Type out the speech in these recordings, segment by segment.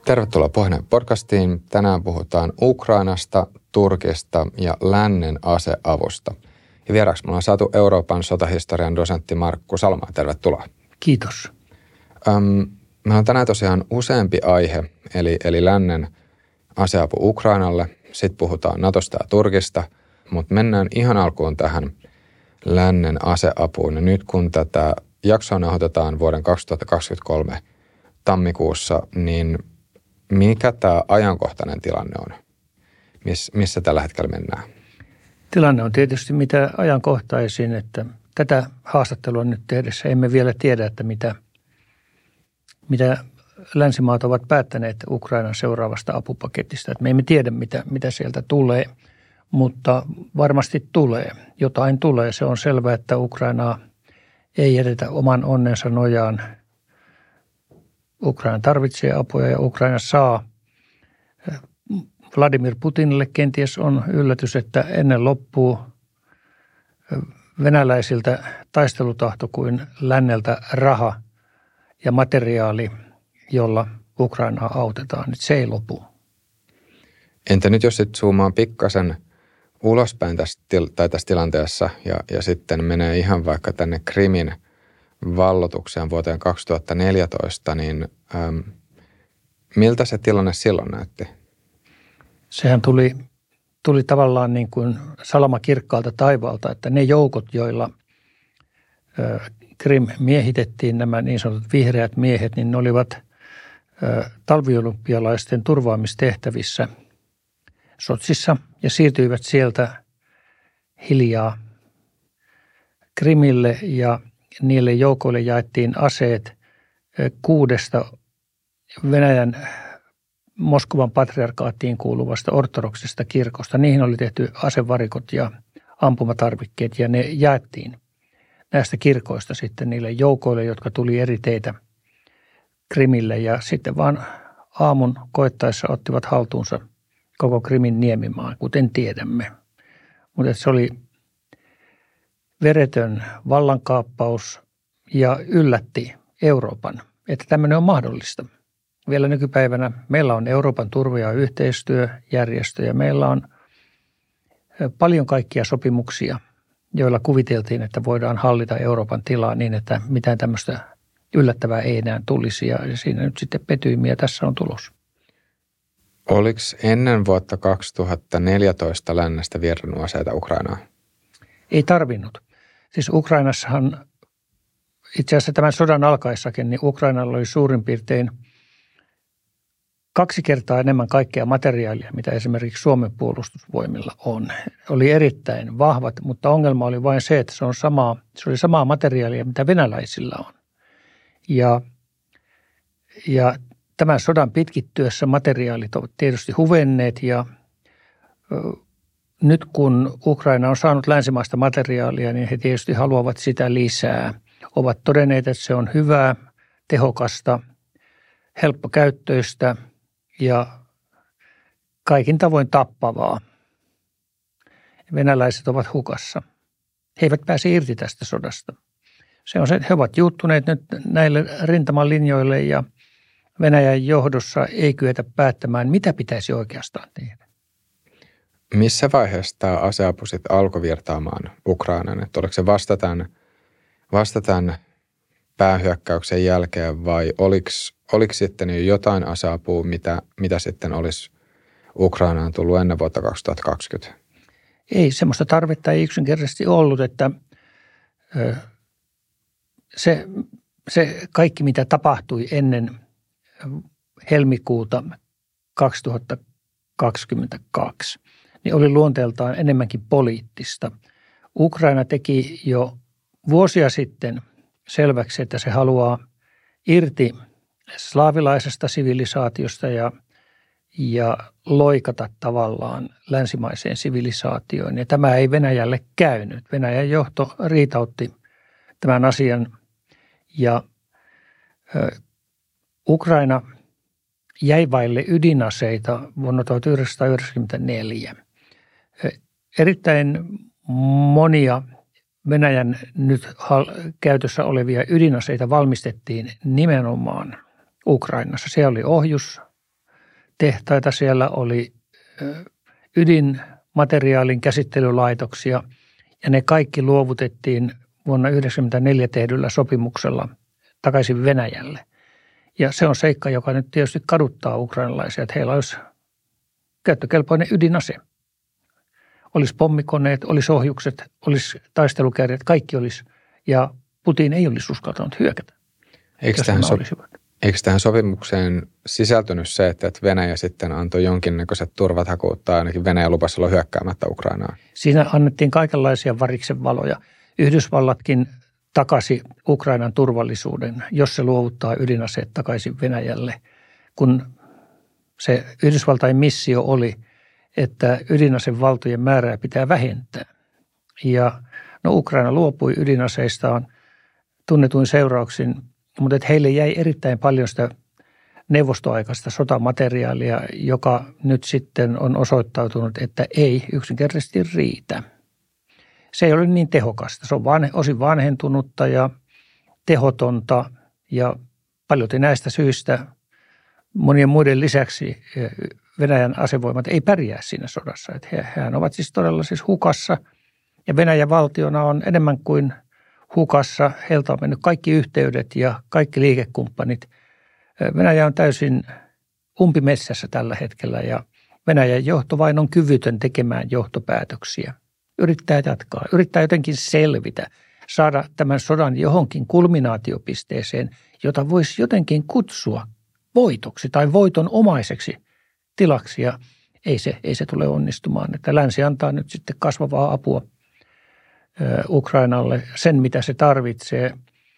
Tervetuloa Pohjoinen podcastiin. Tänään puhutaan Ukrainasta, Turkista ja lännen aseavusta. Ja vieraksi me on saatu Euroopan sotahistorian dosentti Markku Salmaa. Tervetuloa. Kiitos. Meillä on tänään tosiaan useampi aihe, eli lännen aseapu Ukrainalle. Sitten puhutaan Natosta ja Turkista, mutta mennään ihan alkuun tähän lännen aseapuun. Ja nyt kun tätä jaksoa nauhoitetaan vuoden 2023 tammikuussa, niin mikä tämä ajankohtainen tilanne on? Missä tällä hetkellä mennään? Tilanne on tietysti mitä ajankohtaisin, että tätä haastattelua nyt tehdessä emme vielä tiedä, että mitä länsimaat ovat päättäneet Ukrainan seuraavasta apupaketista. Että me emme tiedä, mitä sieltä tulee, mutta varmasti tulee. Jotain tulee. Se on selvää, että Ukrainaa ei jätetä oman onnensa nojaan. Ukraina tarvitsee apua ja Ukraina saa. Vladimir Putinille kenties on yllätys, että ennen loppuu venäläisiltä taistelutahto kuin länneltä raha ja materiaali, jolla Ukrainaa autetaan. Nyt se ei lopu. Entä nyt jos sitten zoomaa pikkasen ulospäin tässä tilanteessa ja sitten menee ihan vaikka tänne Krimin vallotukseen vuoteen 2014, niin miltä se tilanne silloin näytti? Sehän tuli tavallaan niin kuin salama kirkkaalta taivaalta, että ne joukot, joilla Krim miehitettiin, nämä niin sanotut vihreät miehet, niin ne olivat talviolympialaisten turvaamistehtävissä Sotsissa ja siirtyivät sieltä hiljaa Krimille ja niille joukoille jaettiin aseet 6 Venäjän Moskovan patriarkaattiin kuuluvasta ortodoksista kirkosta. Niihin oli tehty asevarikot ja ampumatarvikkeet ja ne jaettiin näistä kirkoista sitten niille joukoille, jotka tuli eri teitä Krimille ja sitten vaan aamun koettaessa ottivat haltuunsa koko Krimin niemimaan, kuten tiedämme. Mutta se oli veretön vallankaappaus ja yllätti Euroopan, että tämmöinen on mahdollista. Vielä nykypäivänä meillä on Euroopan turva- ja yhteistyöjärjestö ja meillä on paljon kaikkia sopimuksia, joilla kuviteltiin, että voidaan hallita Euroopan tilaa niin, että mitään tämmöistä yllättävää ei enää tulisi ja siinä nyt sitten petyimme ja tässä on tulos. Oliko ennen vuotta 2014 lännestä virrannut aseita Ukrainaan? Ei tarvinnut. Siis Ukrainassahan itse asiassa tämän sodan alkaessakin, niin Ukrainalla oli suurin piirtein 2 kertaa enemmän kaikkea materiaalia, mitä esimerkiksi Suomen puolustusvoimilla on. Oli erittäin vahvat, mutta ongelma oli vain se, että se oli samaa materiaalia, mitä venäläisillä on. Ja tämän sodan pitkittyessä materiaalit ovat tietysti huvenneet ja nyt kun Ukraina on saanut länsimaista materiaalia, niin he tietysti haluavat sitä lisää. Ovat todenneet, että se on hyvää, tehokasta, helppokäyttöistä ja kaikin tavoin tappavaa. Venäläiset ovat hukassa. He eivät pääse irti tästä sodasta. Se on se, he ovat juuttuneet nyt näille rintamalinjoille ja Venäjän johdossa ei kyetä päättämään, mitä pitäisi oikeastaan tehdä. Missä vaiheessa tämä aseapu sitten alkoi virtaamaan Ukrainan? Että oliko se vasta tämän päähyökkäyksen jälkeen vai oliko sitten jo jotain aseapua, mitä sitten olisi Ukrainaan tullut ennen vuotta 2020? Ei, semmoista tarvetta ei yksinkertaisesti ollut, että se kaikki, mitä tapahtui ennen helmikuuta 2022, niin oli luonteeltaan enemmänkin poliittista. Ukraina teki jo vuosia sitten selväksi, että se haluaa irti slaavilaisesta sivilisaatiosta ja loikata tavallaan länsimaiseen sivilisaatioon. Ja tämä ei Venäjälle käynyt. Venäjän johto riitautti tämän asian ja Ukraina jäi vaille ydinaseita vuonna 1994. Erittäin monia Venäjän nyt käytössä olevia ydinaseita valmistettiin nimenomaan Ukrainassa. Se oli ohjus tehtaita, siellä oli ydinmateriaalin käsittelylaitoksia ja ne kaikki luovutettiin vuonna 1994 tehdyllä sopimuksella takaisin Venäjälle. Ja se on seikka, joka nyt tietysti kaduttaa ukrainalaisia, että heillä olisi käyttökelpoinen ydinase. Olisi pommikoneet, olisi ohjukset, olisi taistelukärjet, kaikki olisi. Ja Putin ei olisi uskaltanut hyökätä. Eikö tähän sopimukseen sisältynyt se, että Venäjä sitten antoi jonkinnäköiset turvatakuut tai ainakin Venäjä lupasi olla hyökkäämättä Ukrainaan? Siinä annettiin kaikenlaisia variksen valoja. Yhdysvallatkin takasi Ukrainan turvallisuuden, jos se luovuttaa ydinaseet takaisin Venäjälle, kun se Yhdysvaltain missio oli, että ydinasevaltojen määrää pitää vähentää. Ja Ukraina luopui ydinaseistaan tunnetuin seurauksin, mutta että heille jäi erittäin paljon sitä neuvostoaikaista sotamateriaalia, joka nyt sitten on osoittautunut, että ei yksinkertaisesti riitä. Se ei ole niin tehokasta. Se on osin vanhentunutta ja tehotonta ja paljolti näistä syistä monien muiden lisäksi Venäjän asevoimat ei pärjää siinä sodassa. Että hehän ovat siis todella siis hukassa ja Venäjän valtiona on enemmän kuin hukassa. Heiltä on mennyt kaikki yhteydet ja kaikki liikekumppanit. Venäjä on täysin umpimetsässä tällä hetkellä ja Venäjän johto vain on kyvytön tekemään johtopäätöksiä. Yrittää jatkaa, yrittää jotenkin selvitä, saada tämän sodan johonkin kulminaatiopisteeseen, jota voisi jotenkin kutsua voitoksi tai voitonomaiseksi tilaksi. Ja ei se tule onnistumaan, että länsi antaa nyt sitten kasvavaa apua Ukrainalle sen, mitä se tarvitsee.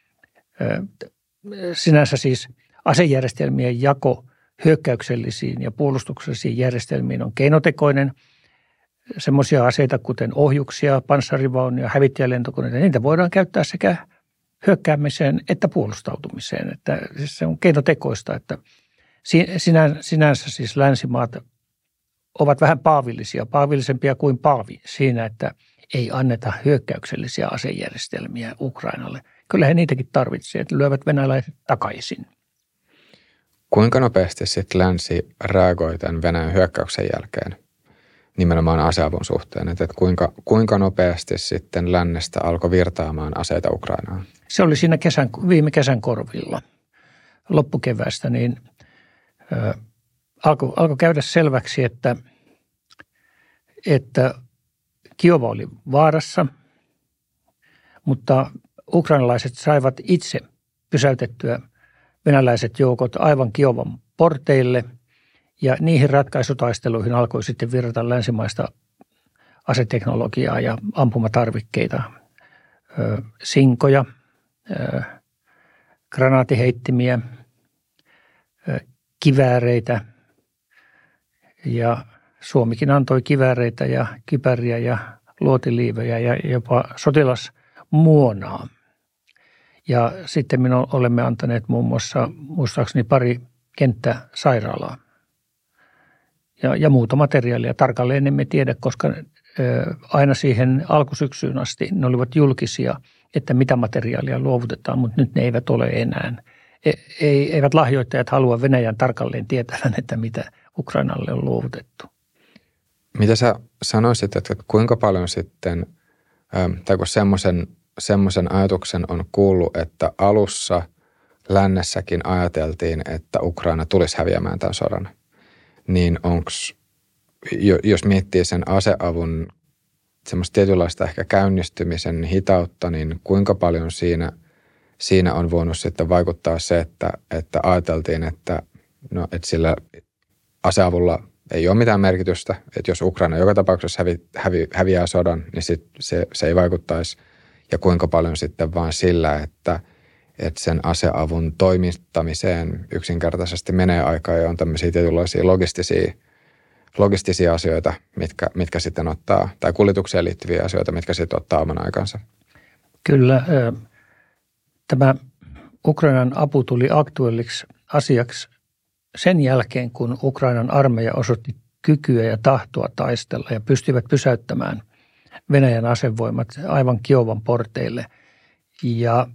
Sinänsä siis asejärjestelmien jako hyökkäyksellisiin ja puolustuksellisiin järjestelmiin on keinotekoinen. Semmoisia aseita kuten ohjuksia, panssarivaunuja, hävittäjälentokoneita, niitä voidaan käyttää sekä hyökkäämiseen että puolustautumiseen. Että siis se on keinotekoista, että sinänsä siis länsimaat ovat vähän paavillisempia kuin paavi siinä, että ei anneta hyökkäyksellisiä asejärjestelmiä Ukrainalle. Kyllä he niitäkin tarvitsee, että lyövät venäläiset takaisin. Kuinka nopeasti sitten länsi reagoi tämän Venäjän hyökkäyksen jälkeen nimenomaan aseavun suhteen? Että kuinka nopeasti sitten lännestä alkoi virtaamaan aseita Ukrainaan? Se oli siinä viime kesän korvilla loppukeväästä, niin alkoi käydä selväksi, että Kiova oli vaarassa, mutta ukrainalaiset saivat itse pysäytettyä venäläiset joukot aivan Kiovan porteille ja niihin ratkaisutaisteluihin alkoi sitten virrata länsimaista aseteknologiaa ja ampumatarvikkeita, sinkoja, granaatiheittimiä, kivääreitä ja Suomikin antoi kivääreitä ja kypäriä ja luotiliivejä ja jopa sotilasmuonaa. Ja sitten me olemme antaneet muun muassa muistaakseni 2 kenttäsairaalaa ja muuta materiaalia. Tarkalleen emme tiedä, koska aina siihen alkusyksyyn asti ne olivat julkisia, että mitä materiaalia luovutetaan, mutta nyt ne eivät ole enää. Eivät lahjoittajat halua Venäjän tarkalleen tietävän, että mitä Ukrainalle on luovutettu. Mitä sä sanoisit, että kuinka paljon sitten, tai kun semmoisen ajatuksen on kuullut, että alussa lännessäkin ajateltiin, että Ukraina tulisi häviämään tämän sodan, niin jos miettii sen aseavun semmoista tietynlaista ehkä käynnistymisen hitautta, niin kuinka paljon siinä on voinut sitten vaikuttaa se, että ajateltiin, että sillä aseavulla ei ole mitään merkitystä, että jos Ukraina joka tapauksessa häviää sodan, niin se ei vaikuttaisi. Ja kuinka paljon sitten vaan sillä, että sen aseavun toimittamiseen yksinkertaisesti menee aikaa ja on tämmöisiä tietynlaisia logistisia asioita, mitkä sitten ottaa, tai kuljetukseen liittyviä asioita, mitkä sitten ottaa oman aikansa. Kyllä. Tämä Ukrainan apu tuli aktuelliksi asiaksi sen jälkeen, kun Ukrainan armeija osoitti kykyä ja tahtoa taistella ja pystyivät pysäyttämään Venäjän asevoimat aivan Kiovan porteille. Ja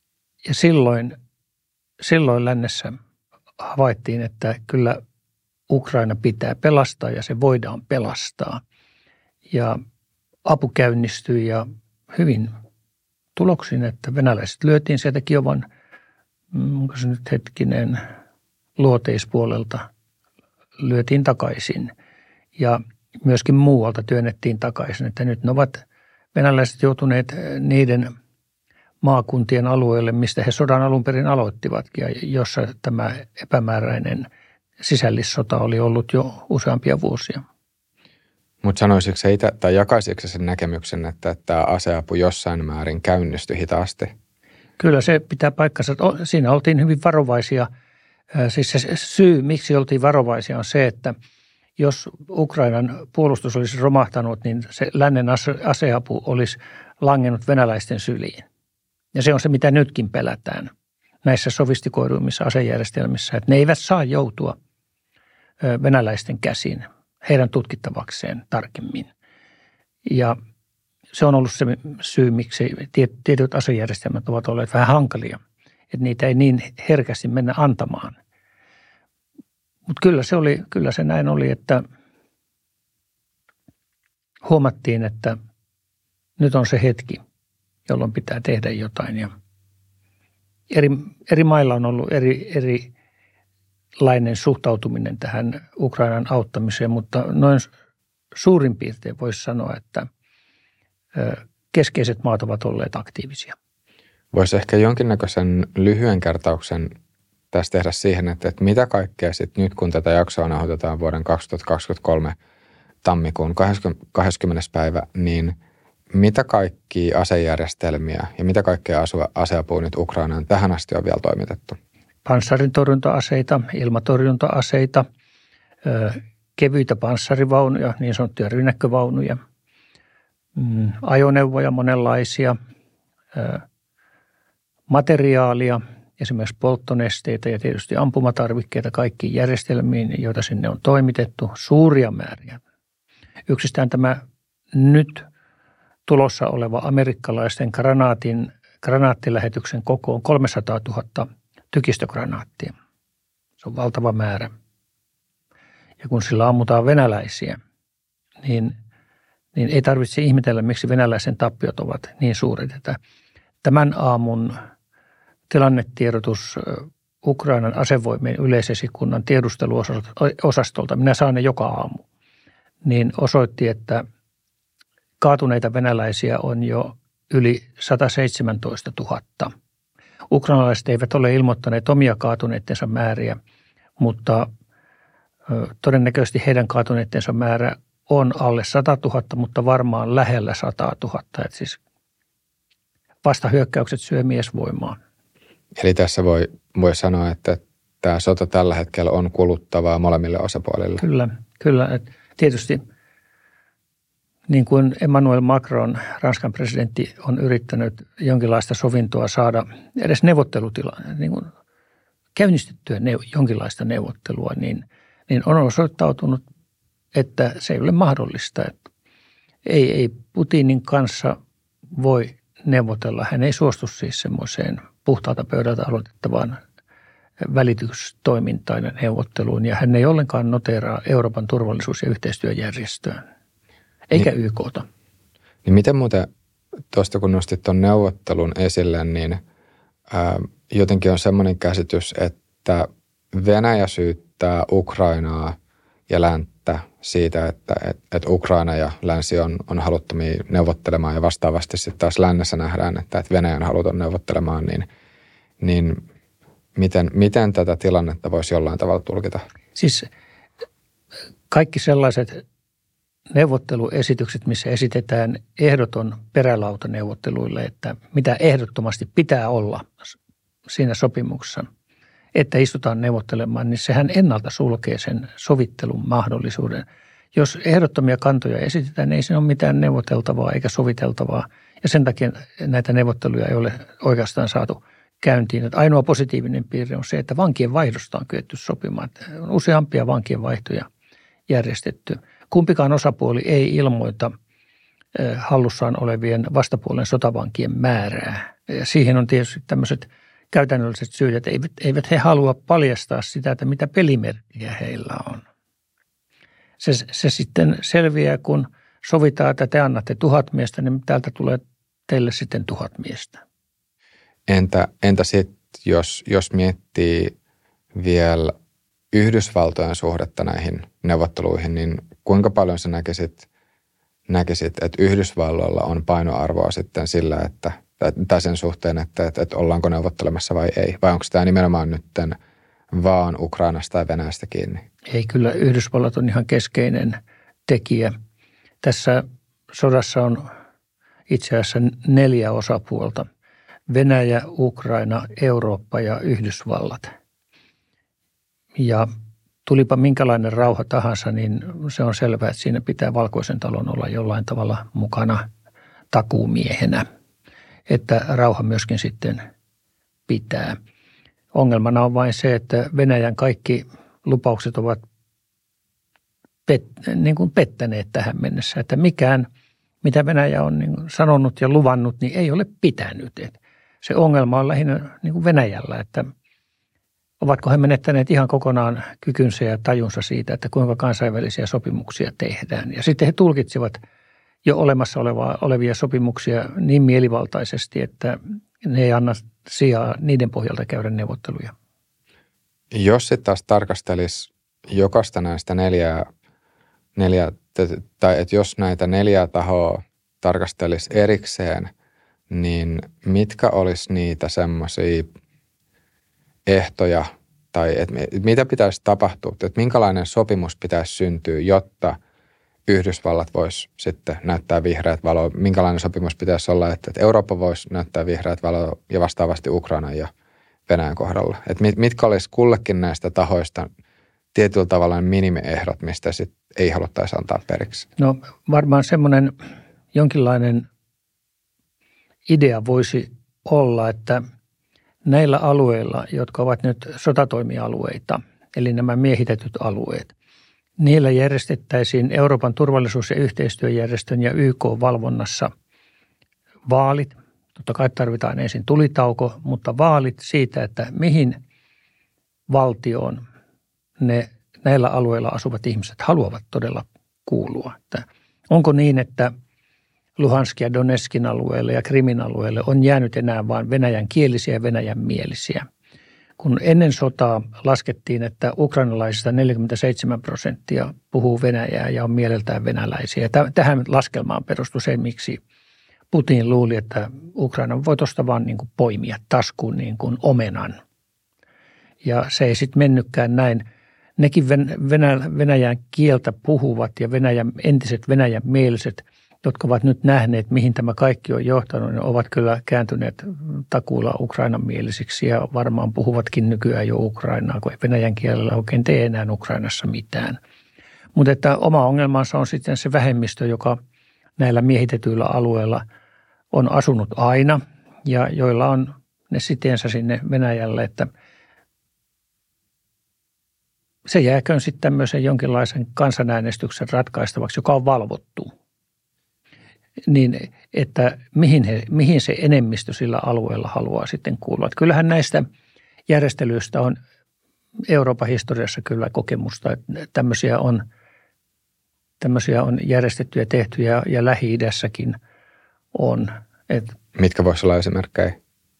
silloin lännessä havaittiin, että kyllä Ukraina pitää pelastaa ja se voidaan pelastaa. Ja apu käynnistyi ja hyvin tuloksin, että venäläiset lyötiin sieltä Kiovan, onko se nyt hetkinen, luoteispuolelta lyötiin takaisin. Ja myöskin muualta työnnettiin takaisin, että nyt ne ovat venäläiset joutuneet niiden maakuntien alueelle, mistä he sodan alun perin aloittivatkin ja jossa tämä epämääräinen sisällissota oli ollut jo useampia vuosia. Mutta sanoisitko se itse tai jakaisitko sen näkemyksen, että tämä aseapu jossain määrin käynnistyi hitaasti? Kyllä se pitää paikkansa. Siinä oltiin hyvin varovaisia. Siis se syy, miksi oltiin varovaisia, on se, että jos Ukrainan puolustus olisi romahtanut, niin se lännen aseapu olisi langennut venäläisten syliin. Ja se on se, mitä nytkin pelätään näissä sofistikoiduimmissa asejärjestelmissä, että ne eivät saa joutua venäläisten käsiin heidän tutkittavakseen tarkemmin. Ja se on ollut se syy, miksi tietyt asejärjestelmät ovat olleet vähän hankalia, että niitä ei niin herkästi mennä antamaan. Mutta kyllä se näin oli, että huomattiin, että nyt on se hetki, jolloin pitää tehdä jotain. Ja eri mailla on ollut erilainen suhtautuminen tähän Ukrainan auttamiseen, mutta noin suurin piirtein voisi sanoa, että keskeiset maat ovat olleet aktiivisia. Voisi ehkä jonkinnäköisen lyhyen kertauksen tästä tehdä siihen, että mitä kaikkea sitten nyt, kun tätä jaksoa nauhoitetaan vuoden 2023 tammikuun 20. päivä, niin mitä kaikkia asejärjestelmiä ja mitä kaikkea aseapua nyt Ukrainaan tähän asti on vielä toimitettu? Panssarintorjunta-aseita, ilmatorjunta-aseita, kevyitä panssarivaunuja, niin sanottuja rynnäkkövaunuja, ajoneuvoja monenlaisia, materiaalia, esimerkiksi polttonesteitä ja tietysti ampumatarvikkeita kaikkiin järjestelmiin, joita sinne on toimitettu, suuria määriä. Yksistään tämä nyt tulossa oleva amerikkalaisten granaattilähetyksen koko on 300 000 tykistögranaattia. Se on valtava määrä. Ja kun sillä ammutaan venäläisiä, niin ei tarvitse ihmetellä, miksi venäläisen tappiot ovat niin suuret. Että tämän aamun tilannetiedotus Ukrainan asevoimien yleisesikunnan tiedusteluosastolta, minä saan ne joka aamu, niin osoitti, että kaatuneita venäläisiä on jo yli 117 000. Ukrainalaiset eivät ole ilmoittaneet omia kaatuneittensa määriä, mutta todennäköisesti heidän kaatuneittensa määrä on alle 100 000, mutta varmaan lähellä 100 000. Että siis vastahyökkäykset syö miesvoimaa. Eli tässä voi sanoa, että tämä sota tällä hetkellä on kuluttavaa molemmille osapuolille. Kyllä. Että tietysti niin kuin Emmanuel Macron, Ranskan presidentti, on yrittänyt jonkinlaista sovintoa saada edes neuvottelutila, niin kuin käynnistettyä jonkinlaista neuvottelua, niin on osoittautunut, että se ei ole mahdollista. Että ei Putinin kanssa voi neuvotella. Hän ei suostu siis semmoiseen puhtaalta pöydältä aloitettavaan välitystoimintaan ja neuvotteluun, ja hän ei ollenkaan noteeraa Euroopan turvallisuus- ja yhteistyöjärjestöön. Eikä YK:ta. Niin miten muuten, tuosta kun nostit tuon neuvottelun esille, niin jotenkin on semmoinen käsitys, että Venäjä syyttää Ukrainaa ja länttä siitä, että Ukraina ja länsi on haluttomia neuvottelemaan ja vastaavasti sitten taas lännessä nähdään, että Venäjä on haluton neuvottelemaan, niin miten tätä tilannetta voisi jollain tavalla tulkita? Siis kaikki sellaiset neuvotteluesitykset, missä esitetään ehdoton perälauta neuvotteluille, että mitä ehdottomasti pitää olla siinä sopimuksessa, että istutaan neuvottelemaan, niin sehän ennalta sulkee sen sovittelun mahdollisuuden. Jos ehdottomia kantoja esitetään, niin ei siinä ole mitään neuvoteltavaa eikä soviteltavaa, ja sen takia näitä neuvotteluja ei ole oikeastaan saatu käyntiin. Että ainoa positiivinen piirre on se, että vankien vaihdosta on kyetty sopimaan. On useampia vankien vaihtoja järjestetty. Kumpikaan osapuoli ei ilmoita hallussaan olevien vastapuolen sotavankien määrää. Ja siihen on tietysti tämmöiset käytännölliset syyt, että eivät he halua paljastaa sitä, että mitä pelimerkkiä heillä on. Se sitten selviää, kun sovitaan, että te annatte 1000 miestä, niin täältä tulee teille sitten 1000 miestä. Entä sitten, jos miettii vielä Yhdysvaltojen suhdetta näihin neuvotteluihin, niin kuinka paljon sä näkisit, että Yhdysvalloilla on painoarvoa sitten sillä, tai sen suhteen, että ollaanko neuvottelemassa vai ei? Vai onko tämä nimenomaan nyt vaan Ukrainasta tai Venäjästä kiinni? Ei, kyllä Yhdysvallat on ihan keskeinen tekijä. Tässä sodassa on itse asiassa 4 osapuolta. Venäjä, Ukraina, Eurooppa ja Yhdysvallat. Ja tulipa minkälainen rauha tahansa, niin se on selvää, että siinä pitää Valkoisen talon olla jollain tavalla mukana takuumiehenä, että rauha myöskin sitten pitää. Ongelmana on vain se, että Venäjän kaikki lupaukset ovat pettäneet tähän mennessä, että mikään, mitä Venäjä on sanonut ja luvannut, niin ei ole pitänyt. Et se ongelma on lähinnä Venäjällä, että ovatko he menettäneet ihan kokonaan kykynsä ja tajunsa siitä, että kuinka kansainvälisiä sopimuksia tehdään. Ja sitten he tulkitsivat jo olemassa olevia sopimuksia niin mielivaltaisesti, että ne ei anna sijaa niiden pohjalta käydä neuvotteluja. Jos sitten taas tarkastelisi jokaista näistä tai että jos näitä 4 tahoa tarkastelisi erikseen, niin mitkä olisi niitä semmoisia ehtoja tai että mitä pitäisi tapahtua, että minkälainen sopimus pitäisi syntyä, jotta Yhdysvallat voisi sitten näyttää vihreät valoa, minkälainen sopimus pitäisi olla, että Eurooppa voisi näyttää vihreät valoa ja vastaavasti Ukrainan ja Venäjän kohdalla. Että mitkä olisi kullekin näistä tahoista tietyllä tavalla minimiehdot, mistä sitten ei haluttaisi antaa periksi? No varmaan semmoinen jonkinlainen idea voisi olla, että näillä alueilla, jotka ovat nyt sotatoimialueita, eli nämä miehitetyt alueet, niillä järjestettäisiin Euroopan turvallisuus- ja yhteistyöjärjestön ja YK-valvonnassa vaalit. Totta kai tarvitaan ensin tulitauko, mutta vaalit siitä, että mihin valtioon ne näillä alueilla asuvat ihmiset haluavat todella kuulua. Että onko niin, että Luhansk ja Donetskin alueelle ja Krimin alueelle on jäänyt enää vain venäjän kielisiä ja venäjän mielisiä. Kun ennen sotaa laskettiin, että ukrainalaisista 47% puhuu venäjää ja on mieleltään venäläisiä. Tähän laskelmaan perustui se, miksi Putin luuli, että Ukraina voi tuosta vaan niin kuin poimia taskuun niin kuin omenan. Ja se ei sitten mennytkään näin. Nekin venäjän kieltä puhuvat ja entiset venäjän mieliset, jotka ovat nyt nähneet, mihin tämä kaikki on johtanut, ne ovat kyllä kääntyneet takuulla Ukrainan mielisiksi ja varmaan puhuvatkin nykyään jo Ukrainaa, kun ei venäjän kielellä oikein tee enää Ukrainassa mitään. Mutta että oma ongelmansa on sitten se vähemmistö, joka näillä miehitetyillä alueilla on asunut aina ja joilla on ne siteensä sinne Venäjälle, että se jääköön sitten tämmöisen jonkinlaisen kansanäänestyksen ratkaistavaksi, joka on valvottu. Niin, että mihin se enemmistö sillä alueella haluaa sitten kuulua. Että kyllähän näistä järjestelyistä on Euroopan historiassa kyllä kokemusta, että tämmöisiä on järjestetty ja tehty ja Lähi-idässäkin on. Mitkä voisi olla esimerkkejä?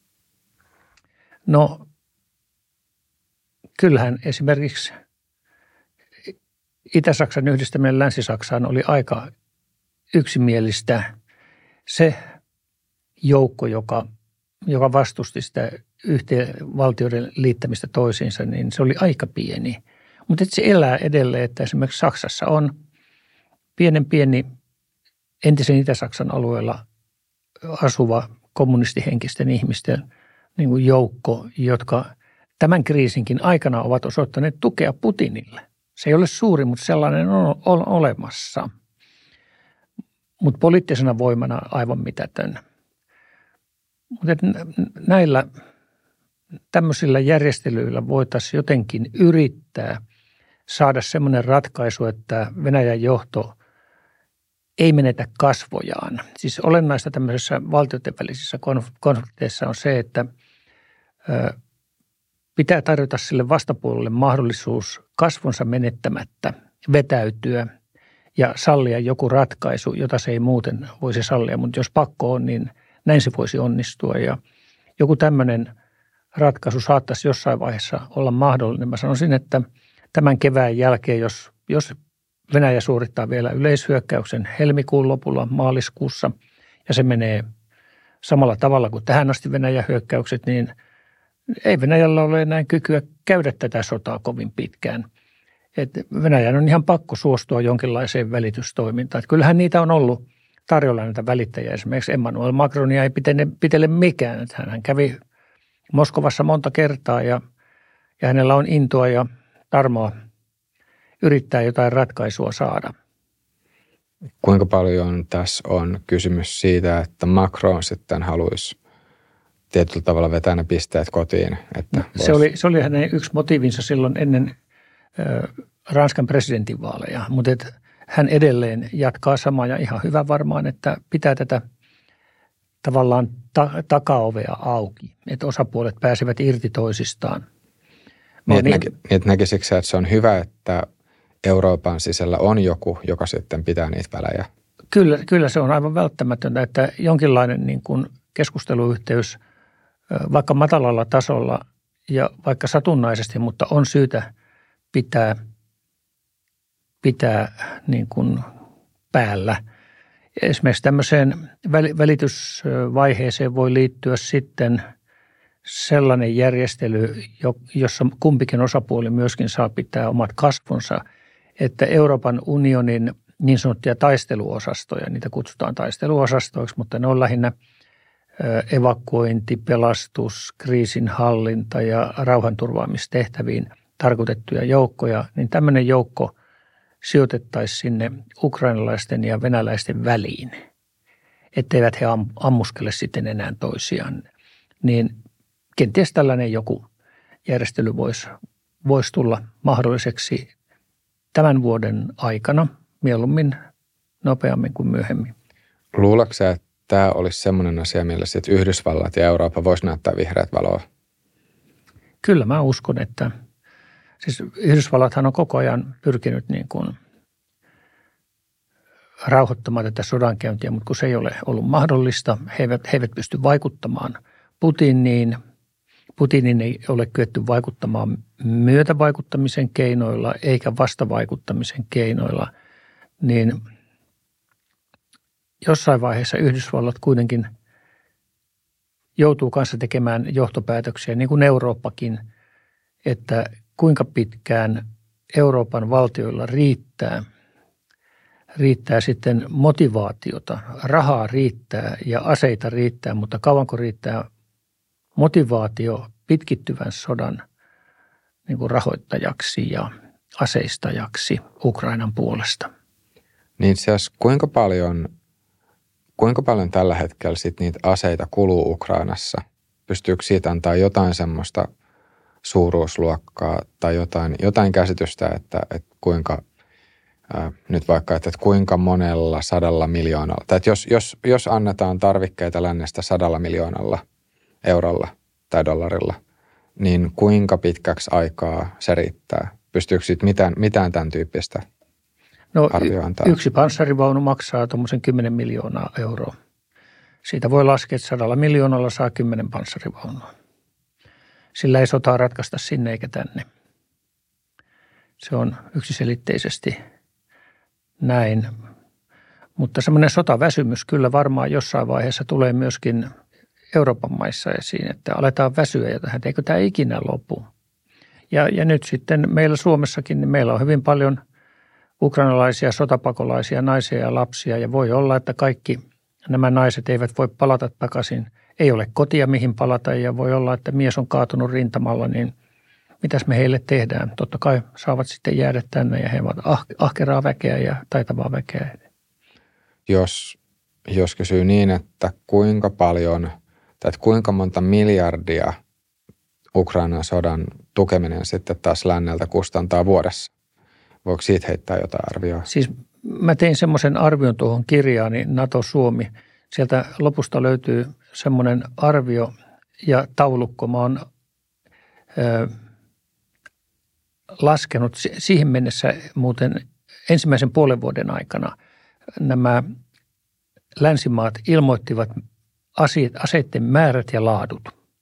No, kyllähän esimerkiksi Itä-Saksan yhdistäminen Länsi-Saksaan oli aika yksimielistä. Se joukko, joka vastusti sitä valtioiden liittämistä toisiinsa, niin se oli aika pieni. Mutta se elää edelleen, että esimerkiksi Saksassa on pieni entisen Itä-Saksan alueella asuva kommunistihenkisten ihmisten niin kuin joukko, jotka tämän kriisinkin aikana ovat osoittaneet tukea Putinille. Se ei ole suuri, mutta sellainen on olemassa. Mutta poliittisena voimana aivan mitätön. Mutta näillä tämmöisillä järjestelyillä voitaisiin jotenkin yrittää saada semmoinen ratkaisu, että Venäjän johto ei menetä kasvojaan. Siis olennaista tämmöisissä valtioiden välisissä konflikteissa on se, että pitää tarjota sille vastapuolelle mahdollisuus kasvonsa menettämättä, vetäytyä ja sallia joku ratkaisu, jota se ei muuten voisi sallia. Mutta jos pakko on, niin näin se voisi onnistua. Ja joku tämmöinen ratkaisu saattaisi jossain vaiheessa olla mahdollinen. Mä sanoisin, että tämän kevään jälkeen, jos Venäjä suorittaa vielä yleishyökkäyksen helmikuun lopulla maaliskuussa ja se menee samalla tavalla kuin tähän asti Venäjän hyökkäykset, niin ei Venäjällä ole enää kykyä käydä tätä sotaa kovin pitkään. Että Venäjän on ihan pakko suostua jonkinlaiseen välitystoimintaan. Että kyllähän niitä on ollut tarjolla näitä välittäjiä. Esimerkiksi Emmanuel Macronia ei pitele mikään. Että hän kävi Moskovassa monta kertaa ja hänellä on intoa ja tarmoa yrittää jotain ratkaisua saada. Kuinka paljon tässä on kysymys siitä, että Macron sitten haluaisi tietyllä tavalla vetää ne pisteet kotiin? Että se oli hänen yksi motiivinsa silloin ennen Ranskan presidentinvaaleja, mutta hän edelleen jatkaa samaa ja ihan hyvä varmaan, että pitää tätä tavallaan takaovea auki, että osapuolet pääsevät irti toisistaan. Näkisikö sä, että se on hyvä, että Euroopan sisällä on joku, joka sitten pitää niitä välejä? Kyllä se on aivan välttämätöntä, että jonkinlainen niin kuin keskusteluyhteys vaikka matalalla tasolla ja vaikka satunnaisesti, mutta on syytä pitää niin kuin päällä. Esimerkiksi tämmöiseen välitysvaiheeseen voi liittyä sitten sellainen järjestely, jossa kumpikin osapuoli myöskin saa pitää omat kasvonsa, että Euroopan unionin niin sanottuja taisteluosastoja, niitä kutsutaan taisteluosastoiksi, mutta ne on lähinnä evakuointi, pelastus, kriisinhallinta ja rauhanturvaamistehtäviin tarkoitettuja joukkoja, niin tämmöinen joukko sijoitettaisiin sinne ukrainalaisten ja venäläisten väliin, etteivät he ammuskele sitten enää toisiaan. Niin kenties tällainen joku järjestely voisi tulla mahdolliseksi tämän vuoden aikana, mieluummin nopeammin kuin myöhemmin. Luuletko sä, että tämä olisi semmoinen asia, millä sitten Yhdysvallat ja Eurooppa voisi näyttää vihreät valoa? Kyllä mä uskon, että siis Yhdysvallathan on koko ajan pyrkinyt niin kuin rauhoittamaan tätä sodankäyntiä, mutta kun se ei ole ollut mahdollista, he eivät pysty vaikuttamaan Putiniin. Putinin ei ole kyetty vaikuttamaan myötävaikuttamisen keinoilla eikä vastavaikuttamisen keinoilla, niin jossain vaiheessa Yhdysvallat kuitenkin joutuu kanssa tekemään johtopäätöksiä, niin kuin Eurooppakin, että kuinka pitkään Euroopan valtioilla riittää sitten motivaatiota. Rahaa riittää ja aseita riittää, mutta kauanko riittää motivaatio pitkittyvän sodan niin kuin rahoittajaksi ja aseistajaksi Ukrainan puolesta. Niin se olisi kuinka paljon tällä hetkellä sit niitä aseita kuluu Ukrainassa? Pystyykö siitä antaa jotain semmoista suuruusluokkaa tai jotain käsitystä, että kuinka nyt vaikka, että kuinka monella 100 miljoonalla, tai että jos annetaan tarvikkeita lännestä 100 miljoonalla eurolla tai dollarilla, niin kuinka pitkäksi aikaa se riittää? Pystyykö siitä mitään tämän tyyppistä arviointaa? Yksi panssarivaunu maksaa tuommoisen 10 miljoonaa euroa. Siitä voi laskea, että 100 miljoonalla saa 10 panssarivaunua. Sillä ei sotaa ratkaista sinne eikä tänne. Se on yksiselitteisesti näin. Mutta semmoinen sotaväsymys kyllä varmaan jossain vaiheessa tulee myöskin Euroopan maissa esiin, että aletaan väsyä ja tähän, eikö tämä ikinä lopu. Ja nyt sitten meillä Suomessakin, niin meillä on hyvin paljon ukrainalaisia sotapakolaisia naisia ja lapsia ja voi olla, että kaikki nämä naiset eivät voi palata takaisin. Ei ole kotia mihin palata ja voi olla, että mies on kaatunut rintamalla, niin mitäs me heille tehdään? Totta kai saavat sitten jäädä tänne ja he ovat ahkeraa väkeä ja taitavaa väkeä. Jos kysyy niin, että kuinka paljon tai että kuinka monta miljardia Ukrainan sodan tukeminen sitten taas länneltä kustantaa vuodessa? Voiko siitä heittää jotain arvioa? Siis mä tein semmoisen arvion tuohon kirjaani NATO-Suomi. Sieltä lopusta löytyy semmoinen arvio ja taulukko. Mä oon laskenut siihen mennessä muuten ensimmäisen puolen vuoden aikana nämä länsimaat ilmoittivat aseiden määrät ja laadut.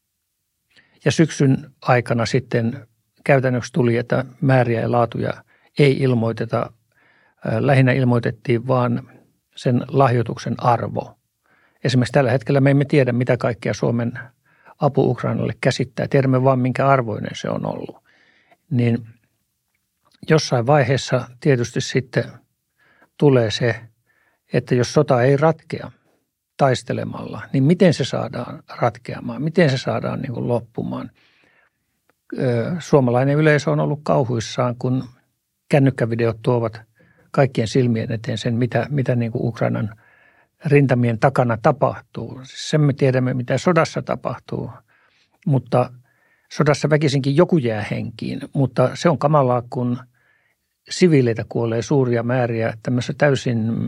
Ja syksyn aikana sitten käytännössä tuli, että määriä ja laatuja ei ilmoiteta. Lähinnä ilmoitettiin vaan sen lahjoituksen arvo. Esimerkiksi tällä hetkellä me emme tiedä, mitä kaikkea Suomen apu Ukrainalle käsittää. Tiedämme vain, minkä arvoinen se on ollut. Niin jossain vaiheessa tietysti sitten tulee se, että jos sota ei ratkea taistelemalla, niin miten se saadaan ratkeamaan? Miten se saadaan niin kuin loppumaan? Suomalainen yleisö on ollut kauhuissaan, kun kännykkävideot tuovat kaikkien silmien eteen sen, mitä niin kuin Ukrainan rintamien takana tapahtuu. Sen me tiedämme, mitä sodassa tapahtuu, mutta sodassa väkisinkin joku jää henkiin. Mutta se on kamalaa, kun siviileitä kuolee suuria määriä tämmöisissä täysin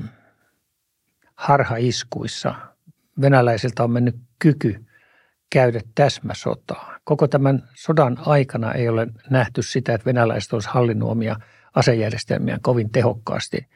harhaiskuissa. Venäläisiltä on mennyt kyky käydä täsmäsotaa. Koko tämän sodan aikana ei ole nähty sitä, että venäläiset olisi hallinnut omia asejärjestelmiä kovin tehokkaasti.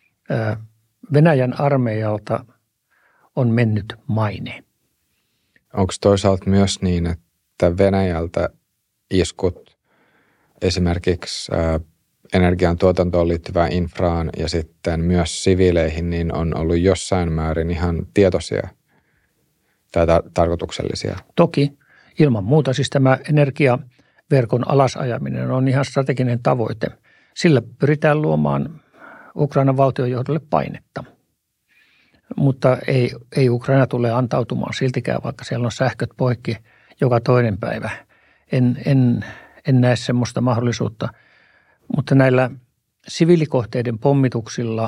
Venäjän armeijalta on mennyt maine. Onko toisaalta myös niin, että Venäjältä iskut esimerkiksi energiantuotantoon liittyvään infraan ja sitten myös siviileihin niin on ollut jossain määrin ihan tietoisia tai tarkoituksellisia? Toki ilman muuta siis tämä energiaverkon alasajaminen on ihan strateginen tavoite. Sillä pyritään luomaan Ukrainan valtionjohdolle painetta. Mutta ei Ukraina tule antautumaan siltikään, vaikka siellä on sähköt poikki joka toinen päivä. En näe semmoista mahdollisuutta. Mutta näillä siviilikohteiden pommituksilla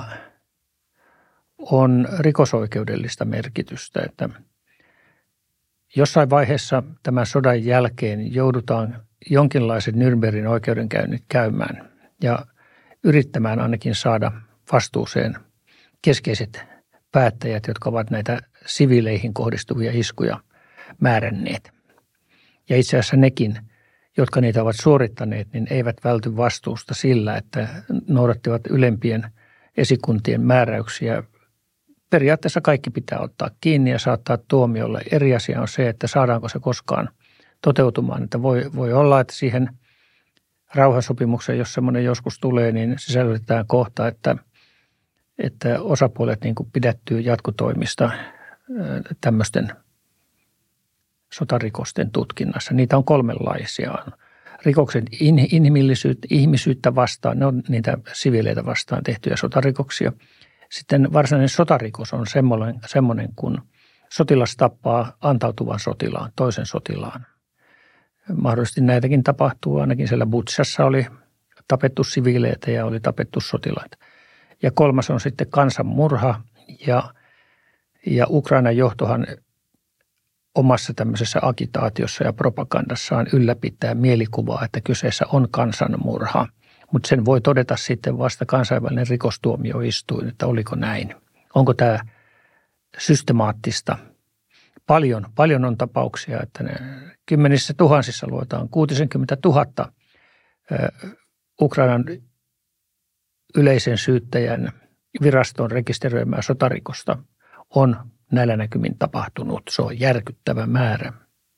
on rikosoikeudellista merkitystä, että jossain vaiheessa tämän sodan jälkeen joudutaan jonkinlaiset Nürnbergin oikeudenkäynnit käymään ja yrittämään ainakin saada vastuuseen keskeiset päättäjät, jotka ovat näitä siviileihin kohdistuvia iskuja määränneet. Ja itse asiassa nekin, jotka niitä ovat suorittaneet, niin eivät välty vastuusta sillä, että noudattivat ylempien esikuntien määräyksiä. Periaatteessa kaikki pitää ottaa kiinni ja saattaa tuomiolle. Eri asia on se, että saadaanko se koskaan toteutumaan. Että voi olla, että siihen rauhansopimukseen, jos semmoinen joskus tulee, niin sisällytetään kohta, että osapuolet niin kuin pidättyy jatkotoimista tämmöisten sotarikosten tutkinnassa. Niitä on kolmenlaisia. Rikokset ihmisyyttä vastaan, ne on niitä siviileitä vastaan tehtyjä sotarikoksia. Sitten varsinainen sotarikos on semmoinen, kun sotilas tappaa antautuvan sotilaan, toisen sotilaan. Mahdollisesti näitäkin tapahtuu, ainakin siellä Butšassa oli tapettu siviileitä ja oli tapettu sotilaita. Ja kolmas on sitten kansanmurha ja Ukrainan johtohan omassa tämmöisessä agitaatiossa ja propagandassaan ylläpitää mielikuvaa, että kyseessä on kansanmurha. Mutta sen voi todeta sitten vasta kansainvälinen rikostuomioistuin, että oliko näin. Onko tämä systemaattista? Paljon on tapauksia, että ne kymmenissä tuhansissa luetaan 60 000 Ukrainan yleisen syyttäjän viraston rekisteröimää sotarikosta on näillä näkymin tapahtunut. Se on järkyttävä määrä.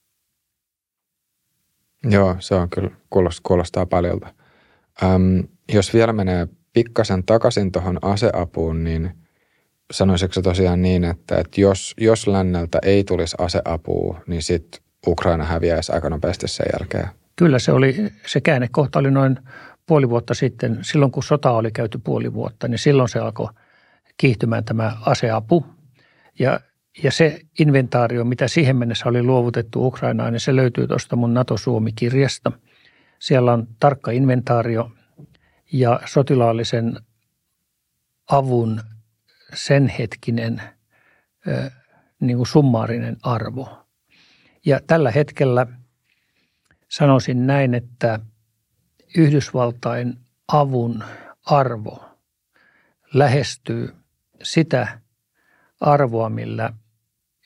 Joo, se on kyllä, kuulostaa paljolta. Jos vielä menee pikkasen takaisin tuohon aseapuun, niin sanoisitko tosiaan niin, että jos länneltä ei tulisi aseapua, niin sitten Ukraina häviäisi aika nopeasti sen jälkeen? Kyllä se käännekohta oli noin puoli vuotta sitten. Silloin kun sota oli käyty puoli vuotta, niin silloin se alkoi kiihtymään tämä aseapu. Ja se inventaario, mitä siihen mennessä oli luovutettu Ukrainaan, niin se löytyy tuosta mun NATO-Suomi-kirjasta. Siellä on tarkka inventaario ja sotilaallisen avun sen hetkinen niin kuin summaarinen arvo. Ja tällä hetkellä sanoisin näin, että Yhdysvaltain avun arvo lähestyy sitä arvoa, millä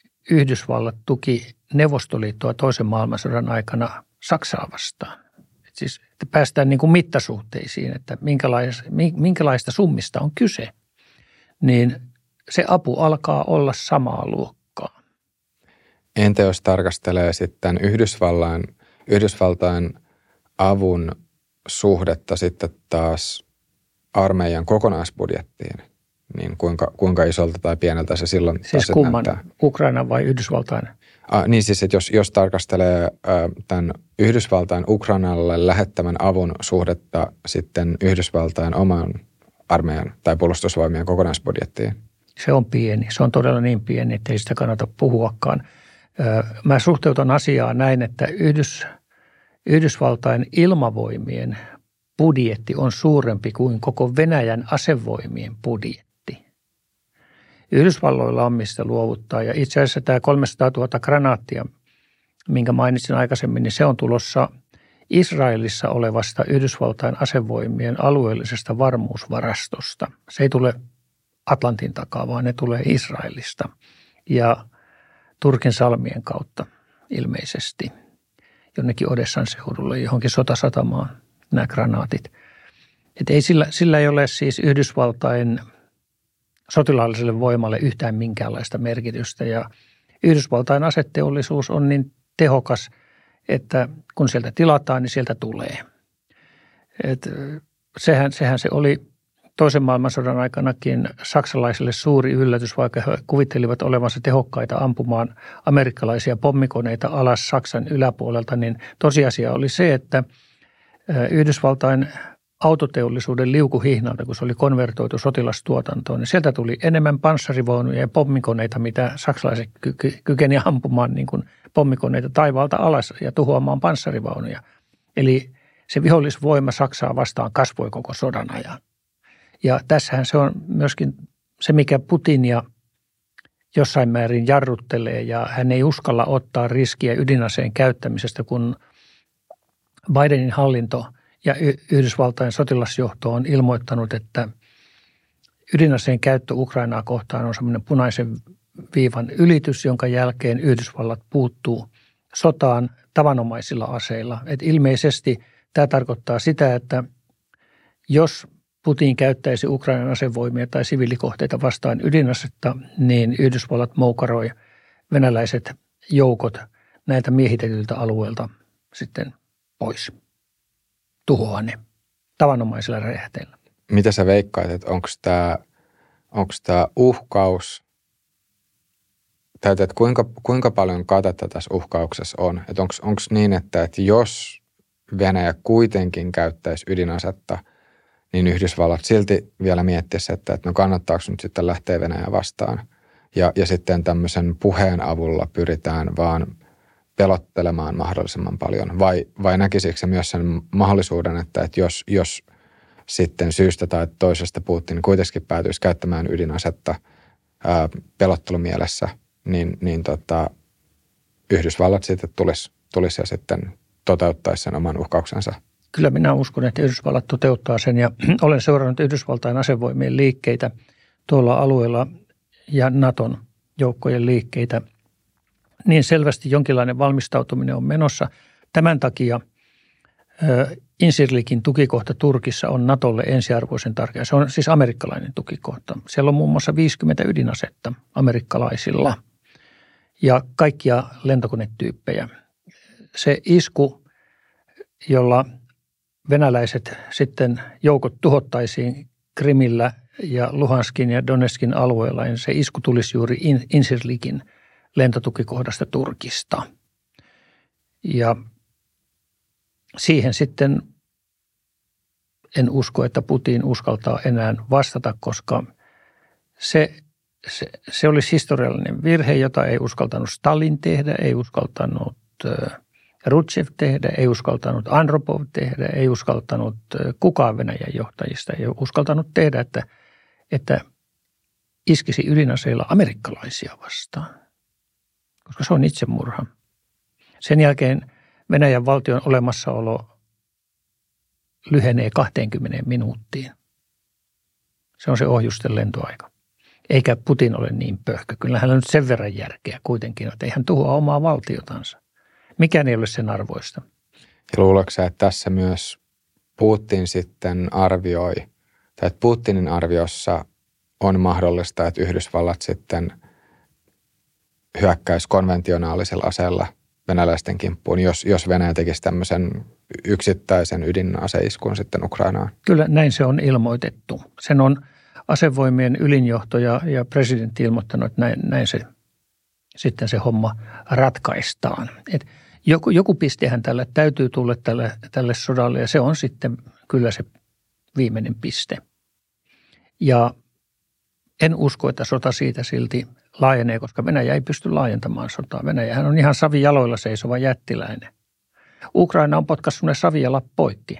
Yhdysvallat tuki Neuvostoliittoa toisen maailmansodan aikana Saksaa vastaan. Siis että päästään niin kuin mittasuhteisiin, että minkälaista summista on kyse, niin se apu alkaa olla samaa luokkaa. Entä jos tarkastelee sitten Yhdysvaltain avun suhdetta sitten taas armeijan kokonaisbudjettiin, niin kuinka isolta tai pieneltä se silloin siis kumman, näyttää? Ukraina vai Yhdysvaltain? Niin siis, että jos tarkastelee tämän Yhdysvaltain Ukrainalle lähettämän avun suhdetta sitten Yhdysvaltain oman armeijan tai puolustusvoimien kokonaisbudjettiin. Se on pieni. Se on todella niin pieni, että ei sitä kannata puhuakaan. Mä suhteutan asiaa näin, että Yhdysvaltain ilmavoimien budjetti on suurempi kuin koko Venäjän asevoimien budjetti. Yhdysvalloilla on mistä luovuttaa ja itse asiassa tämä 300 000 granaattia, minkä mainitsin aikaisemmin, niin se on tulossa Israelissa olevasta Yhdysvaltain asevoimien alueellisesta varmuusvarastosta. Se ei tule Atlantin takaa, vaan ne tulee Israelista ja Turkin salmien kautta ilmeisesti jonnekin Odessan seudulle, johonkin sotasatamaan nämä granaatit. Että ei sillä ei ole siis Yhdysvaltain sotilaalliselle voimalle yhtään minkäänlaista merkitystä ja Yhdysvaltain aseteollisuus on niin tehokas, että kun sieltä tilataan, niin sieltä tulee. Sehän se oli toisen maailmansodan aikanakin saksalaisille suuri yllätys, vaikka he kuvittelivat olevansa tehokkaita ampumaan amerikkalaisia pommikoneita alas Saksan yläpuolelta, niin tosiasia oli se, että Yhdysvaltain autoteollisuuden liukuhihnalta, kun se oli konvertoitu sotilastuotantoon, niin sieltä tuli enemmän panssarivaunuja ja pommikoneita, mitä saksalaiset kykeni ampumaan niin kuin pommikoneita taivaalta alas ja tuhoamaan panssarivaunuja. Eli se vihollisvoima Saksaa vastaan kasvoi koko sodan ajan. Ja tässähän se on myöskin se, mikä Putinia jossain määrin jarruttelee ja hän ei uskalla ottaa riskiä ydinaseen käyttämisestä, kun Bidenin hallinto ja Yhdysvaltain sotilasjohto on ilmoittanut, että ydinaseen käyttö Ukrainaa kohtaan on semmoinen punaisen viivan ylitys, jonka jälkeen Yhdysvallat puuttuu sotaan tavanomaisilla aseilla. Et ilmeisesti tämä tarkoittaa sitä, että jos Putin käyttäisi Ukrainan asevoimia tai siviilikohteita vastaan ydinasetta, niin Yhdysvallat moukaroi venäläiset joukot näiltä miehitetyiltä alueilta sitten pois. Tuhoaa ne tavanomaisilla räjähteillä. Mitä sä veikkaat, että onko tämä uhkaus, tai että kuinka paljon katetta tässä uhkauksessa on? Että onko niin, että jos Venäjä kuitenkin käyttäisi ydinasetta, niin Yhdysvallat silti vielä miettisi, että no kannattaako nyt sitten lähteä Venäjää vastaan. Ja sitten tämmöisen puheen avulla pyritään vaan pelottelemaan mahdollisimman paljon. Vai näkisikö se myös sen mahdollisuuden, että jos sitten syystä tai toisesta Putin kuitenkin päätyisi käyttämään ydinasetta pelottelumielessä, niin Yhdysvallat sitten tulisi ja sitten toteuttaisi sen oman uhkauksensa? Kyllä minä uskon, että Yhdysvallat toteuttaa sen ja olen seurannut Yhdysvaltain asevoimien liikkeitä tuolla alueella ja Naton joukkojen liikkeitä. Niin selvästi jonkinlainen valmistautuminen on menossa. Tämän takia Incirlikin tukikohta Turkissa on Natolle ensiarvoisen tärkeä. Se on siis amerikkalainen tukikohta. Siellä on muun muassa 50 ydinasetta amerikkalaisilla ja kaikkia lentokonetyyppejä. Se isku, jolla venäläiset sitten joukot tuhottaisiin Krimillä ja Luhanskin ja Donetskin alueella, niin se isku tulisi juuri Incirlikin lentotukikohdasta Turkista. Ja siihen sitten en usko, että Putin uskaltaa enää vastata, koska se olisi historiallinen virhe, jota ei uskaltanut Stalin tehdä, ei uskaltanut Rutschev tehdä, ei uskaltanut Andropov tehdä, ei uskaltanut kukaan Venäjän johtajista, ei uskaltanut tehdä, että iskisi ydinaseilla amerikkalaisia vastaan, koska se on itsemurha. Sen jälkeen Venäjän valtion olemassaolo lyhenee 20 minuuttiin. Se on se ohjusten lentoaika. Eikä Putin ole niin pöhkö. Kyllä hänellä nyt sen verran järkeä kuitenkin, että ei hän tuhoa omaa valtiotansa. Mikään ei ole sen arvoista. Ja luuletko sä, että tässä myös Putin sitten arvioi, tai että Putinin arviossa on mahdollista, että Yhdysvallat sitten hyökkäisi konventionaalisella aseella venäläisten kimppuun, jos Venäjä tekisi tämmöisen yksittäisen ydinaseiskun sitten Ukrainaan? Kyllä näin se on ilmoitettu. Sen on asevoimien ylinjohto ja presidentti ilmoittanut, että näin se sitten se homma ratkaistaan. Et joku pistehän tälle täytyy tulla tälle sodalle ja se on sitten kyllä se viimeinen piste. Ja en usko, että sota siitä silti laajenee, koska Venäjä ei pysty laajentamaan sotaa. Venäjähän on ihan savijaloilla seisova jättiläinen. Ukraina on potkaissut ne savijalat poikki.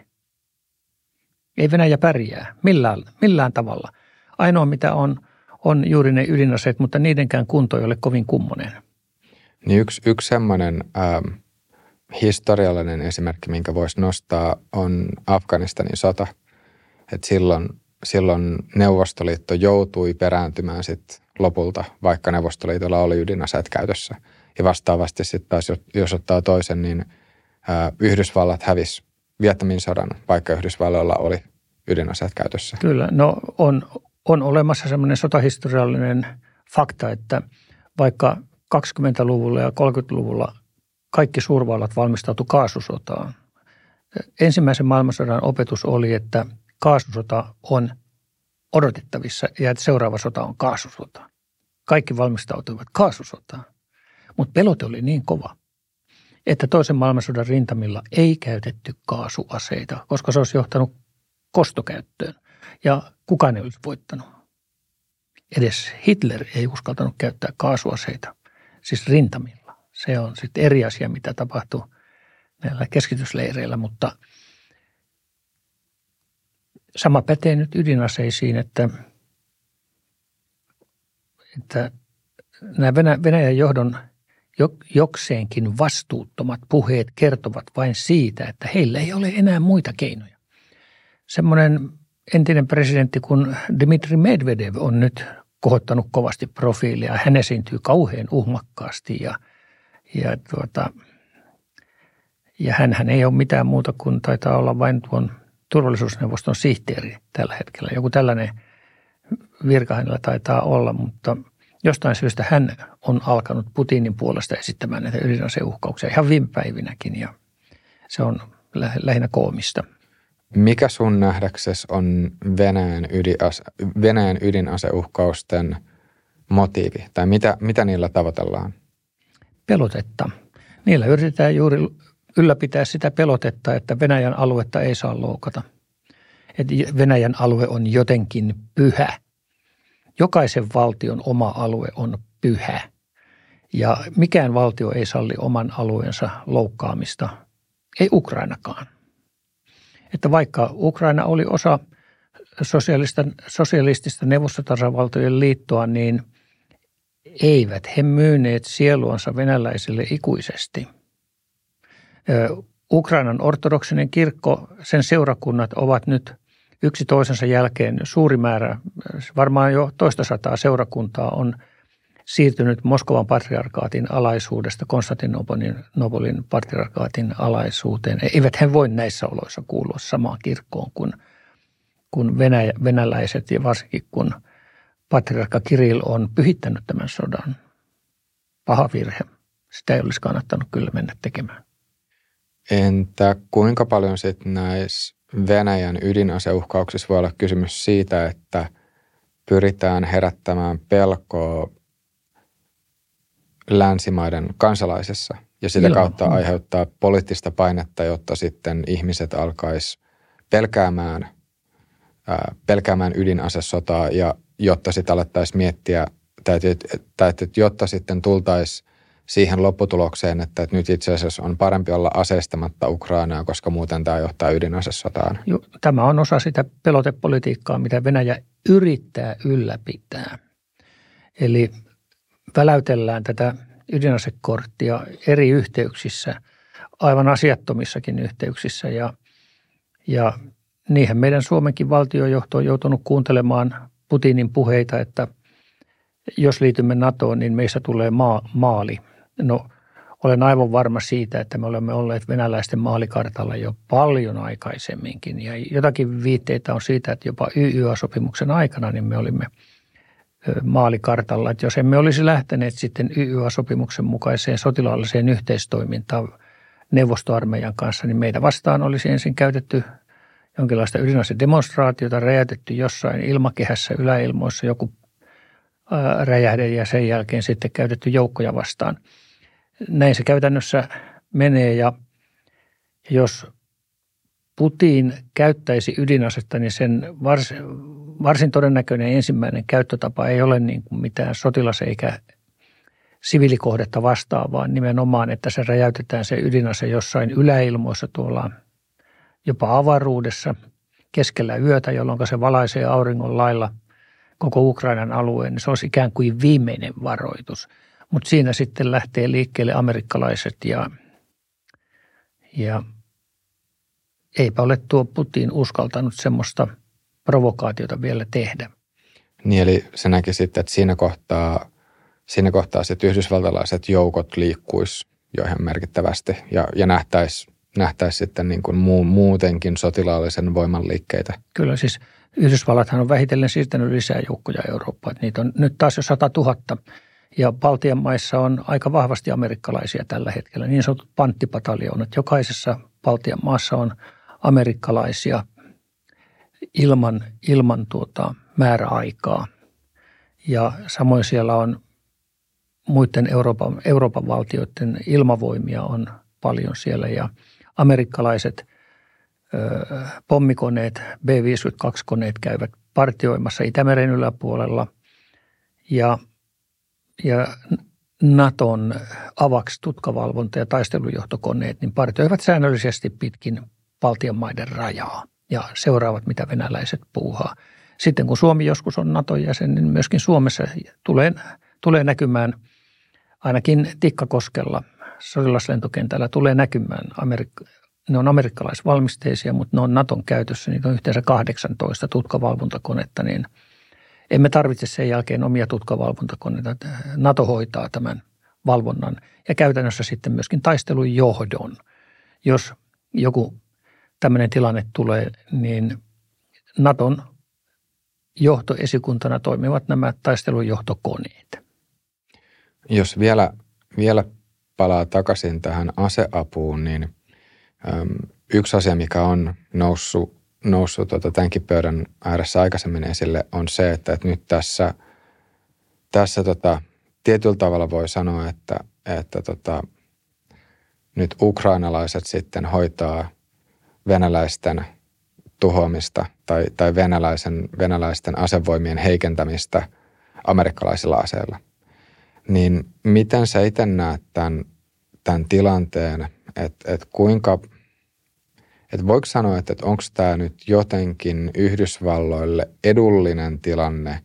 Ei Venäjä pärjää millään tavalla. Ainoa mitä on juuri ne ydinaseet, mutta niidenkään kunto ei ole kovin kummonen. Niin yksi semmoinen historiallinen esimerkki, minkä voisi nostaa, on Afganistanin sota. Että silloin Neuvostoliitto joutui perääntymään sitten lopulta, vaikka Neuvostoliitolla oli ydinaseet käytössä. Ja vastaavasti sitten taas, jos ottaa toisen, niin Yhdysvallat hävisi Vietnamin sodan, vaikka Yhdysvalloilla oli ydinaseet käytössä. Kyllä, no on olemassa semmoinen sotahistoriallinen fakta, että vaikka 20-luvulla ja 30-luvulla kaikki suurvallat valmistautuivat kaasusotaan. Ensimmäisen maailmansodan opetus oli, että kaasusota on odotettavissa ja että seuraava sota on kaasusota. Kaikki valmistautuivat kaasusotaan, mutta pelote oli niin kova, että toisen maailmansodan rintamilla ei käytetty kaasuaseita, koska se olisi johtanut kostokäyttöön ja kukaan ei olisi voittanut. Edes Hitler ei uskaltanut käyttää kaasuaseita, siis rintamilla. Se on sitten eri asia, mitä tapahtui näillä keskitysleireillä, mutta sama pätee nyt ydinaseisiin, että nämä Venäjän johdon jokseenkin vastuuttomat puheet kertovat vain siitä, että heillä ei ole enää muita keinoja. Semmoinen entinen presidentti kuin Dmitri Medvedev on nyt kohottanut kovasti profiilia. Hän esiintyy kauhean uhmakkaasti ja hänhän ei ole mitään muuta kuin taitaa olla vain tuon turvallisuusneuvoston sihteeri tällä hetkellä. Joku tällainen virka hänellä taitaa olla, mutta jostain syystä hän on alkanut Putinin puolesta esittämään näitä ydinaseuhkauksia ihan viime päivinäkin ja se on lähinnä koomista. Mikä sun nähdäksesi on Venäjän ydinaseuhkausten motiivi tai mitä niillä tavoitellaan? Pelotetta. Niillä yritetään juuri ylläpitää sitä pelotetta, että Venäjän aluetta ei saa loukata. Että Venäjän alue on jotenkin pyhä. Jokaisen valtion oma alue on pyhä ja mikään valtio ei salli oman alueensa loukkaamista, ei Ukrainakaan. Että vaikka Ukraina oli osa sosialistista neuvostotasavaltojen liittoa, niin eivät he myyneet sieluansa venäläisille ikuisesti. Ukrainan ortodoksinen kirkko, sen seurakunnat ovat nyt yksi toisensa jälkeen suuri määrä, varmaan jo toista sataa seurakuntaa on siirtynyt Moskovan patriarkaatin alaisuudesta Konstantinopolin patriarkaatin alaisuuteen. Eivät he voi näissä oloissa kuulua samaan kirkkoon kuin venäläiset ja varsinkin kun patriarkka Kirill on pyhittänyt tämän sodan. Paha virhe. Sitä ei olisi kannattanut kyllä mennä tekemään. Entä kuinka paljon sitten näissä Venäjän ydinaseuhkauksissa voi olla kysymys siitä, että pyritään herättämään pelkoa länsimaiden kansalaisissa ja sitä kautta aiheuttaa poliittista painetta, jotta sitten ihmiset alkaisi pelkäämään ydinasesotaa ja jotta sitten alettaisiin miettiä, tai jotta sitten tultaisiin siihen lopputulokseen, että nyt itse asiassa on parempi olla aseistamatta Ukrainaa, koska muuten tämä johtaa ydinasesotaan. Tämä on osa sitä pelotepolitiikkaa, mitä Venäjä yrittää ylläpitää. Eli väläytellään tätä ydinasekorttia eri yhteyksissä, aivan asiattomissakin yhteyksissä ja niinhän meidän Suomenkin valtiojohto on joutunut kuuntelemaan Putinin puheita, että jos liitymme NATOon, niin meistä tulee maali. No olen aivan varma siitä, että me olemme olleet venäläisten maalikartalla jo paljon aikaisemminkin. Ja jotakin viitteitä on siitä, että jopa YYA-sopimuksen aikana niin me olimme maalikartalla. Että jos emme olisi lähteneet sitten YYA-sopimuksen mukaiseen sotilaalliseen yhteistoimintaan neuvostoarmeijan kanssa, niin meitä vastaan olisi ensin käytetty jonkinlaista ydinasedemonstraatiota, räjäytetty jossain ilmakehässä yläilmoissa joku räjähde ja sen jälkeen sitten käytetty joukkoja vastaan. Näin se käytännössä menee ja jos Putin käyttäisi ydinasetta, niin sen varsin todennäköinen ensimmäinen käyttötapa ei ole niin kuin mitään sotilas- eikä siviilikohdetta vastaavaa, nimenomaan, että se räjäytetään se ydinase jossain yläilmoissa tuolla jopa avaruudessa keskellä yötä, jolloin se valaisee auringon lailla koko Ukrainan alueen, niin se olisi ikään kuin viimeinen varoitus. Mutta siinä sitten lähtee liikkeelle amerikkalaiset ja eipä ole tuo Putin uskaltanut semmoista provokaatiota vielä tehdä. Niin eli se näki sitten, että siinä kohtaa sitten yhdysvaltalaiset joukot liikkuisi jo ihan merkittävästi ja nähtäisi sitten niin kuin muutenkin sotilaallisen voiman liikkeitä. Kyllä siis Yhdysvallathan on vähitellen siirtänyt lisää joukkoja Eurooppaan. Niitä on nyt taas jo 100 000 ja Baltian maissa on aika vahvasti amerikkalaisia tällä hetkellä. Niin sanotut panttipataljoonat. Jokaisessa Baltian maassa on amerikkalaisia ilman määräaikaa. Ja samoin siellä on muiden Euroopan valtioiden ilmavoimia on paljon siellä ja amerikkalaiset pommikoneet, B-52-koneet käyvät partioimassa Itämeren yläpuolella ja Naton AVAX-tutkavalvonta- ja taistelujohtokoneet niin partioivat säännöllisesti pitkin Baltian maiden rajaa ja seuraavat, mitä venäläiset puuhaa. Sitten kun Suomi joskus on Naton jäsen, niin myöskin Suomessa tulee näkymään ainakin Tikkakoskella sotilaslentokentällä tulee näkymään ne on amerikkalaisvalmisteisia, mutta ne on Naton käytössä. Niitä on yhteensä 18 tutkavalvontakonetta, niin emme tarvitse sen jälkeen omia tutkavalvontakoneita. Nato hoitaa tämän valvonnan ja käytännössä sitten myöskin taistelun johdon. Jos joku tämmöinen tilanne tulee, niin Naton johtoesikuntana toimivat nämä taistelunjohtokoneet. Jos vielä palaa takaisin tähän aseapuun, niin yksi asia, mikä on noussut tämänkin pöydän ääressä aikaisemmin esille, on se, että nyt tässä tietyllä tavalla voi sanoa, että nyt ukrainalaiset sitten hoitaa venäläisten tuhoamista tai venäläisten asevoimien heikentämistä amerikkalaisilla aseilla. Niin miten sä itse näet tämän tilanteen, että voiko sanoa, että onko tämä nyt jotenkin Yhdysvalloille edullinen tilanne,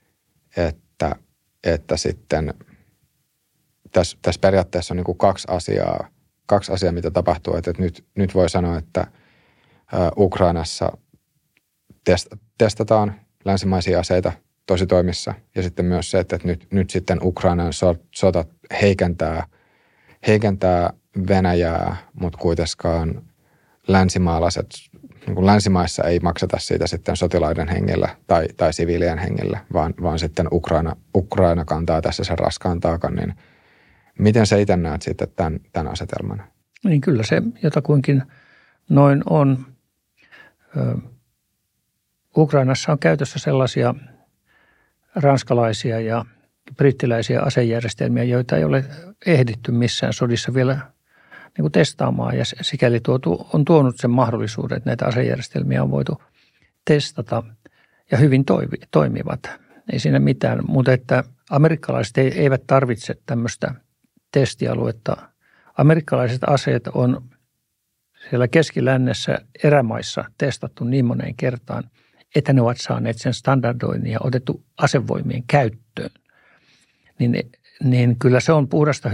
että sitten tässä periaatteessa on niin kuin kaksi asiaa, mitä tapahtuu, että nyt voi sanoa, että Ukrainassa testataan länsimaisia aseita tositoimissa ja sitten myös se, että nyt sitten Ukrainan sota heikentää Venäjää, mutta kuitenkaan länsimaalaiset, niin kuin länsimaissa ei makseta siitä sitten sotilaiden hengellä tai siviilien hengellä, vaan sitten Ukraina kantaa tässä sen raskaan taakan, niin miten sä itse näet sitten tämän asetelman? Niin kyllä se jotakuinkin noin on. Ukrainassa on käytössä sellaisia ranskalaisia ja brittiläisiä asejärjestelmiä, joita ei ole ehditty missään sodissa vielä niin kuin testaamaan. Ja sikäli on tuonut sen mahdollisuuden, että näitä asejärjestelmiä on voitu testata ja hyvin toimivat. Ei siinä mitään, mutta että amerikkalaiset eivät tarvitse tämmöistä testialuetta. Amerikkalaiset aseet on siellä keskilännessä erämaissa testattu niin moneen kertaan, että ne ovat saaneet sen standardoinnin ja otettu asevoimien käyttöön. Niin kyllä se on puhdasta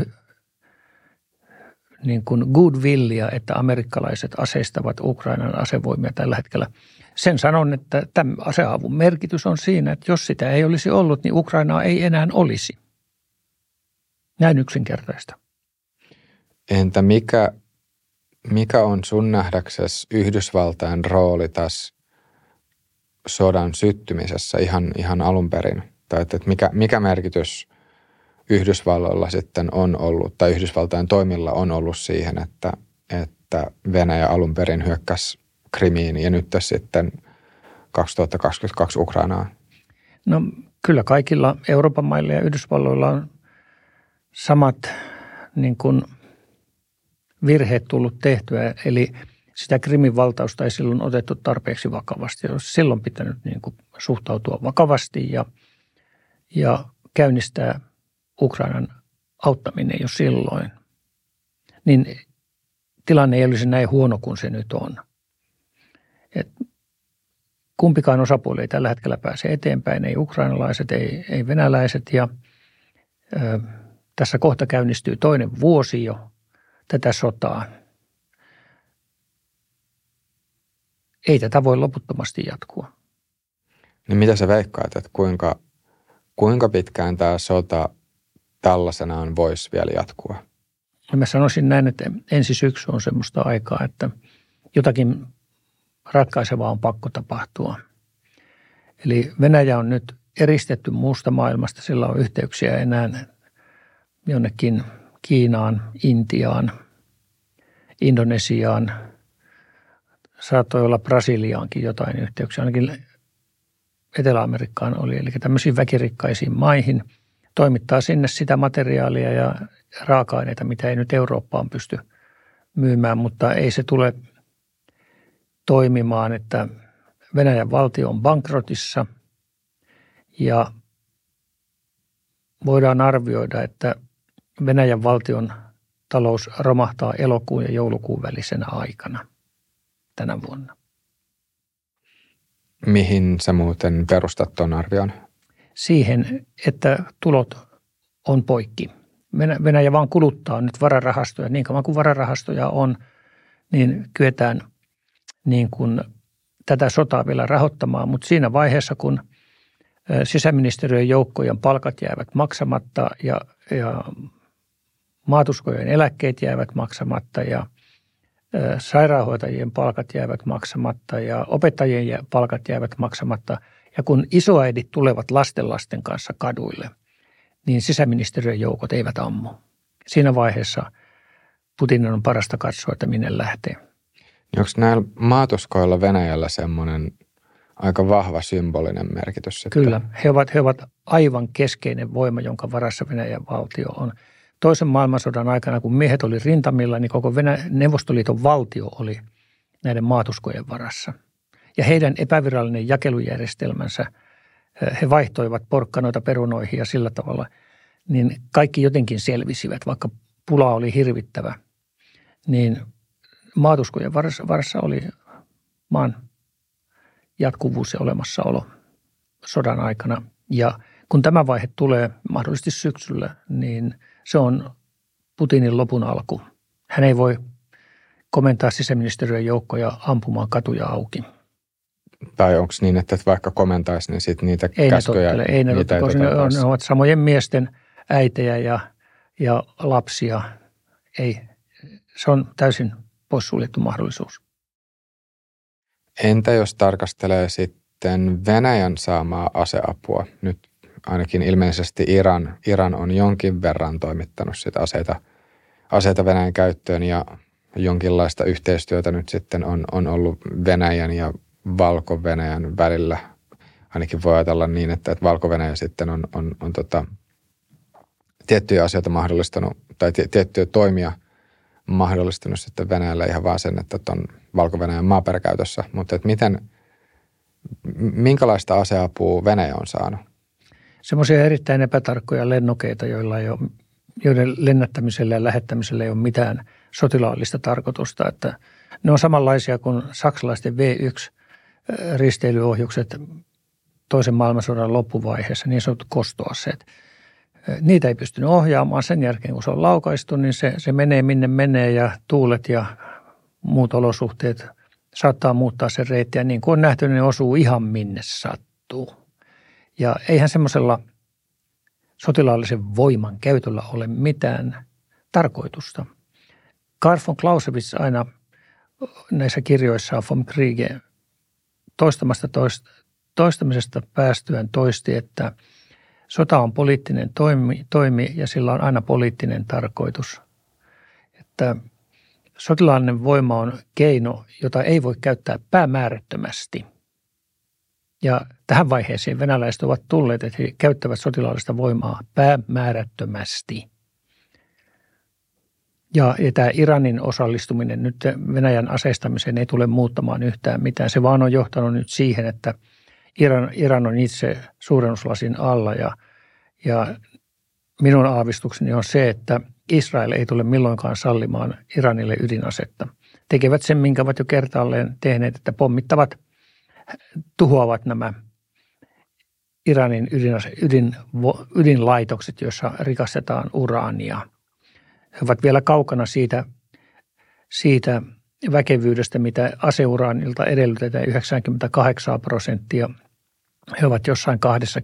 niin kuin goodwillia, että amerikkalaiset aseistavat Ukrainan asevoimia tällä hetkellä. Sen sanon, että tämän aseavun merkitys on siinä, että jos sitä ei olisi ollut, niin Ukrainaa ei enää olisi. Näin yksinkertaista. Entä mikä on sun nähdäksesi Yhdysvaltain rooli tässä sodan syttymisessä ihan alun perin? Tai että mikä merkitys Yhdysvalloilla sitten on ollut, tai Yhdysvaltain toimilla on ollut siihen, että Venäjä alun perin hyökkäsi Krimiin ja nyt sitten 2022 Ukrainaan? No kyllä kaikilla Euroopan mailla ja Yhdysvalloilla on samat niin kuin virheet tullut tehtyä, eli sitä Krimin valtausta ei silloin otettu tarpeeksi vakavasti. Olisi silloin pitänyt niin kuin suhtautua vakavasti ja käynnistää Ukrainan auttaminen jo silloin. Niin tilanne ei olisi näin huono kuin se nyt on. Et kumpikaan osapuoli ei tällä hetkellä pääse eteenpäin, ei ukrainalaiset, ei venäläiset. Ja tässä kohta käynnistyy toinen vuosi jo tätä sotaa. Ei tätä voi loputtomasti jatkua. No mitä sä veikkaat, että kuinka pitkään tämä sota tällaisenaan voisi vielä jatkua? Ja mä sanoisin näin, että ensi syksy on semmoista aikaa, että jotakin ratkaisevaa on pakko tapahtua. Eli Venäjä on nyt eristetty muusta maailmasta, sillä on yhteyksiä enää jonnekin Kiinaan, Intiaan, Indonesiaan, saattoi olla Brasiliaankin jotain yhteyksiä, ainakin Etelä-Amerikkaan oli, eli tämmöisiin väkirikkaisiin maihin, toimittaa sinne sitä materiaalia ja raaka-aineita, mitä ei nyt Eurooppaan pysty myymään, mutta ei se tule toimimaan, että Venäjän valtio on bankrotissa ja voidaan arvioida, että Venäjän valtion talous romahtaa elokuun ja joulukuun välisenä aikana tänä vuonna. Mihin sä muuten perustat tuon arvion? Siihen, että tulot on poikki. Venäjä vaan kuluttaa nyt vararahastoja. Niin kauan kuin vararahastoja on, niin kyetään niin kuin tätä sotaa vielä rahoittamaan. Mutta siinä vaiheessa, kun sisäministeriön joukkojen palkat jäävät maksamatta ja maatuskojen eläkkeet jäävät maksamatta ja sairaanhoitajien palkat jäävät maksamatta ja opettajien palkat jäävät maksamatta. Ja kun isoäidit tulevat lasten kanssa kaduille, niin sisäministeriön joukot eivät ammu. Siinä vaiheessa Putinin on parasta katsoa, että minne lähtee. Onko näillä maatuskoilla Venäjällä semmoinen aika vahva symbolinen merkitys sitten? Kyllä. He ovat aivan keskeinen voima, jonka varassa Venäjän valtio on. Toisen maailmansodan aikana, kun miehet oli rintamilla, niin koko Neuvostoliiton valtio oli näiden maatuskojen varassa. Ja heidän epävirallinen jakelujärjestelmänsä, he vaihtoivat porkkanoita perunoihin ja sillä tavalla, niin kaikki jotenkin selvisivät, vaikka pula oli hirvittävä. Niin maatuskojen varassa oli maan jatkuvuus ja olemassaolo sodan aikana. Ja kun tämä vaihe tulee mahdollisesti syksyllä, niin se on Putinin lopun alku. Hän ei voi komentaa sisäministeriön joukkoja ampumaan katuja auki. Tai onko niin, että vaikka komentaisi, niin sitten niitä käskyjä ei ne ovat samojen miesten äitejä ja lapsia. Ei, se on täysin poissuljettu mahdollisuus. Entä jos tarkastelee sitten Venäjän saamaa aseapua? Nyt ainakin ilmeisesti Iran on jonkin verran toimittanut sitä aseita Venäjän käyttöön ja jonkinlaista yhteistyötä nyt sitten on ollut Venäjän ja Valko-Venäjän välillä. Ainakin voi ajatella niin, että Valko-Venäjä sitten on tiettyjä asioita mahdollistanut tai tiettyjä toimia mahdollistanut sitten Venäjälle ihan vaan sen, että on Valko-Venäjän maaperäkäytössä. Mutta minkälaista aseapua Venäjä on saanut? Semmoisia erittäin epätarkkoja lennokeita, joiden lennättämisellä ja lähettämisellä ei ole mitään sotilaallista tarkoitusta. Että ne on samanlaisia kuin saksalaisten V1-risteilyohjukset toisen maailmansodan loppuvaiheessa, niin sanotut kostoaseet. Niitä ei pystynyt ohjaamaan sen jälkeen, kun se on laukaistu, niin se menee minne menee ja tuulet ja muut olosuhteet saattaa muuttaa sen reittiä. Niin kuin on nähty, niin ne osuu ihan minne sattuu. Ja eihän semmoisella sotilaallisen voiman käytöllä ole mitään tarkoitusta. Karl von Clausewitz aina näissä kirjoissaan vom Kriege toistamisesta päästyään toisti, että sota on poliittinen toimi ja sillä on aina poliittinen tarkoitus. Että sotilaallinen voima on keino, jota ei voi käyttää päämäärättömästi. Ja tähän vaiheeseen venäläiset ovat tulleet, että he käyttävät sotilaallista voimaa päämäärättömästi. Ja tämä Iranin osallistuminen nyt Venäjän aseistamiseen ei tule muuttamaan yhtään mitään. Se vaan on johtanut nyt siihen, että Iran on itse suurennuslasin alla ja minun aavistukseni on se, että Israel ei tule milloinkaan sallimaan Iranille ydinasetta. Tekevät sen, minkä ovat jo kertaalleen tehneet, että pommittavat, tuhoavat nämä Iranin ydinlaitokset, joissa rikastetaan uraania. He ovat vielä kaukana siitä väkevyydestä, mitä aseuraanilta edellytetään 98%. He ovat jossain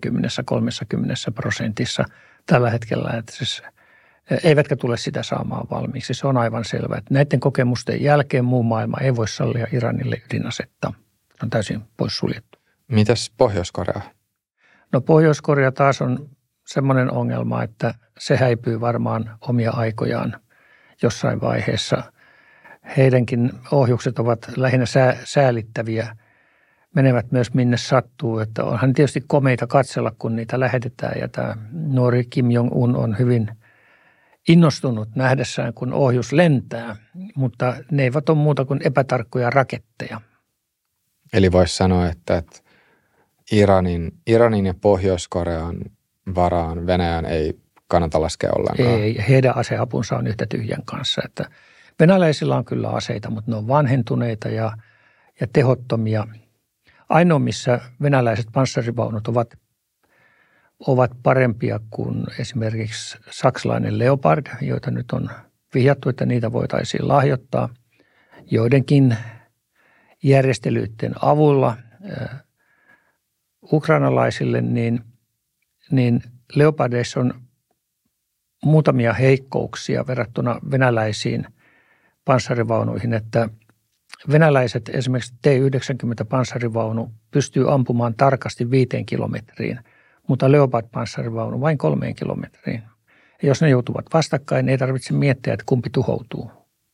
20-30% tällä hetkellä, että siis eivätkä tule sitä saamaan valmiiksi. Se on aivan selvää, että näiden kokemusten jälkeen muu maailma ei voi sallia Iranille ydinasetta. Se on täysin poissuljettu. Mitäs Pohjois-Korea? No Pohjois-Korea taas on semmoinen ongelma, että se häipyy varmaan omia aikojaan jossain vaiheessa. Heidänkin ohjukset ovat lähinnä säälittäviä, menevät myös minne sattuu. Että onhan tietysti komeita katsella, kun niitä lähetetään ja tämä nuori Kim Jong-un on hyvin innostunut nähdessään, kun ohjus lentää, mutta ne eivät ole muuta kuin epätarkkoja raketteja. Eli voisi sanoa, että Iranin ja Pohjois-Korean varaan Venäjän ei kannata laskea ollenkaan. Ei, heidän aseapunsa on yhtä tyhjän kanssa. Että venäläisillä on kyllä aseita, mutta ne on vanhentuneita ja tehottomia. Ainoa, missä venäläiset panssarivaunut ovat parempia kuin esimerkiksi saksalainen Leopard, joita nyt on vihjattu, että niitä voitaisiin lahjoittaa joidenkin järjestelyiden avulla ukrainalaisille, niin Leopardeissa on muutamia heikkouksia verrattuna venäläisiin panssarivaunuihin, että venäläiset esimerkiksi T-90 panssarivaunu pystyy ampumaan tarkasti 5 kilometriin, mutta Leopard-panssarivaunu vain 3 kilometriin. Ja jos ne joutuvat vastakkain, ei tarvitse miettiä, että kumpi tuhoutuu.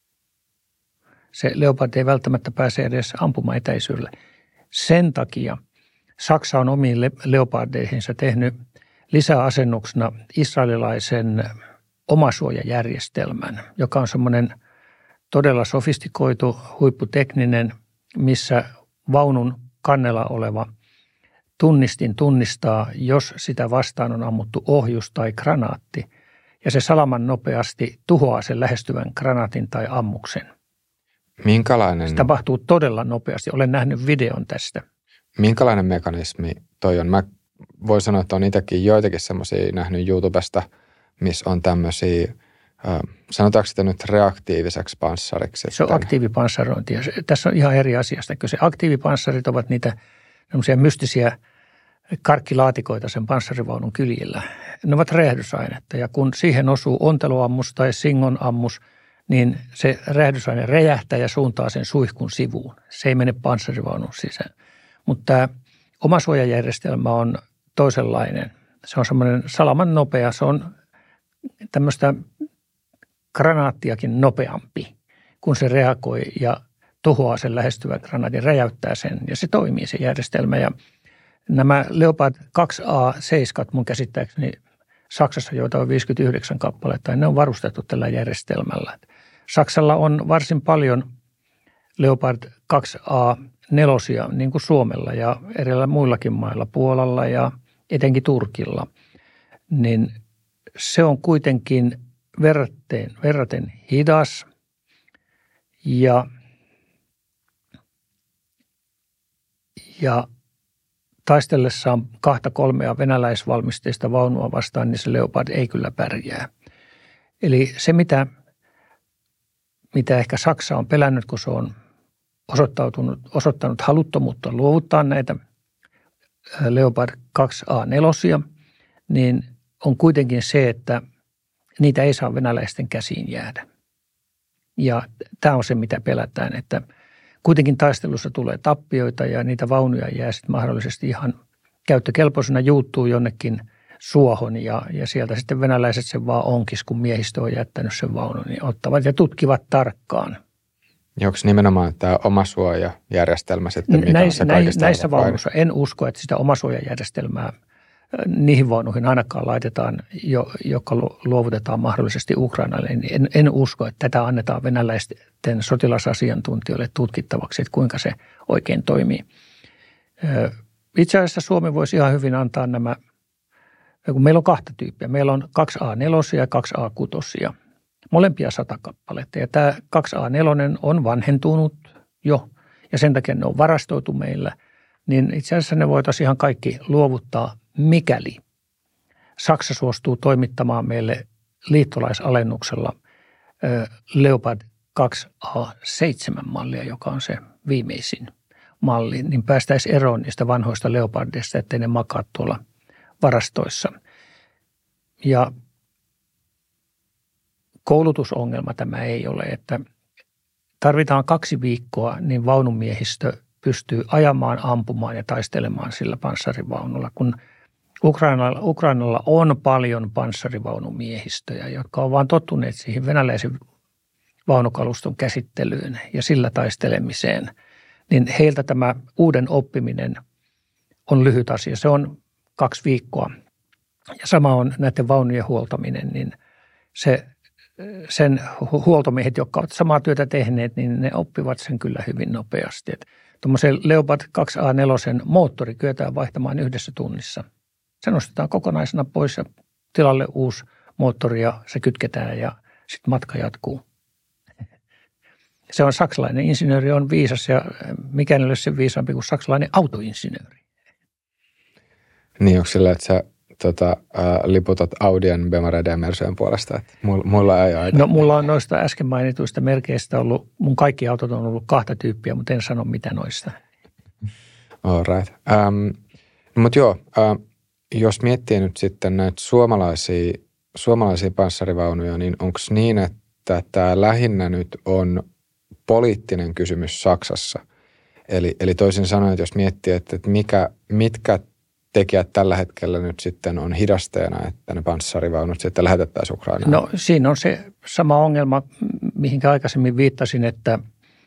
Se Leopard ei välttämättä pääse edes ampumaan etäisyydelle. Sen takia Saksa on omiin Leopardeihinsa tehnyt lisäasennuksena israelilaisen omasuojajärjestelmän, joka on semmoinen todella sofistikoitu, huipputekninen, missä vaunun kannella oleva tunnistin tunnistaa, jos sitä vastaan on ammuttu ohjus tai granaatti, ja se salaman nopeasti tuhoaa sen lähestyvän granaatin tai ammuksen. Minkälainen? Se tapahtuu todella nopeasti. Olen nähnyt videon tästä. Minkälainen mekanismi toi on? Mä voin sanoa, että on itsekin joitakin semmoisia nähnyt YouTubesta, missä on tämmöisiä, sanotaanko sitä nyt reaktiiviseksi panssariksi? Se on aktiivipanssarointi. Tässä on ihan eri asiasta. Kyllä se aktiivipanssarit ovat niitä mystisiä karkkilaatikoita sen panssarivaunun kyljillä. Ne ovat räjähdysainetta ja kun siihen osuu onteloammus tai singonammus, niin se räjähdysaine räjähtää ja suuntaa sen suihkun sivuun. Se ei mene panssarivaunun sisään. Mutta tämä omasuojajärjestelmä on toisenlainen. Se on semmoinen salaman nopea. Se on tämmöistä granaattiakin nopeampi, kun se reagoi ja tuhoaa sen lähestyvän granaatin, räjäyttää sen ja se toimii se järjestelmä. Ja nämä Leopard 2A7 mun käsittääkseni Saksassa, joita on 59 kappaletta, ne on varustettu tällä järjestelmällä. Saksalla on varsin paljon Leopard 2A4, niin kuin Suomella ja erillä muillakin mailla, Puolalla ja etenkin Turkilla. Niin se on kuitenkin verraten hidas ja taistellessaan 2-3 venäläisvalmisteista vaunua vastaan, niin se Leopard ei kyllä pärjää. Eli se, mitä ehkä Saksa on pelännyt, kun se on osoittanut haluttomuutta luovuttaa näitä Leopard 2A4, niin on kuitenkin se, että niitä ei saa venäläisten käsiin jäädä. Ja tämä on se, mitä pelätään, että kuitenkin taistelussa tulee tappioita ja niitä vaunuja jää sitten mahdollisesti ihan käyttökelpoisena juuttuu jonnekin suohon ja sieltä sitten venäläiset sen vaan onkis, kun miehistö on jättänyt sen vaunun, niin ottavat ja tutkivat tarkkaan. Ja onko nimenomaan tämä omasuojajärjestelmä sitten, mikä on se kaikista näissä vaunuissa en usko, että sitä omasuojajärjestelmää niihin vaunuihin ainakaan laitetaan, joka luovutetaan mahdollisesti Ukrainalle. En usko, että tätä annetaan venäläisten sotilasasiantuntijoille tutkittavaksi, että kuinka se oikein toimii. Itse asiassa Suomi voisi ihan hyvin antaa nämä, kun meillä on 2 tyyppiä. Meillä on 2A4 ja 2A6. Molempia 100 kappaletta. Ja tämä 2A4 on vanhentunut jo ja sen takia ne on varastoitu meillä. Niin itse asiassa ne voitaisiin ihan kaikki luovuttaa, mikäli Saksa suostuu toimittamaan meille liittolaisalennuksella Leopard 2A7-mallia, joka on se viimeisin malli, niin päästäisiin eroon niistä vanhoista Leopardista, ettei ne makaa tuolla varastoissa. Ja koulutusongelma tämä ei ole, että tarvitaan 2 viikkoa, niin vaunumiehistö pystyy ajamaan, ampumaan ja taistelemaan sillä panssarivaunulla, kun Ukrainalla on paljon panssarivaunumiehistöjä, jotka on vaan tottuneet siihen venäläisen vaunukaluston käsittelyyn ja sillä taistelemiseen, niin heiltä tämä uuden oppiminen on lyhyt asia. Se on 2 viikkoa. Ja sama on näiden vaunujen huoltaminen, niin sen huoltomiehet, jotka ovat samaa työtä tehneet, niin ne oppivat sen kyllä hyvin nopeasti. Tuommoisen Leopard 2A4 moottori kyetään vaihtamaan 1 tunnissa. Se nostetaan kokonaisena pois ja tilalle uusi moottori ja se kytketään ja sitten matka jatkuu. Se on saksalainen insinööri, on viisas ja mikään ei ole sen viisaampi kuin saksalainen autoinsinööri. Niin, onko sillä, että sä liputat Audien, BMW:n ja Mercedesen puolesta, että mulla ei aina. No mulla on noista äsken mainituista merkeistä ollut, mun kaikki autot on ollut 2 tyyppiä, mutta en sano mitä noista. All right. Mutta joo, jos miettii nyt sitten näitä suomalaisia panssarivaunuja, niin onko niin, että tämä lähinnä nyt on poliittinen kysymys Saksassa? Eli toisin sanoen, että jos miettii, että mitkä tekijät tällä hetkellä nyt sitten on hidasteena, että ne panssarivaunut sitten lähetettäisiin Ukrainaan? No siinä on se sama ongelma, mihinkä aikaisemmin viittasin, että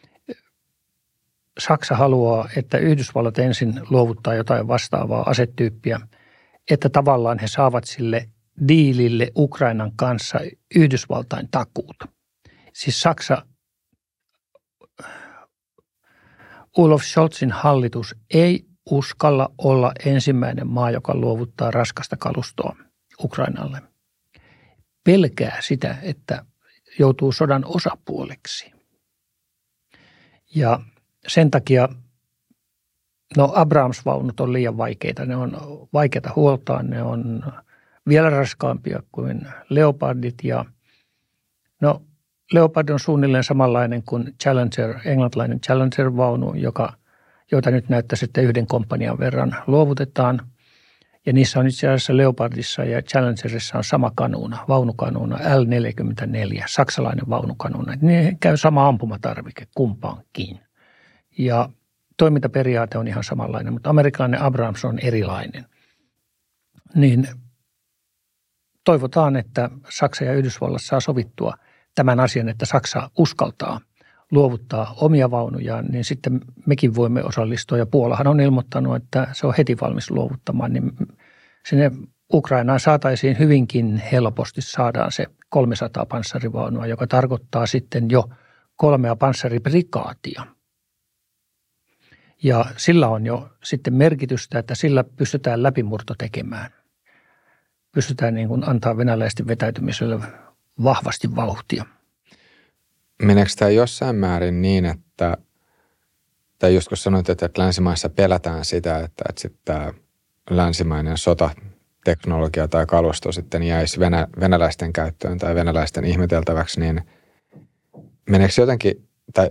Saksa haluaa, että Yhdysvallat ensin luovuttaa jotain vastaavaa asetyyppiä, että tavallaan he saavat sille diilille Ukrainan kanssa Yhdysvaltain takuut. Siis Saksa, Olaf Scholzin hallitus ei uskalla olla ensimmäinen maa, joka luovuttaa raskasta kalustoa Ukrainalle. Pelkää sitä, että joutuu sodan osapuoleksi. Ja sen takia, Abrams-vaunut on liian vaikeita. Ne on vaikeita huoltaa, ne on vielä raskaampia kuin Leopardit. Ja Leopard on suunnilleen samanlainen kuin Challenger, englantilainen Challenger-vaunu, joita nyt näyttäisi, että 1 komppanian verran luovutetaan. Ja niissä on itse asiassa Leopardissa ja Challengerissa on sama kanuuna, vaunukanuuna L44, saksalainen vaunukanuuna. Ne käy sama ampumatarvike kumpaankin. Ja toimintaperiaate on ihan samanlainen, mutta amerikkalainen Abrams on erilainen. Niin toivotaan, että Saksa ja Yhdysvallat saa sovittua tämän asian, että Saksa uskaltaa luovuttaa omia vaunujaan, niin sitten mekin voimme osallistua. Ja Puolahan on ilmoittanut, että se on heti valmis luovuttamaan, niin sinne Ukrainaan saataisiin hyvinkin helposti, saadaan se 300 panssarivaunua, joka tarkoittaa sitten jo 3 panssaribrigaatia. Ja sillä on jo sitten merkitystä, että sillä pystytään läpimurto tekemään. Pystytään niin kuin antaa venäläisten vetäytymiselle vahvasti vauhtia. Meneekö tämä jossain määrin niin, että, tai joskus sanoit, että länsimaissa pelätään sitä, että sitten tämä länsimainen sotateknologia tai kalusto sitten jäisi venäläisten käyttöön tai venäläisten ihmeteltäväksi, niin meneekö jotenkin, tai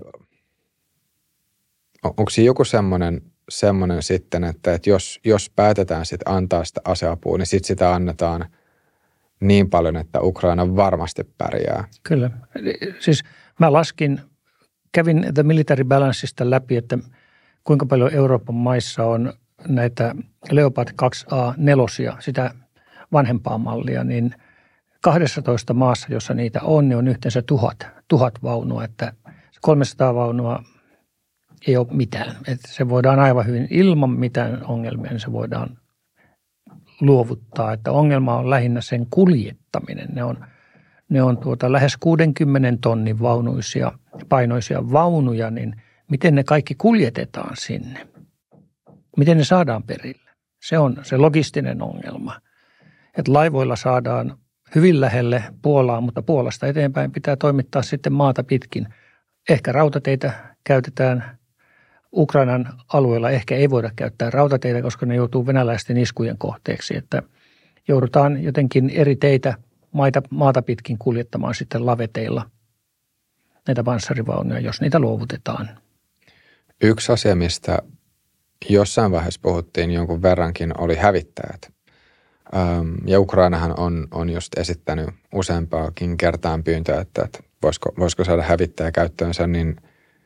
onko siinä joku semmoinen sitten, että jos päätetään sitten antaa sitä aseapua, niin sitten sitä annetaan niin paljon, että Ukraina varmasti pärjää? Kyllä. Siis Mä kävin The Military Balanceista läpi, että kuinka paljon Euroopan maissa on näitä Leopard 2A4, sitä vanhempaa mallia, niin 12 maassa, jossa niitä on, niin on yhteensä 1000 vaunua, että 300 vaunua ei ole mitään. Että se voidaan aivan hyvin ilman mitään ongelmia, niin se voidaan luovuttaa. Että ongelma on lähinnä sen kuljettaminen. Ne on lähes 60 tonnin painoisia vaunuja, niin miten ne kaikki kuljetetaan sinne? Miten ne saadaan perille? Se on se logistinen ongelma. Että laivoilla saadaan hyvin lähelle Puolaa, mutta Puolasta eteenpäin pitää toimittaa sitten maata pitkin. Ehkä rautateitä käytetään Ukrainan alueella, ehkä ei voida käyttää rautateitä, koska ne joutuu venäläisten iskujen kohteeksi. Että joudutaan jotenkin eri teitä maata pitkin kuljettamaan sitten laveteilla näitä panssarivaunuja, jos niitä luovutetaan. Yksi asia, mistä jossain vaiheessa puhuttiin jonkun verrankin, oli hävittäjät. Ja Ukrainahan on just esittänyt useampaakin kertaan pyyntöä, että voisiko saada hävittäjä käyttöönsä, niin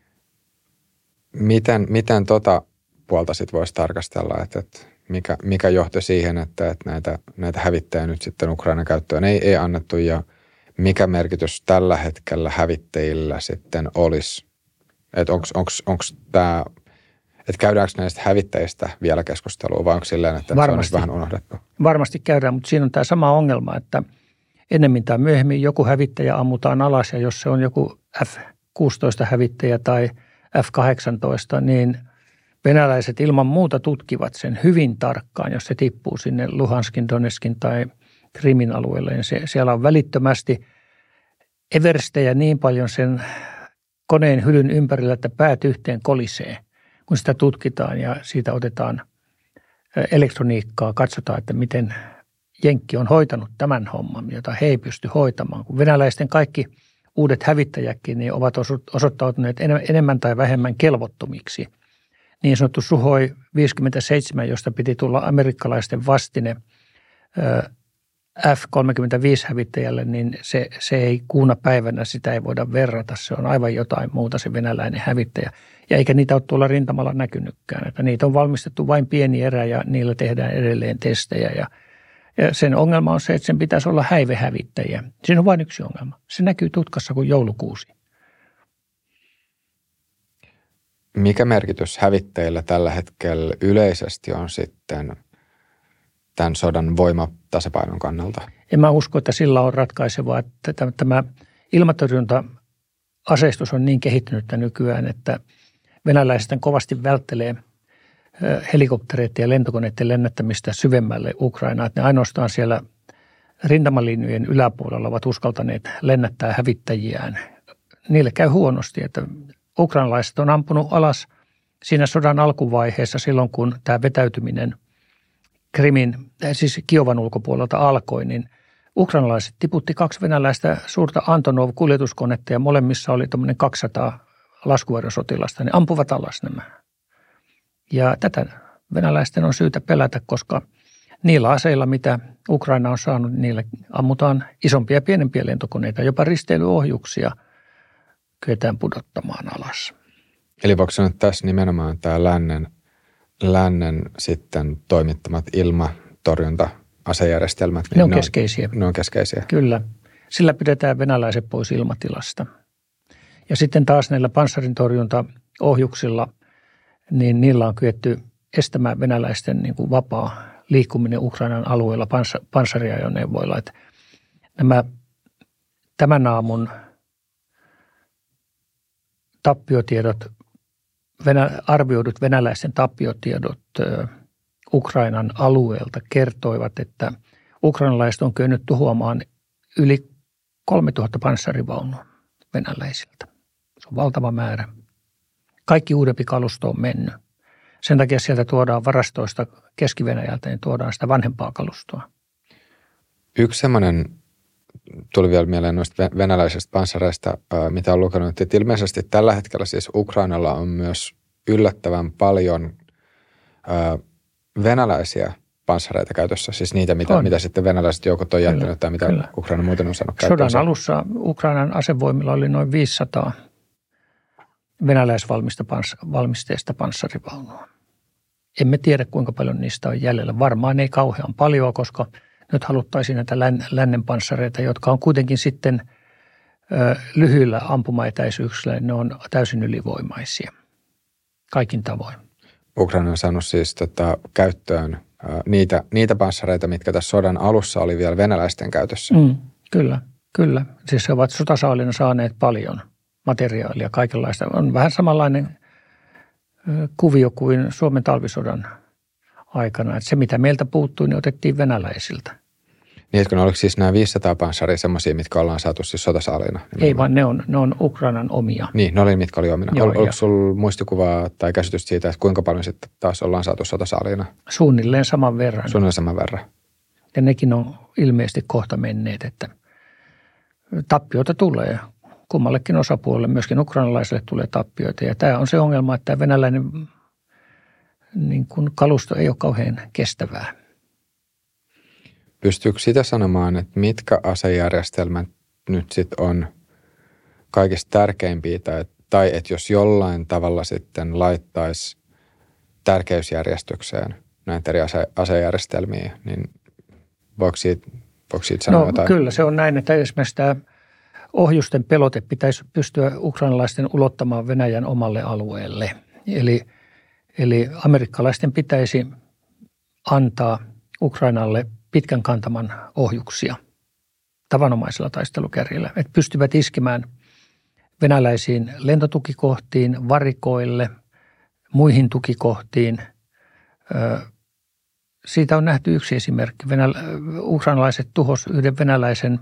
miten tota puolta sitten voisi tarkastella, että mikä johti siihen, että näitä hävittäjä nyt sitten Ukrainan käyttöön ei annettu ja mikä merkitys tällä hetkellä hävittäjillä sitten olisi? Että onko tämä, että käydäänkö näistä hävittäjistä vielä keskustelua vai onko silleen, että varmasti, se on vähän unohdettu? Varmasti käydään, mutta siinä on tämä sama ongelma, että ennemmin tai myöhemmin joku hävittäjä ammutaan alas ja jos se on joku F-16 hävittäjä tai F-18, niin venäläiset ilman muuta tutkivat sen hyvin tarkkaan, jos se tippuu sinne Luhanskin, Donetskin tai Krimin alueelle. Niin siellä on välittömästi everstejä niin paljon sen koneen hylyn ympärillä, että päät yhteen kolisee, kun sitä tutkitaan ja siitä otetaan elektroniikkaa, katsotaan, että miten Jenkki on hoitanut tämän homman, jota he ei pysty hoitamaan. Kun venäläisten kaikki uudet hävittäjäkin niin ovat osoittautuneet enemmän tai vähemmän kelvottomiksi. Niin sanottu Suhoi 57, josta piti tulla amerikkalaisten vastine F-35-hävittäjälle, niin se ei kuuna päivänä, sitä ei voida verrata. Se on aivan jotain muuta se venäläinen hävittäjä. Ja eikä niitä ole tuolla rintamalla näkynytkään. Että niitä on valmistettu vain pieni erä ja niillä tehdään edelleen testejä. Ja sen ongelma on se, että sen pitäisi olla häivehävittäjiä. Siinä on vain yksi ongelma. Se näkyy tutkassa kuin joulukuusi. Mikä merkitys hävittäjillä tällä hetkellä yleisesti on sitten tämän sodan voimatasapainon kannalta? En mä usko, että sillä on ratkaisevaa, että tämä ilmatorjunta-aseistus on niin kehittynyttä nykyään, että venäläiset kovasti välttelee helikoptereiden ja lentokoneiden lennättämistä syvemmälle Ukrainaan. Että ne ainoastaan siellä rintamalinjojen yläpuolella ovat uskaltaneet lennättää hävittäjiään. Niille käy huonosti, että ukrainalaiset on ampunut alas siinä sodan alkuvaiheessa silloin, kun tämä vetäytyminen siis Kiovan ulkopuolelta alkoi, niin ukrainalaiset tiputti 2 venäläistä suurta Antonov-kuljetuskonetta ja molemmissa oli tuommoinen 200 laskuvarjosotilasta, niin ampuvat alas nämä. Ja tätä venäläisten on syytä pelätä, koska niillä aseilla, mitä Ukraina on saanut, niillä ammutaan isompia ja pienempiä lentokoneita, jopa risteilyohjuksia kyetään pudottamaan alas. Eli voiko sanoa, että tässä nimenomaan tämä lännen sitten toimittamat ilmatorjunta-asejärjestelmät? Ne on keskeisiä. Ne on keskeisiä. Kyllä. Sillä pidetään venäläiset pois ilmatilasta. Ja sitten taas näillä panssarintorjuntaohjuksilla, niin niillä on kyetty estämään venäläisten niin kuin vapaa liikkuminen Ukrainan alueella panssariajoneuvoilla. Että nämä tämän aamun tappiotiedot, arvioidut venäläisten tappiotiedot Ukrainan alueelta kertoivat, että ukrainalaiset on kyennyt tuhoamaan yli 3000 panssarivaunua venäläisiltä. Se on valtava määrä. Kaikki uudempi kalusto on mennyt. Sen takia sieltä tuodaan varastoista Keski-Venäjältä, niin tuodaan sitä vanhempaa kalustoa. Yksi semmoinen tuli vielä mieleen noista venäläisistä panssareista, mitä on lukenut, että ilmeisesti tällä hetkellä siis Ukrainalla on myös yllättävän paljon venäläisiä panssareita käytössä? Siis niitä, mitä sitten venäläiset joukot on jättänyt tai mitä Ukraina muuten on saanut käyttöön? Sodan alussa Ukrainan asevoimilla oli noin 500 venäläisvalmisteista panssarivaunua. Emme tiedä, kuinka paljon niistä on jäljellä. Varmaan ei kauhean paljon, koska nyt haluttaisiin näitä lännen panssareita, jotka on kuitenkin sitten lyhyillä ampumaetäisyyksillä. Ne on täysin ylivoimaisia kaikin tavoin. Ukraina on saanut siis käyttöön niitä panssareita, mitkä tässä sodan alussa oli vielä venäläisten käytössä. Kyllä. Siis he ovat sotasaalina saaneet paljon materiaalia kaikenlaista. On vähän samanlainen kuvio kuin Suomen talvisodan aikana. Että se, mitä meiltä puuttui, niin otettiin venäläisiltä. Niin, etkö ne oliko siis nämä 500 panssaria semmoisia, mitkä ollaan saatu siis sotasaalina? Ei, vaan ne on Ukrainan omia. Niin, ne oli mitkä oli omina. Oliko sinulla muistikuvaa tai käsitystä siitä, että kuinka paljon sitten taas ollaan saatu sotasaalina? Suunnilleen saman verran. Ja nekin on ilmeisesti kohta menneet, että tappioita tulee. Kummallekin osapuolelle, myöskin ukrainalaisille tulee tappioita. Ja tämä on se ongelma, että venäläinen niin kuin kalusto ei ole kauhean kestävää. Pystyykö sitä sanomaan, että mitkä asejärjestelmät nyt sitten on kaikista tärkeimpiä tai että jos jollain tavalla sitten laittaisi tärkeysjärjestykseen näitä eri asejärjestelmiä, niin voiko siitä sanoa jotain? Kyllä se on näin, että esimerkiksi tämä ohjusten pelote pitäisi pystyä ukrainalaisten ulottamaan Venäjän omalle alueelle. Eli amerikkalaisten pitäisi antaa Ukrainalle pitkän kantaman ohjuksia tavanomaisilla taistelukärjillä, että pystyvät iskemään venäläisiin lentotukikohtiin, varikoille, muihin tukikohtiin. Siitä on nähty yksi esimerkki. Ukrainalaiset tuhosivat yhden venäläisen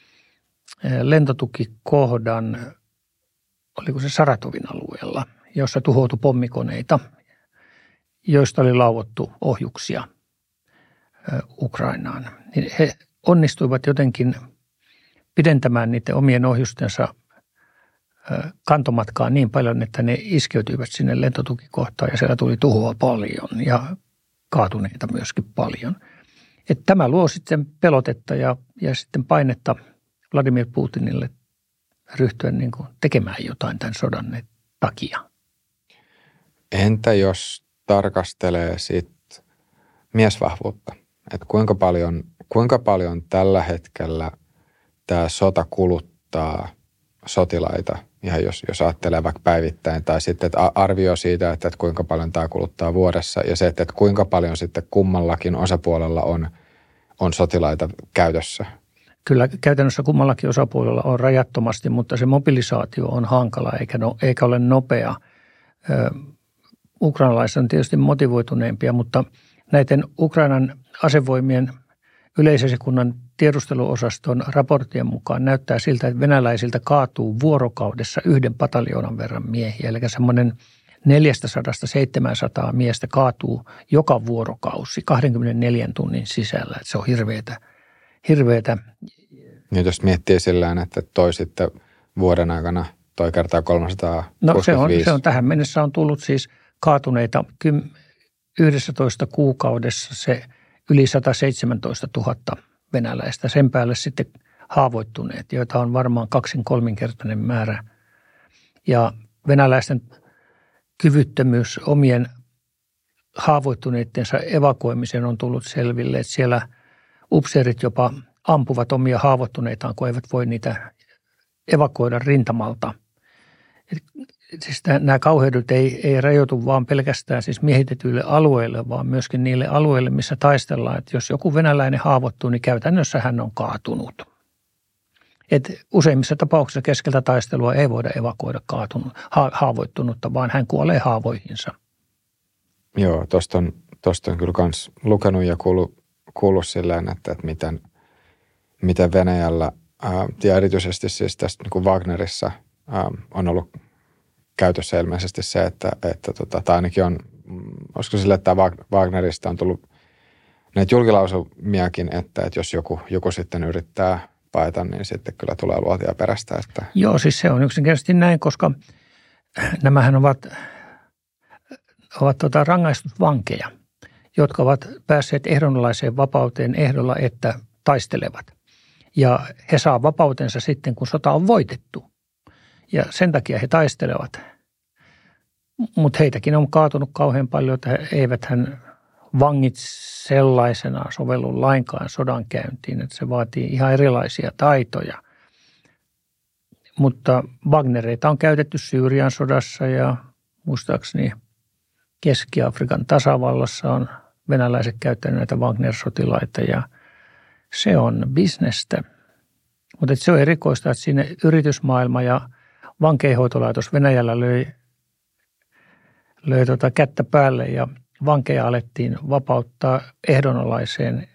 lentotukikohdan, oliko se Saratovin alueella, jossa tuhoutui pommikoneita, joista oli lauottu ohjuksia Ukrainaan. He onnistuivat jotenkin pidentämään niiden omien ohjustensa kantomatkaa niin paljon, että ne iskeytyivät sinne lentotukikohtaan ja siellä tuli tuhoa paljon ja kaatuneita myöskin paljon. Että tämä luo sitten pelotetta ja sitten painetta Vladimir Putinille ryhtyä niin kuin tekemään jotain tämän sodan takia. Entä jos tarkastelee sitten miesvahvuutta? Että kuinka paljon tällä hetkellä tämä sota kuluttaa sotilaita, ihan jos ajattelee vaikka päivittäin, tai sitten että arvio siitä, että kuinka paljon tämä kuluttaa vuodessa, ja se, että kuinka paljon sitten kummallakin osapuolella on sotilaita käytössä. Kyllä käytännössä kummallakin osapuolella on rajattomasti, mutta se mobilisaatio on hankala eikä ole nopea. Ukrainalaiset on tietysti motivoituneempia, mutta näiden Ukrainan asevoimien yleisesikunnan tiedusteluosaston raporttien mukaan näyttää siltä, että venäläisiltä kaatuu vuorokaudessa 1 pataljoonan verran miehiä. Eli semmoinen 400-700 miestä kaatuu joka vuorokausi 24 tunnin sisällä. Että se on hirveätä. Nyt jos miettii sillään, että toi sitten vuoden aikana toi kertaa 365. No se on tähän mennessä on tullut siis kaatuneita 11 kuukaudessa se yli 117 000 venäläistä. Sen päälle sitten haavoittuneet, joita on varmaan 2-3-kertainen määrä. Ja venäläisten kyvyttömyys omien haavoittuneittensa evakuoimiseen on tullut selville, että siellä upseerit jopa ampuvat omia haavoittuneitaan, kun eivät voi niitä evakuoida rintamalta. Siis nämä kauheudet ei rajoitu vaan pelkästään siis miehitetyille alueille, vaan myöskin niille alueille, missä taistellaan. Että jos joku venäläinen haavoittuu, niin käytännössä hän on kaatunut. Useimmissa tapauksissa keskeltä taistelua ei voida evakuoida haavoittunutta, vaan hän kuolee haavoihinsa. Joo, tuosta on kyllä myös lukenut ja kuullut silleen, että miten Venäjällä ja erityisesti siis tässä niin kuin Wagnerissa on ollut käytössä ilmeisesti se, että tai ainakin on, olisiko sille, että Wagnerista on tullut näitä julkilausumiakin, että jos joku sitten yrittää paeta, niin sitten kyllä tulee luotia perästä. Että. Joo, siis se on yksinkertaisesti näin, koska nämähän ovat rangaistusvankeja. jotka ovat päässeet ehdonalaiseen vapauteen ehdolla, että taistelevat. Ja he saa vapautensa sitten, kun sota on voitettu. Ja sen takia he taistelevat. Mutta heitäkin on kaatunut kauhean paljon, että eiväthän vangit sellaisenaan sovellu lainkaan sodankäyntiin. Että se vaatii ihan erilaisia taitoja. Mutta Wagnereita on käytetty Syyrian sodassa ja muistaakseni Keski-Afrikan tasavallassa on venäläiset käyttäneet näitä Wagner-sotilaita ja se on bisnestä. Mutta se on erikoista, että siinä yritysmaailma ja vankeinhoitolaitos Venäjällä löi kättä päälle ja vankeja alettiin vapauttaa ehdonalaiseen,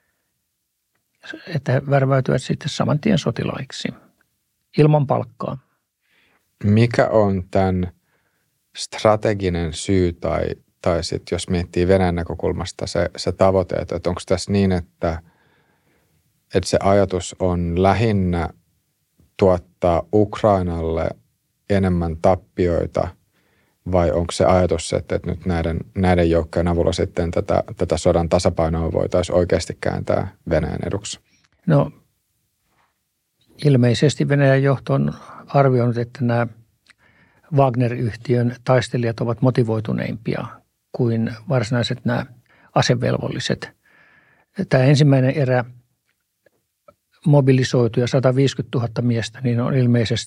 että he värväytyvät sitten saman tien sotilaiksi ilman palkkaa. Mikä on tämän strateginen syy tai sitten jos miettii Venäjän näkökulmasta se tavoite, että onko tässä niin, että se ajatus on lähinnä tuottaa Ukrainalle enemmän tappioita vai onko se ajatus, että nyt näiden joukkojen avulla sitten tätä sodan tasapainoa voitaisiin oikeasti kääntää Venäjän eduksi? No ilmeisesti Venäjän johto on arvioinut, että nämä Wagner-yhtiön taistelijat ovat motivoituneimpia kuin varsinaiset nämä asevelvolliset. Tämä ensimmäinen erä mobilisoituja 150 000 miestä, niin on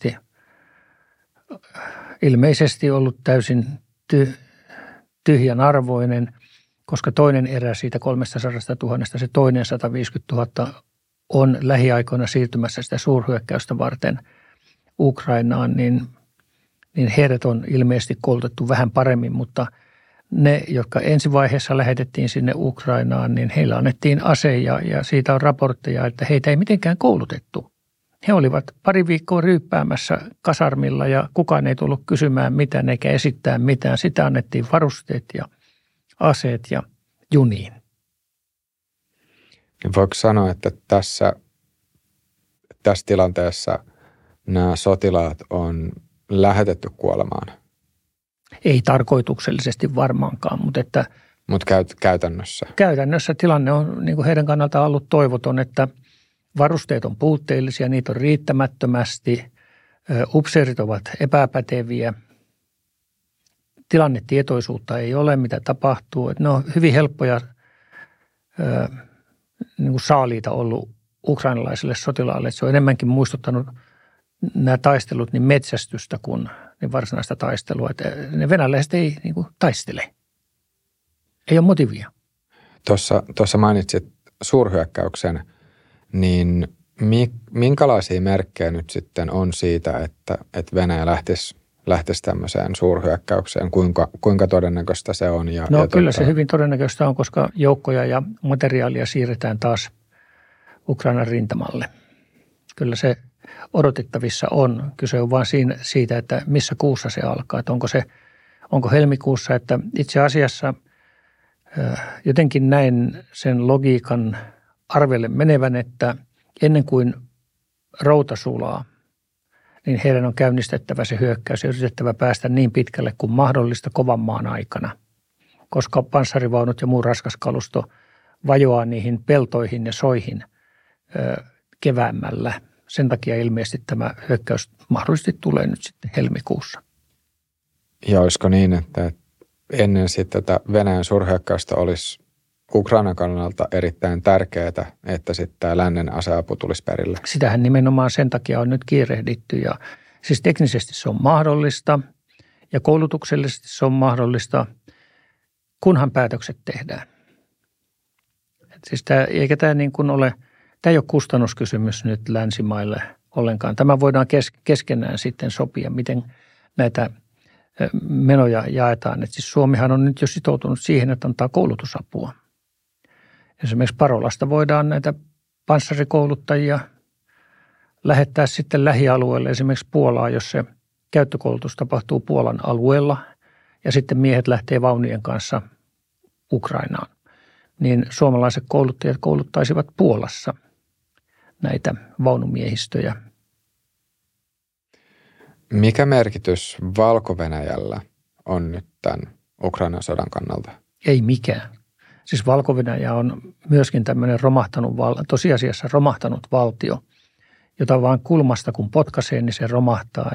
ilmeisesti ollut täysin tyhjän arvoinen, koska toinen erä siitä 300 000, se toinen 150 000 on lähiaikoina siirtymässä sitä suurhyökkäystä varten Ukrainaan, niin heidät on ilmeisesti koulutettu vähän paremmin, mutta ne, jotka ensivaiheessa lähetettiin sinne Ukrainaan, niin heillä annettiin aseja ja siitä on raportteja, että heitä ei mitenkään koulutettu. He olivat pari viikkoa ryyppäämässä kasarmilla ja kukaan ei tullut kysymään mitään eikä esittää mitään. Sitä annettiin varusteet ja aseet ja juniin. Voiko sanoa, että tässä tilanteessa nämä sotilaat on lähetetty kuolemaan? Ei tarkoituksellisesti varmaankaan, mutta käytännössä? Käytännössä tilanne on niin kuin heidän kannaltaan ollut toivoton, että varusteet on puutteellisia, niitä on riittämättömästi, upseerit ovat epäpäteviä, tilannetietoisuutta ei ole, mitä tapahtuu. Ne on hyvin helppoja niin kuin saaliita ollut ukrainalaisille sotilaille. Se on enemmänkin muistuttanut nämä taistelut niin metsästystä kuin niin varsinaista taistelua. Että ne venäläiset ei niin kuin taistele. Ei ole motivia. Tuossa mainitsit suurhyökkäyksen, niin minkälaisia merkkejä nyt sitten on siitä, että Venäjä lähtisi tämmöiseen suurhyökkäykseen? Kuinka todennäköistä se on? Kyllä se hyvin todennäköistä on, koska joukkoja ja materiaalia siirretään taas Ukrainan rintamalle. Kyllä se odotettavissa on. Kyse on vain siitä, että missä kuussa se alkaa. Että onko helmikuussa, että itse asiassa jotenkin näin sen logiikan arvelle menevän, että ennen kuin routa sulaa, niin heidän on käynnistettävä se hyökkäys ja yritettävä päästä niin pitkälle kuin mahdollista kovan maan aikana, koska panssarivaunut ja muu raskas kalusto vajoaa niihin peltoihin ja soihin keväämällä. Sen takia ilmeisesti tämä hyökkäys mahdollisesti tulee nyt sitten helmikuussa. Ja olisiko niin, että ennen sitten tätä Venäjän suurhyökkäystä olisi Ukrainan kannalta erittäin tärkeää, että sitten tämä lännen aseapu tulisi perille? Sitähän nimenomaan sen takia on nyt kiirehditty ja siis teknisesti se on mahdollista ja koulutuksellisesti se on mahdollista, kunhan päätökset tehdään. Siis tämä ei ole kustannuskysymys nyt länsimaille ollenkaan. Tämä voidaan keskenään sitten sopia, miten näitä menoja jaetaan. Et siis Suomihan on nyt jo sitoutunut siihen, että antaa koulutusapua. Esimerkiksi Parolasta voidaan näitä panssarikouluttajia lähettää sitten lähialueelle, esimerkiksi Puolaan, jos se käyttökoulutus tapahtuu Puolan alueella ja sitten miehet lähtee vaunujen kanssa Ukrainaan. Niin suomalaiset kouluttajat kouluttaisivat Puolassa näitä vaunumiehistöjä. Mikä merkitys Valko-Venäjällä on nyt tämän Ukrainan sodan kannalta? Ei mikään. Siis Valko-Venäjä on myöskin tämmöinen tosiasiassa romahtanut valtio, jota vaan kulmasta kun potkaisee, niin se romahtaa.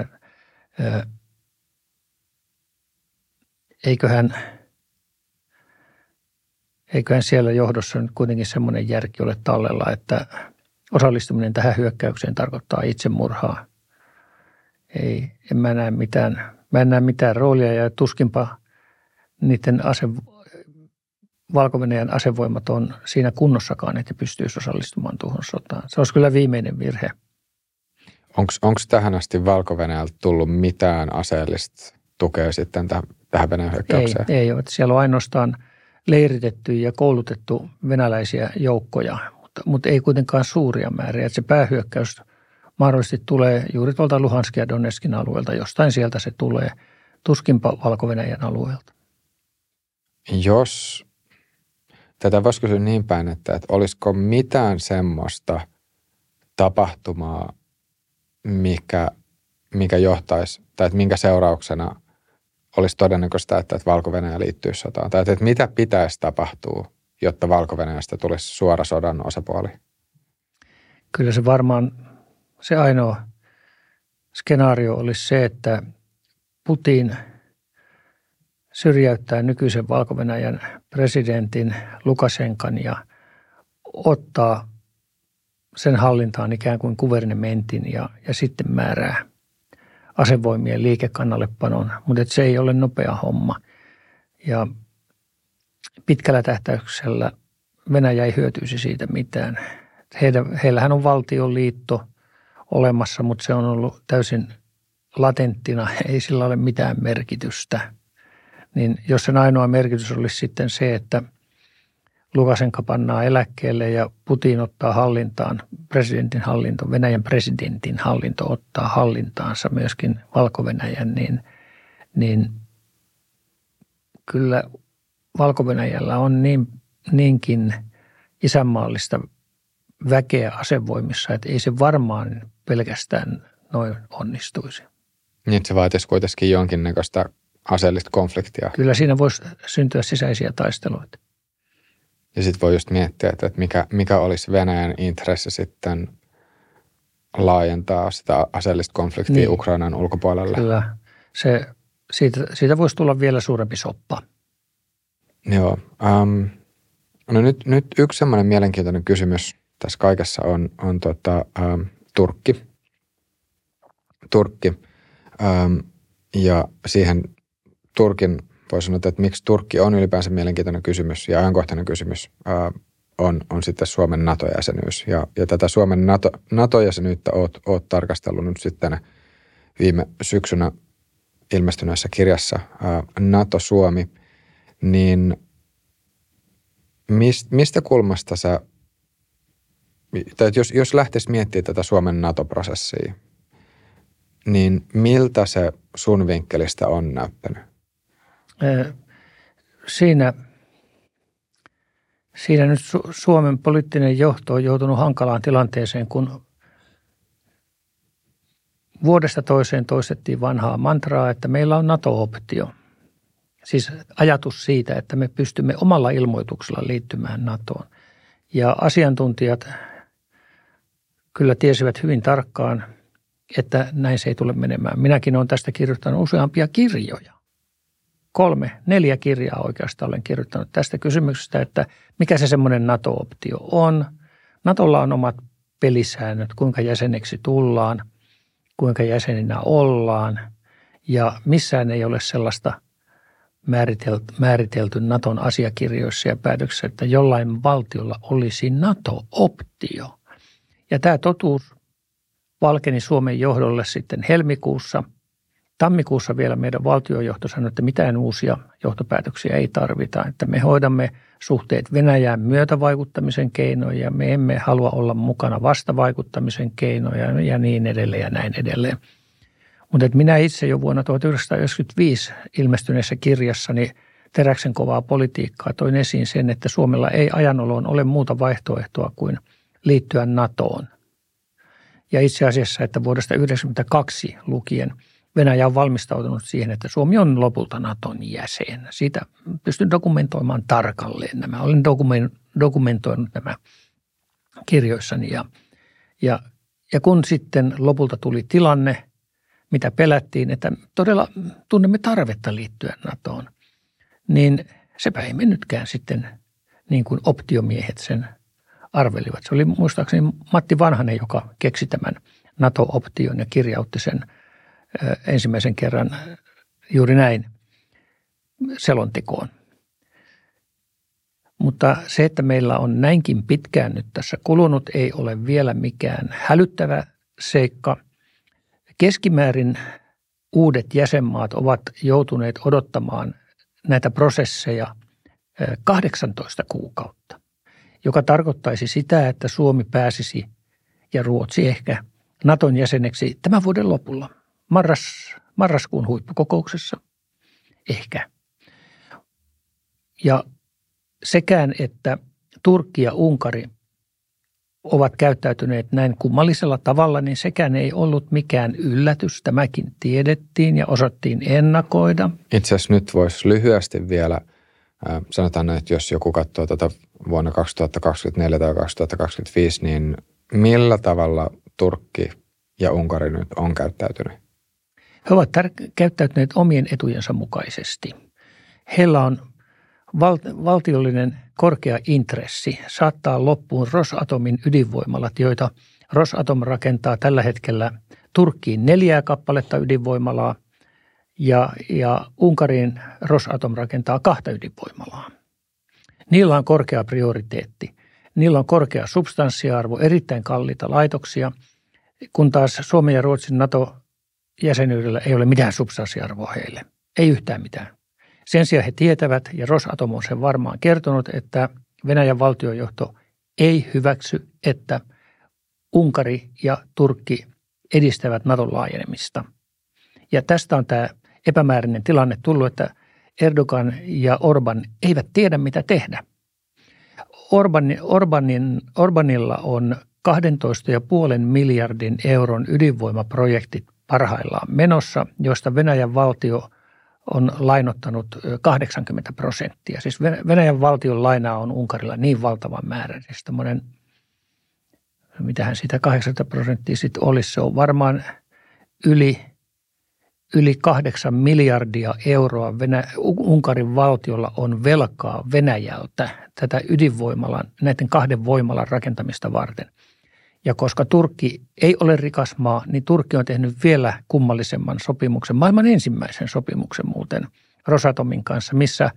Eiköhän siellä johdossa nyt kuitenkin semmoinen järki ole tallella, että osallistuminen tähän hyökkäykseen tarkoittaa itsemurhaa. En mä näe mitään roolia ja tuskinpa niiden Valko-Venäjän asevoimat on siinä kunnossakaan, että pystyisi osallistumaan tuohon sotaan. Se olisi kyllä viimeinen virhe. Onko tähän asti Valko-Venäjältä tullut mitään aseellista tukea sitten tähän Venäjän hyökkäykseen? Ei ole. Siellä on ainoastaan leiritetty ja koulutettu venäläisiä joukkoja, mutta ei kuitenkaan suuria määriä. Että se päähyökkäys mahdollisesti tulee juuri tuolta Luhanskin ja Donetskin alueelta. Jostain sieltä se tulee, tuskinpa Valko-Venäjän alueelta. Jos tätä voisi kysyä niin päin, että olisiko mitään semmoista tapahtumaa, mikä johtaisi, tai että minkä seurauksena olisi todennäköistä, että Valko-Venäjä liittyisi sotaan? Tai että mitä pitäisi tapahtua, jotta Valko-Venäjästä tulisi suora sodan osapuoli? Kyllä se varmaan, se ainoa skenaario olisi se, että Putin syrjäyttää nykyisen Valko-Venäjän presidentin Lukašenkan ja ottaa sen hallintaan ikään kuin guvernementin ja sitten määrää asevoimien liikekannallepanon, mutta se ei ole nopea homma. Ja pitkällä tähtäyksellä Venäjä ei hyötyisi siitä mitään. Heillähän on valtioliitto olemassa, mutta se on ollut täysin latenttina, ei sillä ole mitään merkitystä. Niin jos sen ainoa merkitys olisi sitten se, että Lukašenka pannaan eläkkeelle ja Putin ottaa hallintaan, Venäjän presidentin hallinto ottaa hallintaansa myöskin Valko-Venäjän, niin kyllä Valko-Venäjällä on niinkin isänmaallista väkeä asevoimissa, että ei se varmaan pelkästään noin onnistuisi. Niin, se vaatisi kuitenkin jonkinnäköistä aseellista konfliktia. Kyllä siinä voisi syntyä sisäisiä taisteluita. Ja sitten voi just miettiä, että mikä olisi Venäjän intressi sitten laajentaa sitä aseellista konfliktia niin Ukrainan ulkopuolelle. Kyllä. Siitä voisi tulla vielä suurempi soppa. Joo. No nyt yksi semmoinen mielenkiintoinen kysymys tässä kaikessa on Turkki. Ja siihen Turkin voi sanoa, että miksi Turkki on ylipäänsä mielenkiintoinen kysymys ja ajankohtainen kysymys on sitten Suomen NATO-jäsenyys. Ja tätä Suomen NATO-jäsenyyttä oot tarkastellut nyt sitten viime syksynä ilmestyneessä kirjassa NATO-Suomi, niin mistä kulmasta tai jos lähtisi miettimään tätä Suomen NATO-prosessia, niin miltä se sun vinkkelistä on näyttänyt? Siinä nyt Suomen poliittinen johto on joutunut hankalaan tilanteeseen, kun vuodesta toiseen toistettiin vanhaa mantraa, että meillä on NATO-optio. Siis ajatus siitä, että me pystymme omalla ilmoituksella liittymään NATOon. Ja asiantuntijat kyllä tiesivät hyvin tarkkaan, että näin se ei tule menemään. Minäkin olen tästä kirjoittanut useampia kirjoja. 3-4 kirjaa oikeastaan olen kirjoittanut tästä kysymyksestä, että mikä se semmoinen NATO-optio on. NATOlla on omat pelisäännöt, kuinka jäseneksi tullaan, kuinka jäseninä ollaan ja missään ei ole sellaista määritelty NATOn asiakirjoissa ja päätöksissä, että jollain valtiolla olisi NATO-optio. Ja tämä totuus valkeni Suomen johdolle sitten helmikuussa. Tammikuussa vielä meidän valtiojohto sanoi, että mitään uusia johtopäätöksiä ei tarvita, että me hoidamme suhteet Venäjään myötävaikuttamisen keinoja ja me emme halua olla mukana vastavaikuttamisen keinoja ja niin edelleen ja näin edelleen. Mutta minä itse jo vuonna 1995 ilmestyneessä kirjassani Teräksen kovaa politiikkaa toin esiin sen, että Suomella ei ajanoloon ole muuta vaihtoehtoa kuin liittyä NATOon. Ja itse asiassa, että vuodesta 1992 lukien Venäjä on valmistautunut siihen, että Suomi on lopulta Naton jäsen. Siitä pystyn dokumentoimaan tarkalleen nämä. Olen dokumentoinut nämä kirjoissani. Ja kun sitten lopulta tuli tilanne, mitä pelättiin, että todella tunnemme tarvetta liittyä NATOon, niin sepä ei mennytkään sitten niin kuin optiomiehet sen arvelivat. Se oli muistaakseni Matti Vanhanen, joka keksi tämän NATO-option ja kirjautti sen ensimmäisen kerran juuri näin selontekoon. Mutta se, että meillä on näinkin pitkään nyt tässä kulunut, ei ole vielä mikään hälyttävä seikka. Keskimäärin uudet jäsenmaat ovat joutuneet odottamaan näitä prosesseja 18 kuukautta, joka tarkoittaisi sitä, että Suomi pääsisi ja Ruotsi ehkä Naton jäseneksi tämän vuoden lopulla, marraskuun huippukokouksessa ehkä. Ja sekään, että Turkki ja Unkari ovat käyttäytyneet näin kummallisella tavalla, niin sekään ei ollut mikään yllätys. Tämäkin tiedettiin ja osattiin ennakoida. Itse asiassa nyt voisi lyhyesti vielä, sanotaan, että jos joku katsoo tätä vuonna 2024 tai 2025, niin millä tavalla Turkki ja Unkari nyt on käyttäytynyt? He ovat käyttäytyneet omien etujensa mukaisesti. Heillä on valtiollinen korkea intressi saattaa loppuun Rosatomin ydinvoimalat, joita Rosatom rakentaa tällä hetkellä Turkkiin 4 kappaletta ydinvoimalaa ja Unkariin Rosatom rakentaa 2 ydinvoimalaa. Niillä on korkea prioriteetti. Niillä on korkea substanssiarvo, erittäin kalliita laitoksia, kun taas Suomen ja Ruotsin NATO-jäsenyydellä ei ole mitään substanssiarvoa heille. Ei yhtään mitään. Sen sijaan he tietävät, ja Rosatom on sen varmaan kertonut, että Venäjän valtiojohto ei hyväksy, että Unkari ja Turkki edistävät Naton laajenemista. Ja tästä on tämä epämääräinen tilanne tullut, että Erdogan ja Orban eivät tiedä, mitä tehdä. Orbanilla on 12,5 miljardin euron ydinvoimaprojektit parhaillaan menossa, joista Venäjän valtio on lainottanut 80%. Siis Venäjän valtion lainaa on Unkarilla niin valtavan määrän. Siis tämmöinen, mitähän siitä 80% sitten olisi, se on varmaan yli 8 miljardia euroa Unkarin valtiolla on velkaa Venäjältä tätä ydinvoimalan, näiden 2 voimalan rakentamista varten. Ja koska Turkki ei ole rikas maa, niin Turkki on tehnyt vielä kummallisemman sopimuksen, maailman ensimmäisen sopimuksen muuten Rosatomin kanssa, missä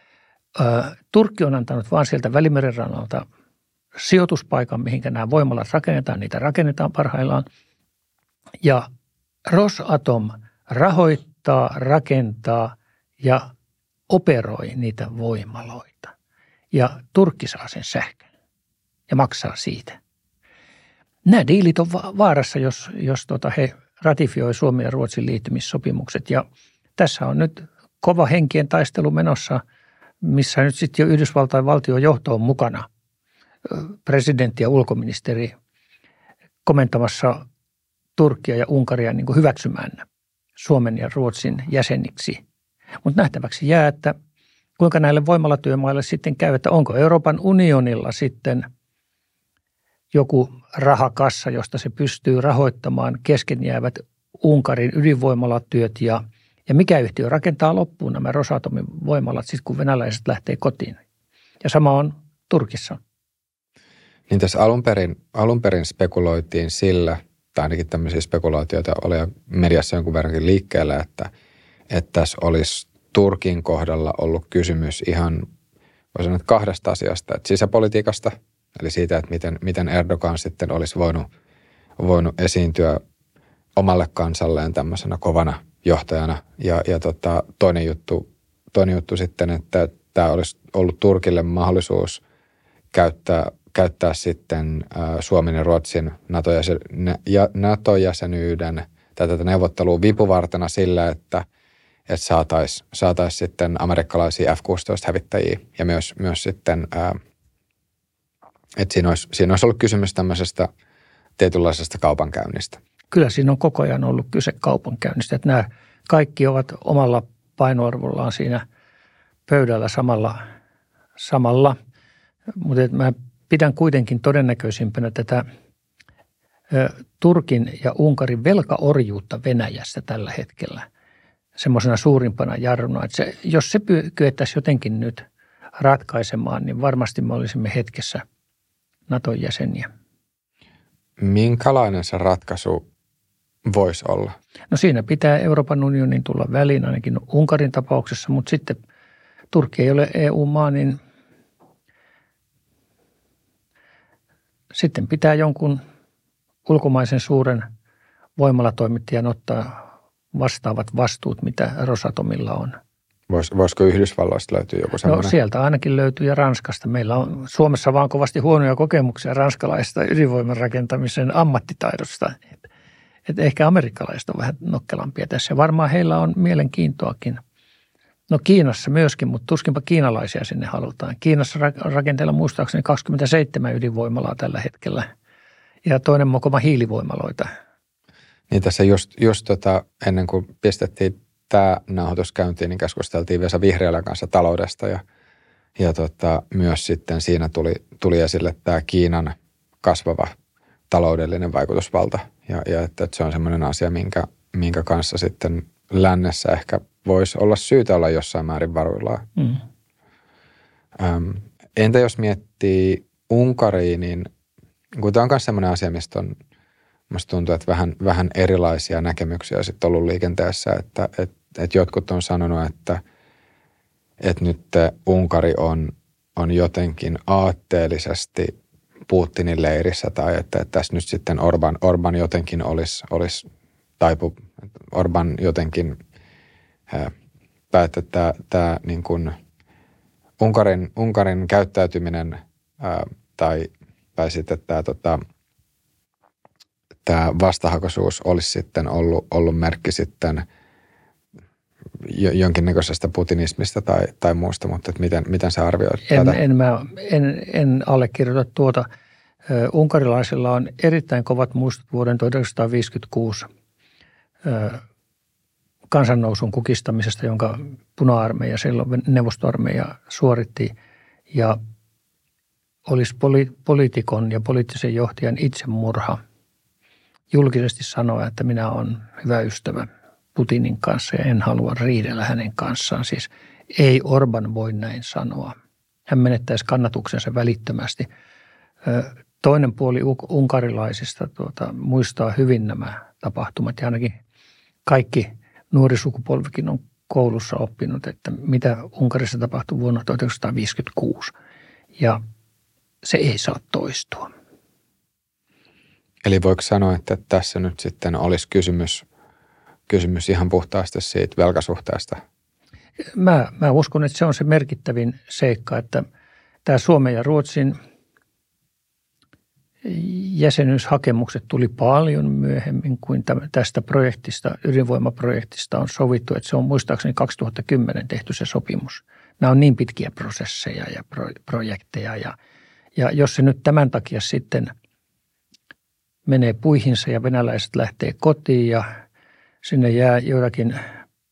Turkki on antanut vaan sieltä Välimeren rannalta sijoituspaikan, mihinkä nämä voimalat rakennetaan, niitä rakennetaan parhaillaan. Ja Rosatom rahoittaa, rakentaa ja operoi niitä voimaloita. Ja Turkki saa sen sähkön ja maksaa siitä. Nämä diilit on vaarassa, jos he ratifioi Suomen ja Ruotsin liittymissopimukset. Ja tässä on nyt kova henkien taistelu menossa, missä nyt sitten jo Yhdysvaltain valtiojohto on mukana. Presidentti ja ulkoministeri komentamassa Turkkia ja Unkaria niin kuin hyväksymään Suomen ja Ruotsin jäseniksi. Mutta nähtäväksi jää, että kuinka näille voimalatyömaille sitten käy, että onko Euroopan unionilla sitten joku rahakassa, josta se pystyy rahoittamaan kesken jäävät Unkarin ydinvoimalatyöt ja mikä yhtiö rakentaa loppuun nämä Rosatomin voimalat, siis kun venäläiset lähtee kotiin. Ja sama on Turkissa. Niin tässä alun perin spekuloitiin sillä, tai ainakin tämmöisiä spekulaatioita oli mediassa jonkun verrankin liikkeellä, että tässä olisi Turkin kohdalla ollut kysymys ihan, voi sanoa, 2 asiasta, että sisäpolitiikasta, eli siitä, että miten Erdogan sitten olisi voinut esiintyä omalle kansalleen tämmöisenä kovana johtajana. Ja toinen juttu sitten, että tämä olisi ollut Turkille mahdollisuus käyttää sitten Suomen ja Ruotsin NATO-jäsenyyden tai tätä neuvottelua vipuvartena sillä, että saataisiin sitten amerikkalaisia F-16-hävittäjiä ja myös sitten että siinä olisi ollut kysymys tämmöisestä tietynlaisesta kaupankäynnistä. Kyllä siinä on koko ajan ollut kyse kaupankäynnistä, että nämä kaikki ovat omalla painoarvollaan siinä pöydällä samalla. Mutta mä pidän kuitenkin todennäköisimpänä tätä Turkin ja Unkarin velkaorjuutta Venäjässä tällä hetkellä semmoisena suurimpana jarruna. Että jos se kyettäisiin jotenkin nyt ratkaisemaan, niin varmasti me olisimme hetkessä Naton jäseniä. Minkälainen se ratkaisu voisi olla? No siinä pitää Euroopan unionin tulla väliin ainakin Unkarin tapauksessa, mutta sitten Turkki ei ole EU-maa, niin sitten pitää jonkun ulkomaisen suuren voimalatoimittajan ottaa vastaavat vastuut, mitä Rosatomilla on. Voisiko Yhdysvalloista löytyä joku semmoinen? No sieltä ainakin löytyy ja Ranskasta. Meillä on Suomessa vaan kovasti huonoja kokemuksia ranskalaisesta ydinvoiman rakentamisen ammattitaidosta. Et ehkä amerikkalaiset on vähän nokkelampia tässä ja varmaan heillä on mielenkiintoakin. No Kiinassa myöskin, mutta tuskinpa kiinalaisia sinne halutaan. Kiinassa rakenteella muistaakseni 27 ydinvoimalaa tällä hetkellä ja toinen mokoma hiilivoimaloita. Niin tässä just ennen kuin pistettiin tämä nauhoitus käyntiin, niin keskusteltiin Vesa Vihriälän kanssa taloudesta ja myös sitten siinä tuli esille tämä Kiinan kasvava taloudellinen vaikutusvalta ja että se on semmoinen asia, minkä kanssa sitten lännessä ehkä voisi olla syytä olla jossain määrin varuillaan. Entä jos miettii Unkariin, niin kun tämä on myös semmoinen asia, mistä on musta tuntuu, että vähän erilaisia näkemyksiä sitten ollut liikenteessä, että jotkut on sanonut, että nyt Unkari on jotenkin aatteellisesti Putinin leirissä tai että tässä nyt sitten Orban jotenkin olisi Orban jotenkin päättää, että tämä niin kuin Unkarin käyttäytyminen tai sitten tämä vastahakoisuus olisi sitten ollut merkki sitten jonkinnäköisestä putinismista tai muusta, mutta miten sä arvioit tätä? En allekirjoita tuota. Unkarilaisilla on erittäin kovat muistot vuoden 1956 kansannousun kukistamisesta, jonka puna-armeija, silloin neuvostoarmeija suoritti ja olisi poliitikon ja poliittisen johtajan itsemurha julkisesti sanoa, että minä olen hyvä ystävä Putinin kanssa ja en halua riidellä hänen kanssaan. Siis ei Orban voi näin sanoa. Hän menettäisi kannatuksensa välittömästi. Toinen puoli unkarilaisista muistaa hyvin nämä tapahtumat ja ainakin kaikki nuori sukupolvikin on koulussa oppinut, että mitä Unkarissa tapahtui vuonna 1956 ja se ei saa toistua. Eli voiko sanoa, että tässä nyt sitten olisi kysymys ihan puhtaasti siitä velkasuhteesta? Mä uskon, että se on se merkittävin seikka, että tämä Suomen ja Ruotsin jäsenyyshakemukset tuli paljon myöhemmin kuin tästä projektista, ydinvoimaprojektista on sovittu, että se on muistaakseni 2010 tehty se sopimus. Nämä on niin pitkiä prosesseja ja projekteja ja jos se nyt tämän takia sitten menee puihinsa ja venäläiset lähtee kotiin ja sinne jää joitakin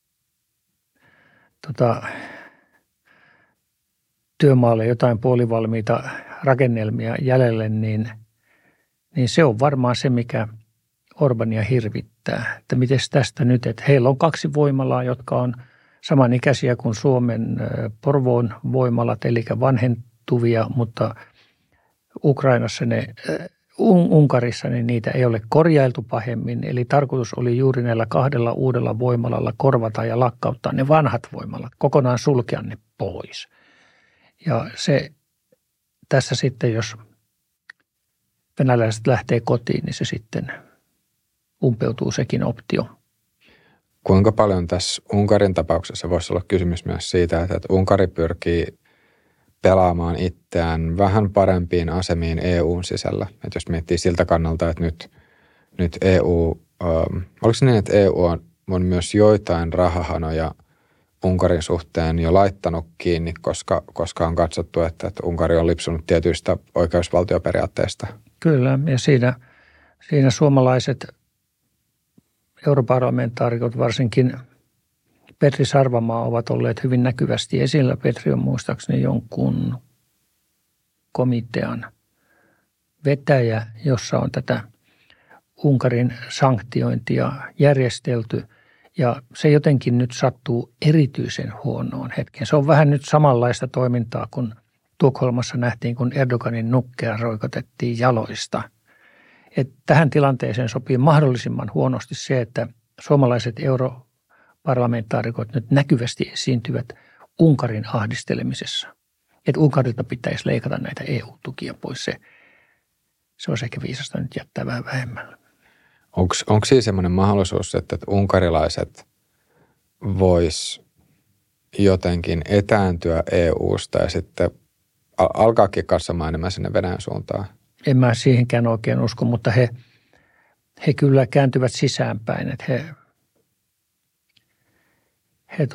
työmaalle jotain puolivalmiita rakennelmia jäljelle, niin se on varmaan se, mikä Orbania hirvittää. Että miten tästä nyt, että heillä on 2 voimalaa, jotka on samanikäisiä kuin Suomen Porvoon voimalat, eli vanhentuvia, mutta Ukrainassa Unkarissa niin niitä ei ole korjailtu pahemmin. Eli tarkoitus oli juuri näillä 2 uudella voimalalla korvata ja lakkauttaa ne vanhat voimalat, kokonaan sulkea ne pois. Ja se tässä sitten, jos venäläiset lähtee kotiin, niin se sitten umpeutuu sekin optio. Kuinka paljon tässä Unkarin tapauksessa voisi olla kysymys myös siitä, että Unkari pyrkii pelaamaan itseään vähän parempiin asemiin EUn sisällä. Että jos miettii siltä kannalta, että nyt EU, oliko se niin, että EU on myös joitain rahahanoja Unkarin suhteen jo laittanut kiinni, koska on katsottu, että Unkari on lipsunut tietyistä oikeusvaltioperiaatteista? Kyllä, ja siinä suomalaiset europarlamentaarikot, varsinkin Petri Sarvamaa, ovat olleet hyvin näkyvästi esillä. Petri on muistaakseni jonkun komitean vetäjä, jossa on tätä Unkarin sanktiointia järjestelty. Ja se jotenkin nyt sattuu erityisen huonoon hetkeen. Se on vähän nyt samanlaista toimintaa kuin Tukholmassa nähtiin, kun Erdoganin nukkea roikotettiin jaloista. Et tähän tilanteeseen sopii mahdollisimman huonosti se, että suomalaiset europarlamentaarikot nyt näkyvästi esiintyvät Unkarin ahdistelemisessa. Että Unkarilta pitäisi leikata näitä EU-tukia pois. Se olisi ehkä viisasta nyt jättää vähän vähemmälle. Onko siis semmoinen mahdollisuus, että unkarilaiset vois jotenkin etääntyä EUsta ja sitten alkaakin katsomaan enemmän sinne Venäjän suuntaan? En mä siihenkään oikein usko, mutta he kyllä kääntyvät sisäänpäin, että he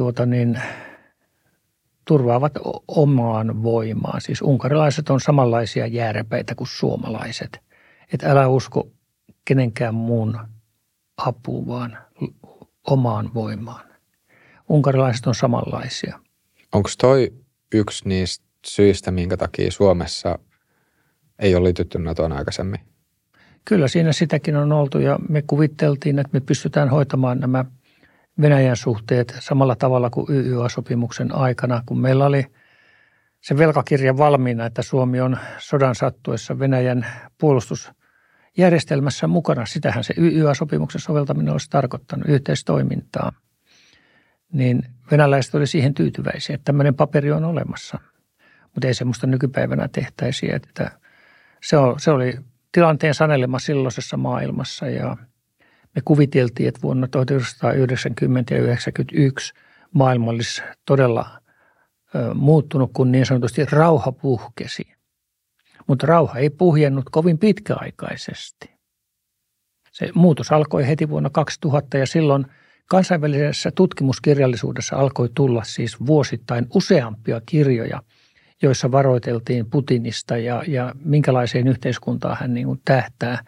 turvaavat omaan voimaan. Siis unkarilaiset on samanlaisia jääräpäitä kuin suomalaiset. Että älä usko kenenkään muun apuun, vaan omaan voimaan. Unkarilaiset on samanlaisia. Onko toi yksi niistä syistä, minkä takia Suomessa ei ole liitytty NATOon aikaisemmin? Kyllä siinä sitäkin on oltu ja me kuvitteltiin, että me pystytään hoitamaan nämä Venäjän suhteet samalla tavalla kuin YYA-sopimuksen aikana, kun meillä oli se velkakirja valmiina, että Suomi on sodan sattuessa Venäjän puolustusjärjestelmässä mukana. Sitähän se YYA-sopimuksen soveltaminen olisi tarkoittanut, yhteistoimintaa. Niin venäläiset oli siihen tyytyväisiä, että tämmöinen paperi on olemassa. Mutta ei semmoista nykypäivänä tehtäisi, että se oli tilanteen sanelema silloisessa maailmassa ja me kuviteltiin, että vuonna 1990 ja 1991 maailma olisi todella muuttunut, kun niin sanotusti rauha puhkesi. Mutta rauha ei puhjennut kovin pitkäaikaisesti. Se muutos alkoi heti vuonna 2000 ja silloin kansainvälisessä tutkimuskirjallisuudessa alkoi tulla siis vuosittain useampia kirjoja, joissa varoiteltiin Putinista ja minkälaiseen yhteiskuntaan hän niin kuin tähtää.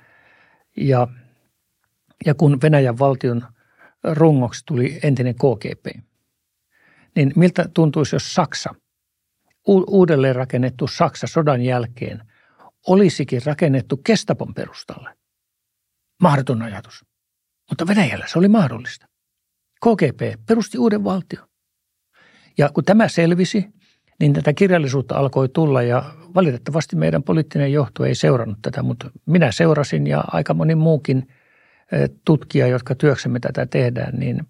Ja kun Venäjän valtion rungoksi tuli entinen KGB, niin miltä tuntuisi, jos Saksa, uudelleen rakennettu Saksa sodan jälkeen, olisikin rakennettu Gestapon perustalle? Mahdoton ajatus. Mutta Venäjällä se oli mahdollista. KGB perusti uuden valtion. Ja kun tämä selvisi, niin tätä kirjallisuutta alkoi tulla ja valitettavasti meidän poliittinen johto ei seurannut tätä, mutta minä seurasin ja aika moni muukin tutkija, jotka työksemme tätä tehdään, niin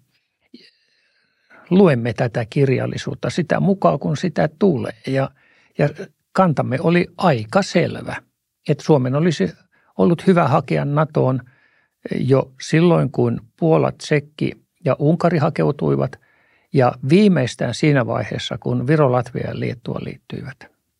luemme tätä kirjallisuutta sitä mukaan, kun sitä tulee. Ja kantamme oli aika selvä, että Suomen olisi ollut hyvä hakea NATOon jo silloin, kun Puola, Tsekki ja Unkari hakeutuivat ja viimeistään siinä vaiheessa, kun Viro, Latvia ja Liettua liittyivät.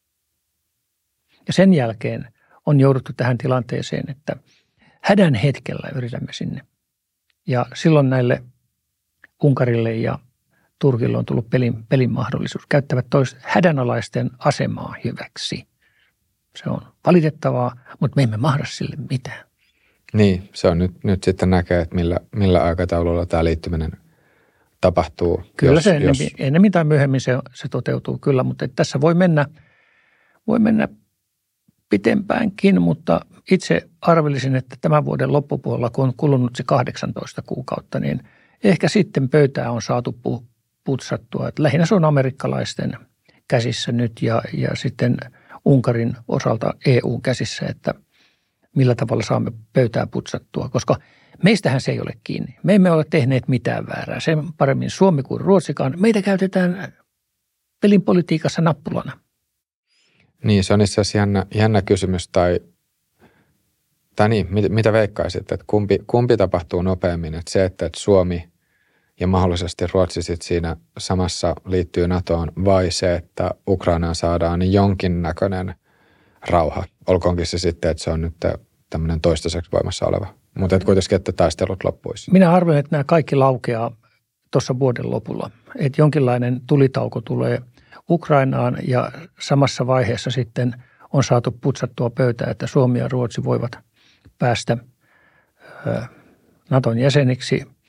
Ja sen jälkeen on jouduttu tähän tilanteeseen, että hädän hetkellä yritämme sinne. Ja silloin näille Unkarille ja Turkille on tullut pelin mahdollisuus. Käyttävät hädänalaisten asemaa hyväksi. Se on valitettavaa, mutta me emme mahda sille mitään. Niin, se on nyt sitten näkee, että millä aikataululla tämä liittyminen tapahtuu. Kyllä se ennemmin tai myöhemmin se toteutuu kyllä, mutta tässä voi mennä pitempäänkin, mutta itse arvelisin, että tämän vuoden loppupuolella, kun on kulunut se 18 kuukautta, niin ehkä sitten pöytää on saatu putsattua. Että lähinnä se on amerikkalaisten käsissä nyt ja sitten Unkarin osalta EU:n käsissä, että millä tavalla saamme pöytää putsattua, koska meistähän se ei ole kiinni. Me emme ole tehneet mitään väärää. Sen paremmin Suomi kuin Ruotsikaan. Meitä käytetään pelin politiikassa nappulana. Niin, se on itse asiassa jännä kysymys tai niin, mitä veikkaisit, että kumpi tapahtuu nopeammin, että se, että Suomi ja mahdollisesti Ruotsi sitten siinä samassa liittyy NATOon vai se, että Ukrainaan saadaan jonkinnäköinen rauha. Olkoonkin se sitten, että se on nyt tämmöinen toistaiseksi voimassa oleva. Mutta kuitenkin, että taistelut loppuisi. Minä arvelen, että nämä kaikki laukeaa tuossa vuoden lopulla. Että jonkinlainen tulitauko tulee Ukrainaan ja samassa vaiheessa sitten on saatu putsattua pöytää, että Suomi ja Ruotsi voivat päästä NATOn jäseniksi.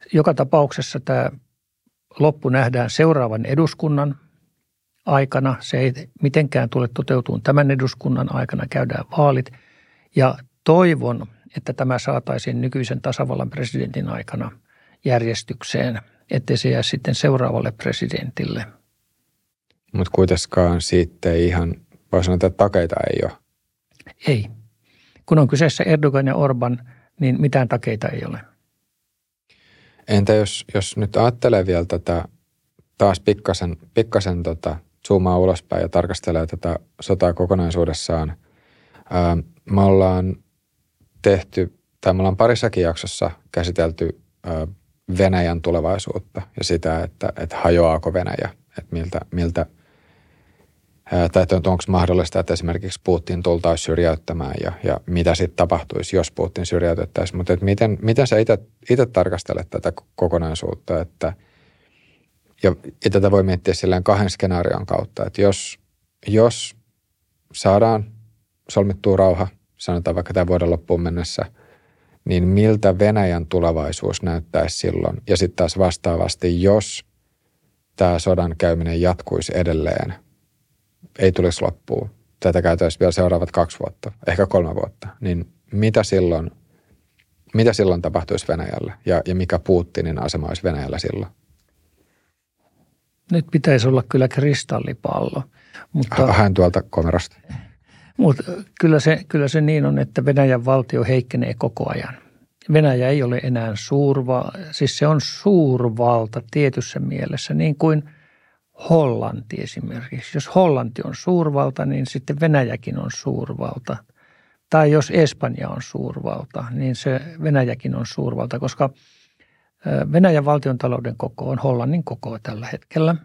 Joka tapauksessa tämä loppu nähdään seuraavan eduskunnan aikana. Se ei mitenkään tule toteutumaan tämän eduskunnan aikana, käydään vaalit. Ja toivon, että tämä saataisiin nykyisen tasavallan presidentin aikana järjestykseen, ettei se jää sitten seuraavalle presidentille. Mutta kuitenkaan siitä ei ihan, voi sanoa, että takeita ei ole. Ei. Kun on kyseessä Erdogan ja Orban, niin mitään takeita ei ole. Entä jos nyt ajattelee vielä tätä taas pikkasen zoomaa ulospäin ja tarkastelee tätä sotaa kokonaisuudessaan. Me ollaan parissakin jaksossa käsitelty Venäjän tulevaisuutta ja sitä, että hajoaako Venäjä, että tai onko mahdollista, että esimerkiksi Putin tultaisi syrjäyttämään ja mitä sitten tapahtuisi, jos Putin syrjäytettäisiin. Mutta miten sä itse tarkastelet tätä kokonaisuutta, ja tätä voi miettiä silleen 2 skenaarion kautta, että jos saadaan solmittua rauha, sanotaan vaikka tämän vuoden loppuun mennessä, niin miltä Venäjän tulevaisuus näyttäisi silloin? Ja sitten taas vastaavasti, jos tämä sodan käyminen jatkuisi edelleen, ei tulisi loppuun, tätä käytäisiin vielä seuraavat 2 vuotta, ehkä 3 vuotta, niin mitä silloin tapahtuisi Venäjällä ja mikä Putinin asema olisi Venäjällä silloin? Nyt pitäisi olla kyllä kristallipallo. Mutta haen tuolta komerosta. Mutta kyllä se niin on, että Venäjän valtio heikkenee koko ajan. Venäjä ei ole enää siis se on suurvalta tietyssä mielessä, niin kuin Hollanti esimerkiksi. Jos Hollanti on suurvalta, niin sitten Venäjäkin on suurvalta. Tai jos Espanja on suurvalta, niin se Venäjäkin on suurvalta, koska Venäjän valtiontalouden koko on Hollannin koko tällä hetkellä.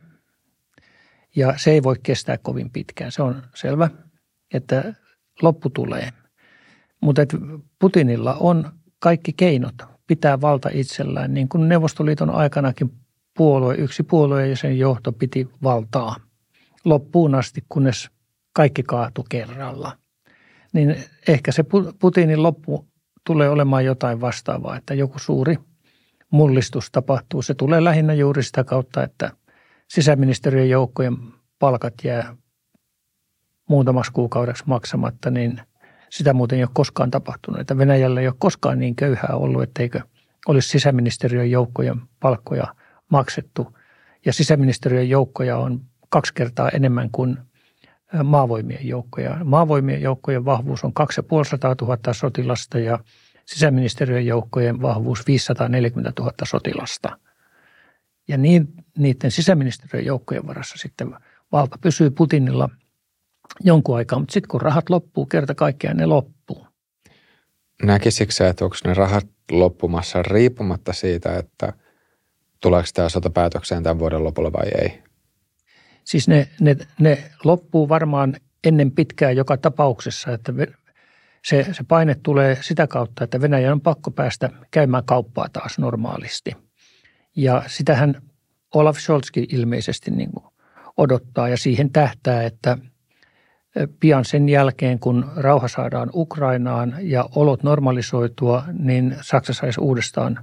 Ja se ei voi kestää kovin pitkään, se on selvä, että loppu tulee. Mutta Putinilla on kaikki keinot pitää valta itsellään, niin kuin Neuvostoliiton aikanakin yksi puolue ja sen johto piti valtaa loppuun asti, kunnes kaikki kaatui kerralla. Niin ehkä se Putinin loppu tulee olemaan jotain vastaavaa, että joku suuri mullistus tapahtuu. Se tulee lähinnä juuri sitä kautta, että sisäministeriön joukkojen palkat jää muutamaksi kuukaudeksi maksamatta, niin sitä muuten ei ole koskaan tapahtunut. Että Venäjällä ei ole koskaan niin köyhää ollut, etteikö olisi sisäministeriön joukkojen palkkoja maksettu. Ja sisäministeriön joukkoja on 2 kertaa enemmän kuin maavoimien joukkoja. Maavoimien joukkojen vahvuus on 250 000 sotilasta ja sisäministeriön joukkojen vahvuus 540 000 sotilasta. Ja niiden sisäministeriön joukkojen varassa sitten valta pysyy Putinilla jonkun aikaa, mutta sitten kun rahat loppuu, kerta kaikkiaan ne loppuu. Näkisikö sä, että onko ne rahat loppumassa riippumatta siitä, että tuleeko tämä sota päätökseen tämän vuoden lopulla vai ei? Siis ne loppuu varmaan ennen pitkää joka tapauksessa, että se paine tulee sitä kautta, että Venäjän on pakko päästä käymään kauppaa taas normaalisti. Ja sitähän Olaf Scholzkin ilmeisesti niin kuin odottaa ja siihen tähtää, että pian sen jälkeen, kun rauha saadaan Ukrainaan ja olot normalisoitua, niin Saksa saisi uudestaan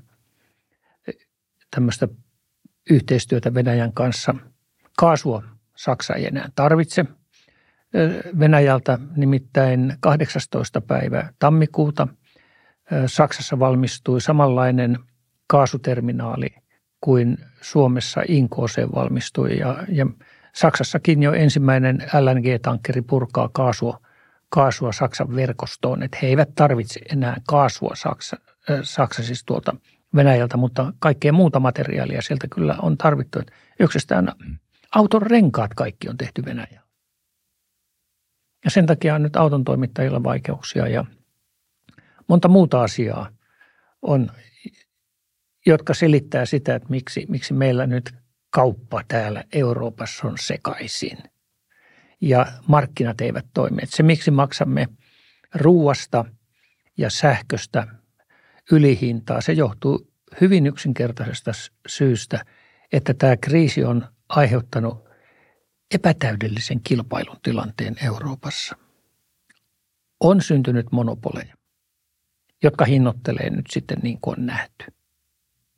tämmöistä yhteistyötä Venäjän kanssa. Kaasua Saksa ei enää tarvitse Venäjältä, nimittäin 18. päivä tammikuuta Saksassa valmistui samanlainen kaasuterminaali kuin Suomessa Inkooseen valmistui ja Saksassakin jo ensimmäinen LNG-tankkeri purkaa kaasua Saksan verkostoon, että he eivät tarvitse enää kaasua Saksa siis tuolta Venäjältä, mutta kaikkea muuta materiaalia sieltä kyllä on tarvittu. Että yksistään auton renkaat kaikki on tehty Venäjällä. Ja sen takia on nyt auton toimittajilla vaikeuksia ja monta muuta asiaa on, jotka selittää sitä, että miksi meillä nyt kauppa täällä Euroopassa on sekaisin ja markkinat eivät toimi. Että se, miksi maksamme ruuasta ja sähköstä ylihintaa, se johtuu hyvin yksinkertaisesta syystä, että tämä kriisi on aiheuttanut epätäydellisen kilpailun tilanteen Euroopassa. On syntynyt monopoleja, jotka hinnoittelee nyt sitten niin kuin on nähty.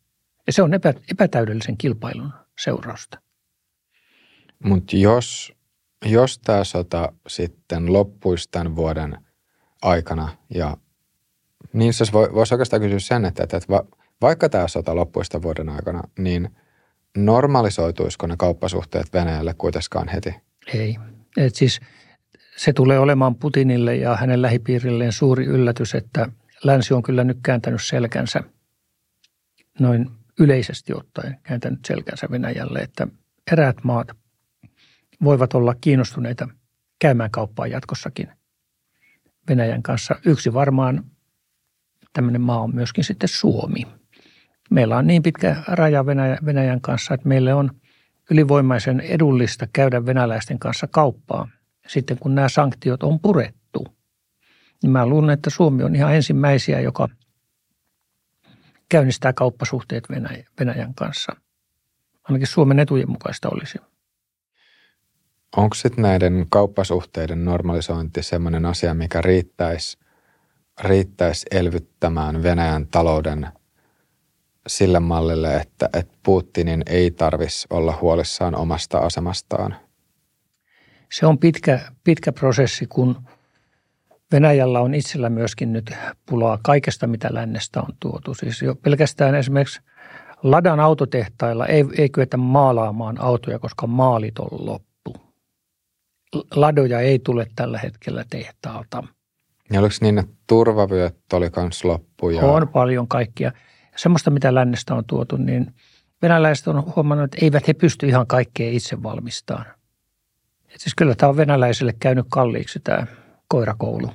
Ja se on epätäydellisen kilpailun seurausta. Mutta jos tämä sota sitten loppuisi tämän vuoden aikana, ja niin se voisi oikeastaan kysyä sen, että vaikka tämä sota loppuisi tämän vuoden aikana, niin normalisoituisiko ne kauppasuhteet Venäjälle kuitenkaan heti? Ei. Et siis se tulee olemaan Putinille ja hänen lähipiirilleen suuri yllätys, että länsi on kyllä nyt kääntänyt selkänsä, noin yleisesti ottaen kääntänyt selkänsä Venäjälle, että eräät maat voivat olla kiinnostuneita käymään kauppaa jatkossakin Venäjän kanssa. Yksi varmaan tämmöinen maa on myöskin sitten Suomi. Meillä on niin pitkä raja Venäjän kanssa, että meille on ylivoimaisen edullista käydä venäläisten kanssa kauppaa sitten kun nämä sanktiot on purettu. Niin mä luulen, että Suomi on ihan ensimmäisiä, joka käynnistää kauppasuhteet Venäjän kanssa. Ainakin Suomen etujen mukaista olisi. Onko sitten näiden kauppasuhteiden normalisointi sellainen asia, mikä riittäisi elvyttämään Venäjän talouden sille mallille, että Putinin ei tarvitsisi olla huolissaan omasta asemastaan? Se on pitkä prosessi, kun Venäjällä on itsellä myöskin nyt pulaa kaikesta, mitä lännestä on tuotu. Siis jo pelkästään esimerkiksi Ladan autotehtailla ei kyetä maalaamaan autoja, koska maalit on loppu. Ladoja ei tule tällä hetkellä tehtaalta. Ja oliko niin, että turvavyöt oli kans loppu? On paljon kaikkia. Semmoista, mitä lännestä on tuotu, niin venäläiset on huomannut, että eivät he pysty ihan kaikkea itse valmistamaan. Et siis kyllä tämä on venäläisille käynyt kalliiksi tämä koirakoulu.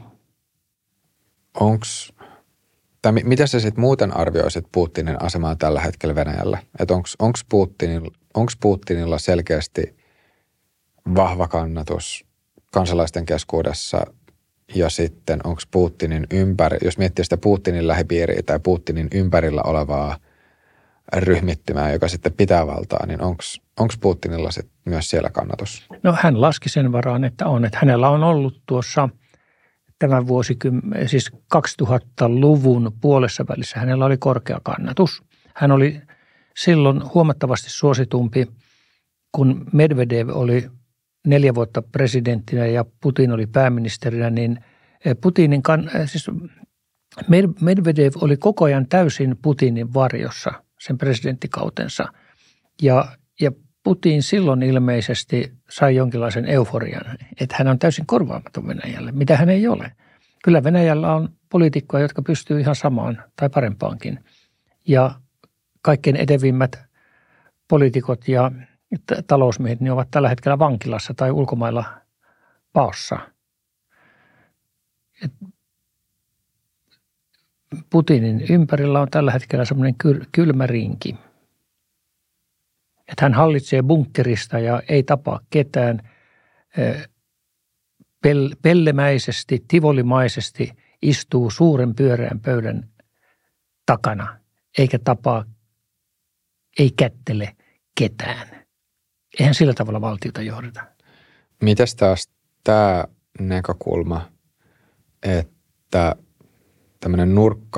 Mitä sä sitten muuten arvioisit Putinin asemaa tällä hetkellä Venäjällä? Että onko Putinilla selkeästi vahva kannatus kansalaisten keskuudessa ja sitten onko Putinin jos miettii sitä Putinin lähipiiriä tai Putinin ympärillä olevaa ryhmittymää, joka sitten pitää valtaa, niin onko Putinilla sitten myös siellä kannatus? No hän laski sen varaan, että hänellä on ollut tuossa tämän siis 2000-luvun puolessa välissä hänellä oli korkea kannatus. Hän oli silloin huomattavasti suositumpi, kun Medvedev oli 4 vuotta presidenttinä ja Putin oli pääministerinä, niin Medvedev oli koko ajan täysin Putinin varjossa sen presidenttikautensa. Ja Putin silloin ilmeisesti sai jonkinlaisen euforian, että hän on täysin korvaamaton Venäjälle, mitä hän ei ole. Kyllä Venäjällä on poliitikkoja, jotka pystyy ihan samaan tai parempaankin. Ja kaikkein etevimmät poliitikot ja talousmiehet niin ovat tällä hetkellä vankilassa tai ulkomailla paossa. Putinin ympärillä on tällä hetkellä semmoinen kylmä rinki. Että hän hallitsee bunkkerista ja ei tapaa ketään, pellemäisesti, tivolimaisesti istuu suuren pyöreän pöydän takana, eikä ei kättele ketään. Eihän sillä tavalla valtiota johdeta. Mitäs taas tämä näkökulma, että tämmöinen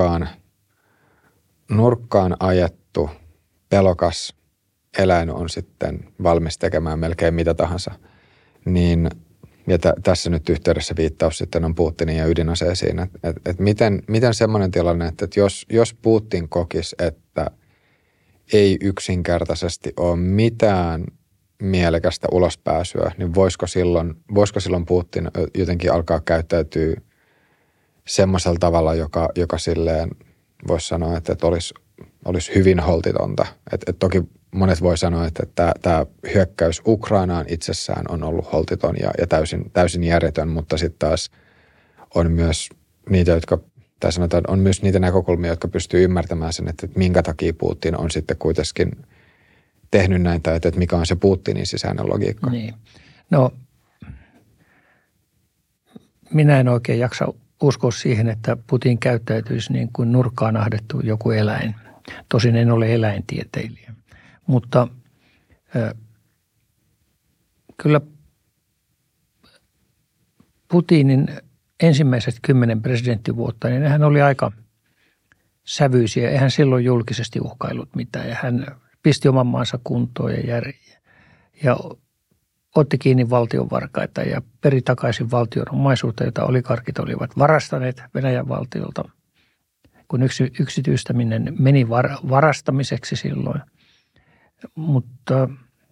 nurkkaan ajettu pelokas eläin on sitten valmis tekemään melkein mitä tahansa, niin ja tässä nyt yhteydessä viittaus sitten on Putinin ja ydinaseisiin, että miten semmoinen tilanne, että jos Putin kokisi, että ei yksinkertaisesti ole mitään mielekästä ulospääsyä, niin voisiko silloin Putin jotenkin alkaa käyttäytyä semmoisella tavalla, joka silleen voisi sanoa, että olisi hyvin holtitonta. Että toki monet voi sanoa, että tämä hyökkäys Ukrainaan itsessään on ollut holtiton ja täysin järjetön, mutta sitten taas on myös niitä, on myös niitä näkökulmia, jotka pystyy ymmärtämään sen, että minkä takia Putin on sitten kuitenkin tehnyt näin, tai että mikä on se Putinin sisäinen logiikka. Niin. No, minä en oikein jaksa uskoa siihen, että Putin käyttäytyisi niin kuin nurkkaan ahdettu joku eläin. Tosin en ole eläintieteilijä. Mutta kyllä Putinin ensimmäiset 10 presidenttivuotta, niin hän oli aika sävyisiä. Eihän silloin julkisesti uhkailut mitään ja hän pisti oman maansa kuntoon ja otti kiinni valtionvarkaita ja peri takaisin valtion omaisuutta, jota oligarkit olivat varastaneet Venäjän valtiolta, kun yksityistäminen meni varastamiseksi silloin. Mutta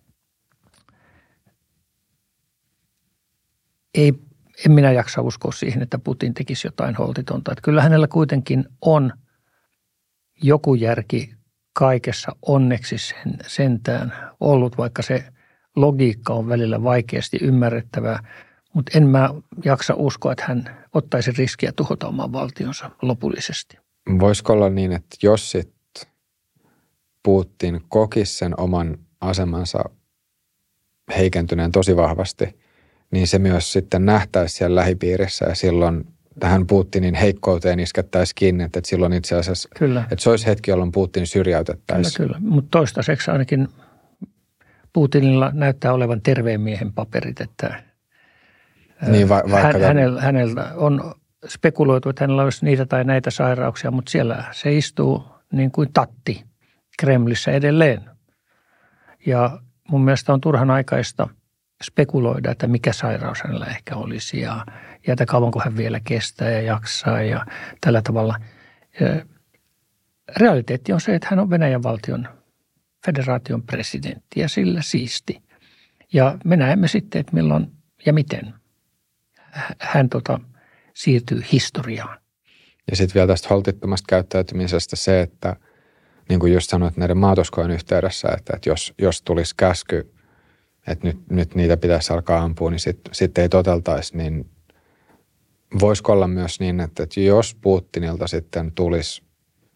en minä jaksa uskoa siihen, että Putin tekisi jotain holtitonta. Että kyllä hänellä kuitenkin on joku järki kaikessa onneksi sentään ollut, vaikka se logiikka on välillä vaikeasti ymmärrettävää. Mutta en mä jaksa uskoa, että hän ottaisi riskiä tuhota oman valtionsa lopullisesti. Voisiko olla niin, että jos sitten Putin kokisi sen oman asemansa heikentyneen tosi vahvasti, niin se myös sitten nähtäisi siellä lähipiirissä ja silloin tähän Putinin heikkouteen iskettäisiin kiinni, että silloin itse asiassa, kyllä. Että se olisi hetki, jolloin Putin syrjäytettäisiin. Kyllä, mutta toistaiseksi ainakin Putinilla näyttää olevan terveen miehen paperit, että niin, hänellä on spekuloitu, että hänellä olisi niitä tai näitä sairauksia, mutta siellä se istuu niin kuin tatti Kremlissä edelleen. Ja mun mielestä on turhan aikaista spekuloida, että mikä sairaus hänellä ehkä olisi ja että kauanko hän vielä kestää ja jaksaa ja tällä tavalla. Realiteetti on se, että hän on Venäjän valtion federaation presidentti ja sillä siisti. Ja me näemme sitten, että milloin ja miten hän siirtyy historiaan. Ja sitten vielä tästä holtittomasta käyttäytymisestä se, että niin kuin just sanoit näiden maatoskojen yhteydessä, että jos tulisi käsky, että nyt niitä pitäisi alkaa ampua, niin sitten ei toteltaisi, niin voisiko olla myös niin, että jos Putinilta sitten tulisi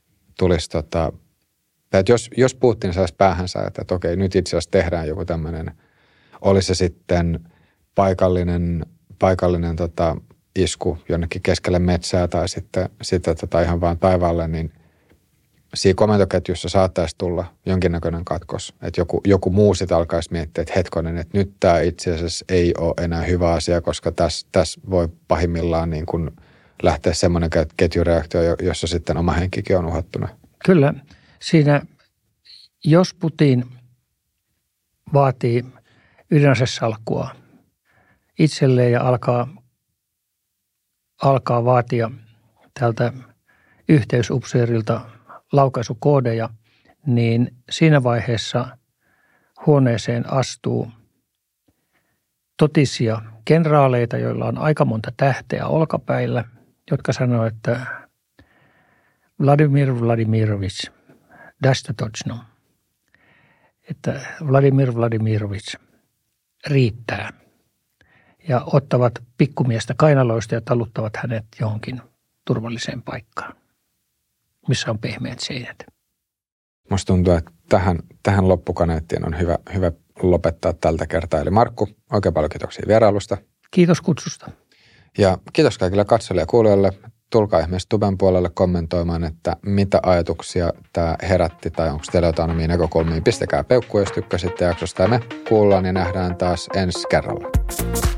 että jos Putin saisi päähänsä, että okei, nyt itse asiassa tehdään joku tämmöinen, oli se sitten paikallinen isku jonnekin keskelle metsää tai sitten ihan vaan taivaalle, niin siinä komentoketjussa saattaisi tulla jonkinnäköinen katkos, että joku muu sitten alkaisi miettiä, että hetkonen, että nyt tämä itse asiassa ei ole enää hyvä asia, koska tässä voi pahimmillaan niin kuin lähteä semmoinen ketjureaktio, jossa sitten oma henkikin on uhattuna. Kyllä. Siinä, jos Putin vaatii ydinasesalkkua itselleen ja alkaa vaatia tältä yhteysupseerilta laukaisukoodeja, niin siinä vaiheessa huoneeseen astuu totisia kenraaleita, joilla on aika monta tähteä olkapäillä, jotka sanoo, että Vladimir Vladimirovich, dasta točno, että Vladimir Vladimirovich riittää ja ottavat pikkumiestä kainaloista ja taluttavat hänet johonkin turvalliseen paikkaan, missä on pehmeät seinät. Musta tuntuu, että tähän loppukaneettiin on hyvä lopettaa tältä kertaa. Eli Markku, oikein paljon kiitoksia vierailusta. Kiitos kutsusta. Ja kiitos kaikille katsojille ja kuulijoille. Tulkaa ihmeessä Tuben puolelle kommentoimaan, että mitä ajatuksia tämä herätti tai onko teillä jotain omia näkökulmia. Pistäkää peukkuja, jos tykkäsitte jaksosta ja me kuullaan ja nähdään taas ensi kerralla.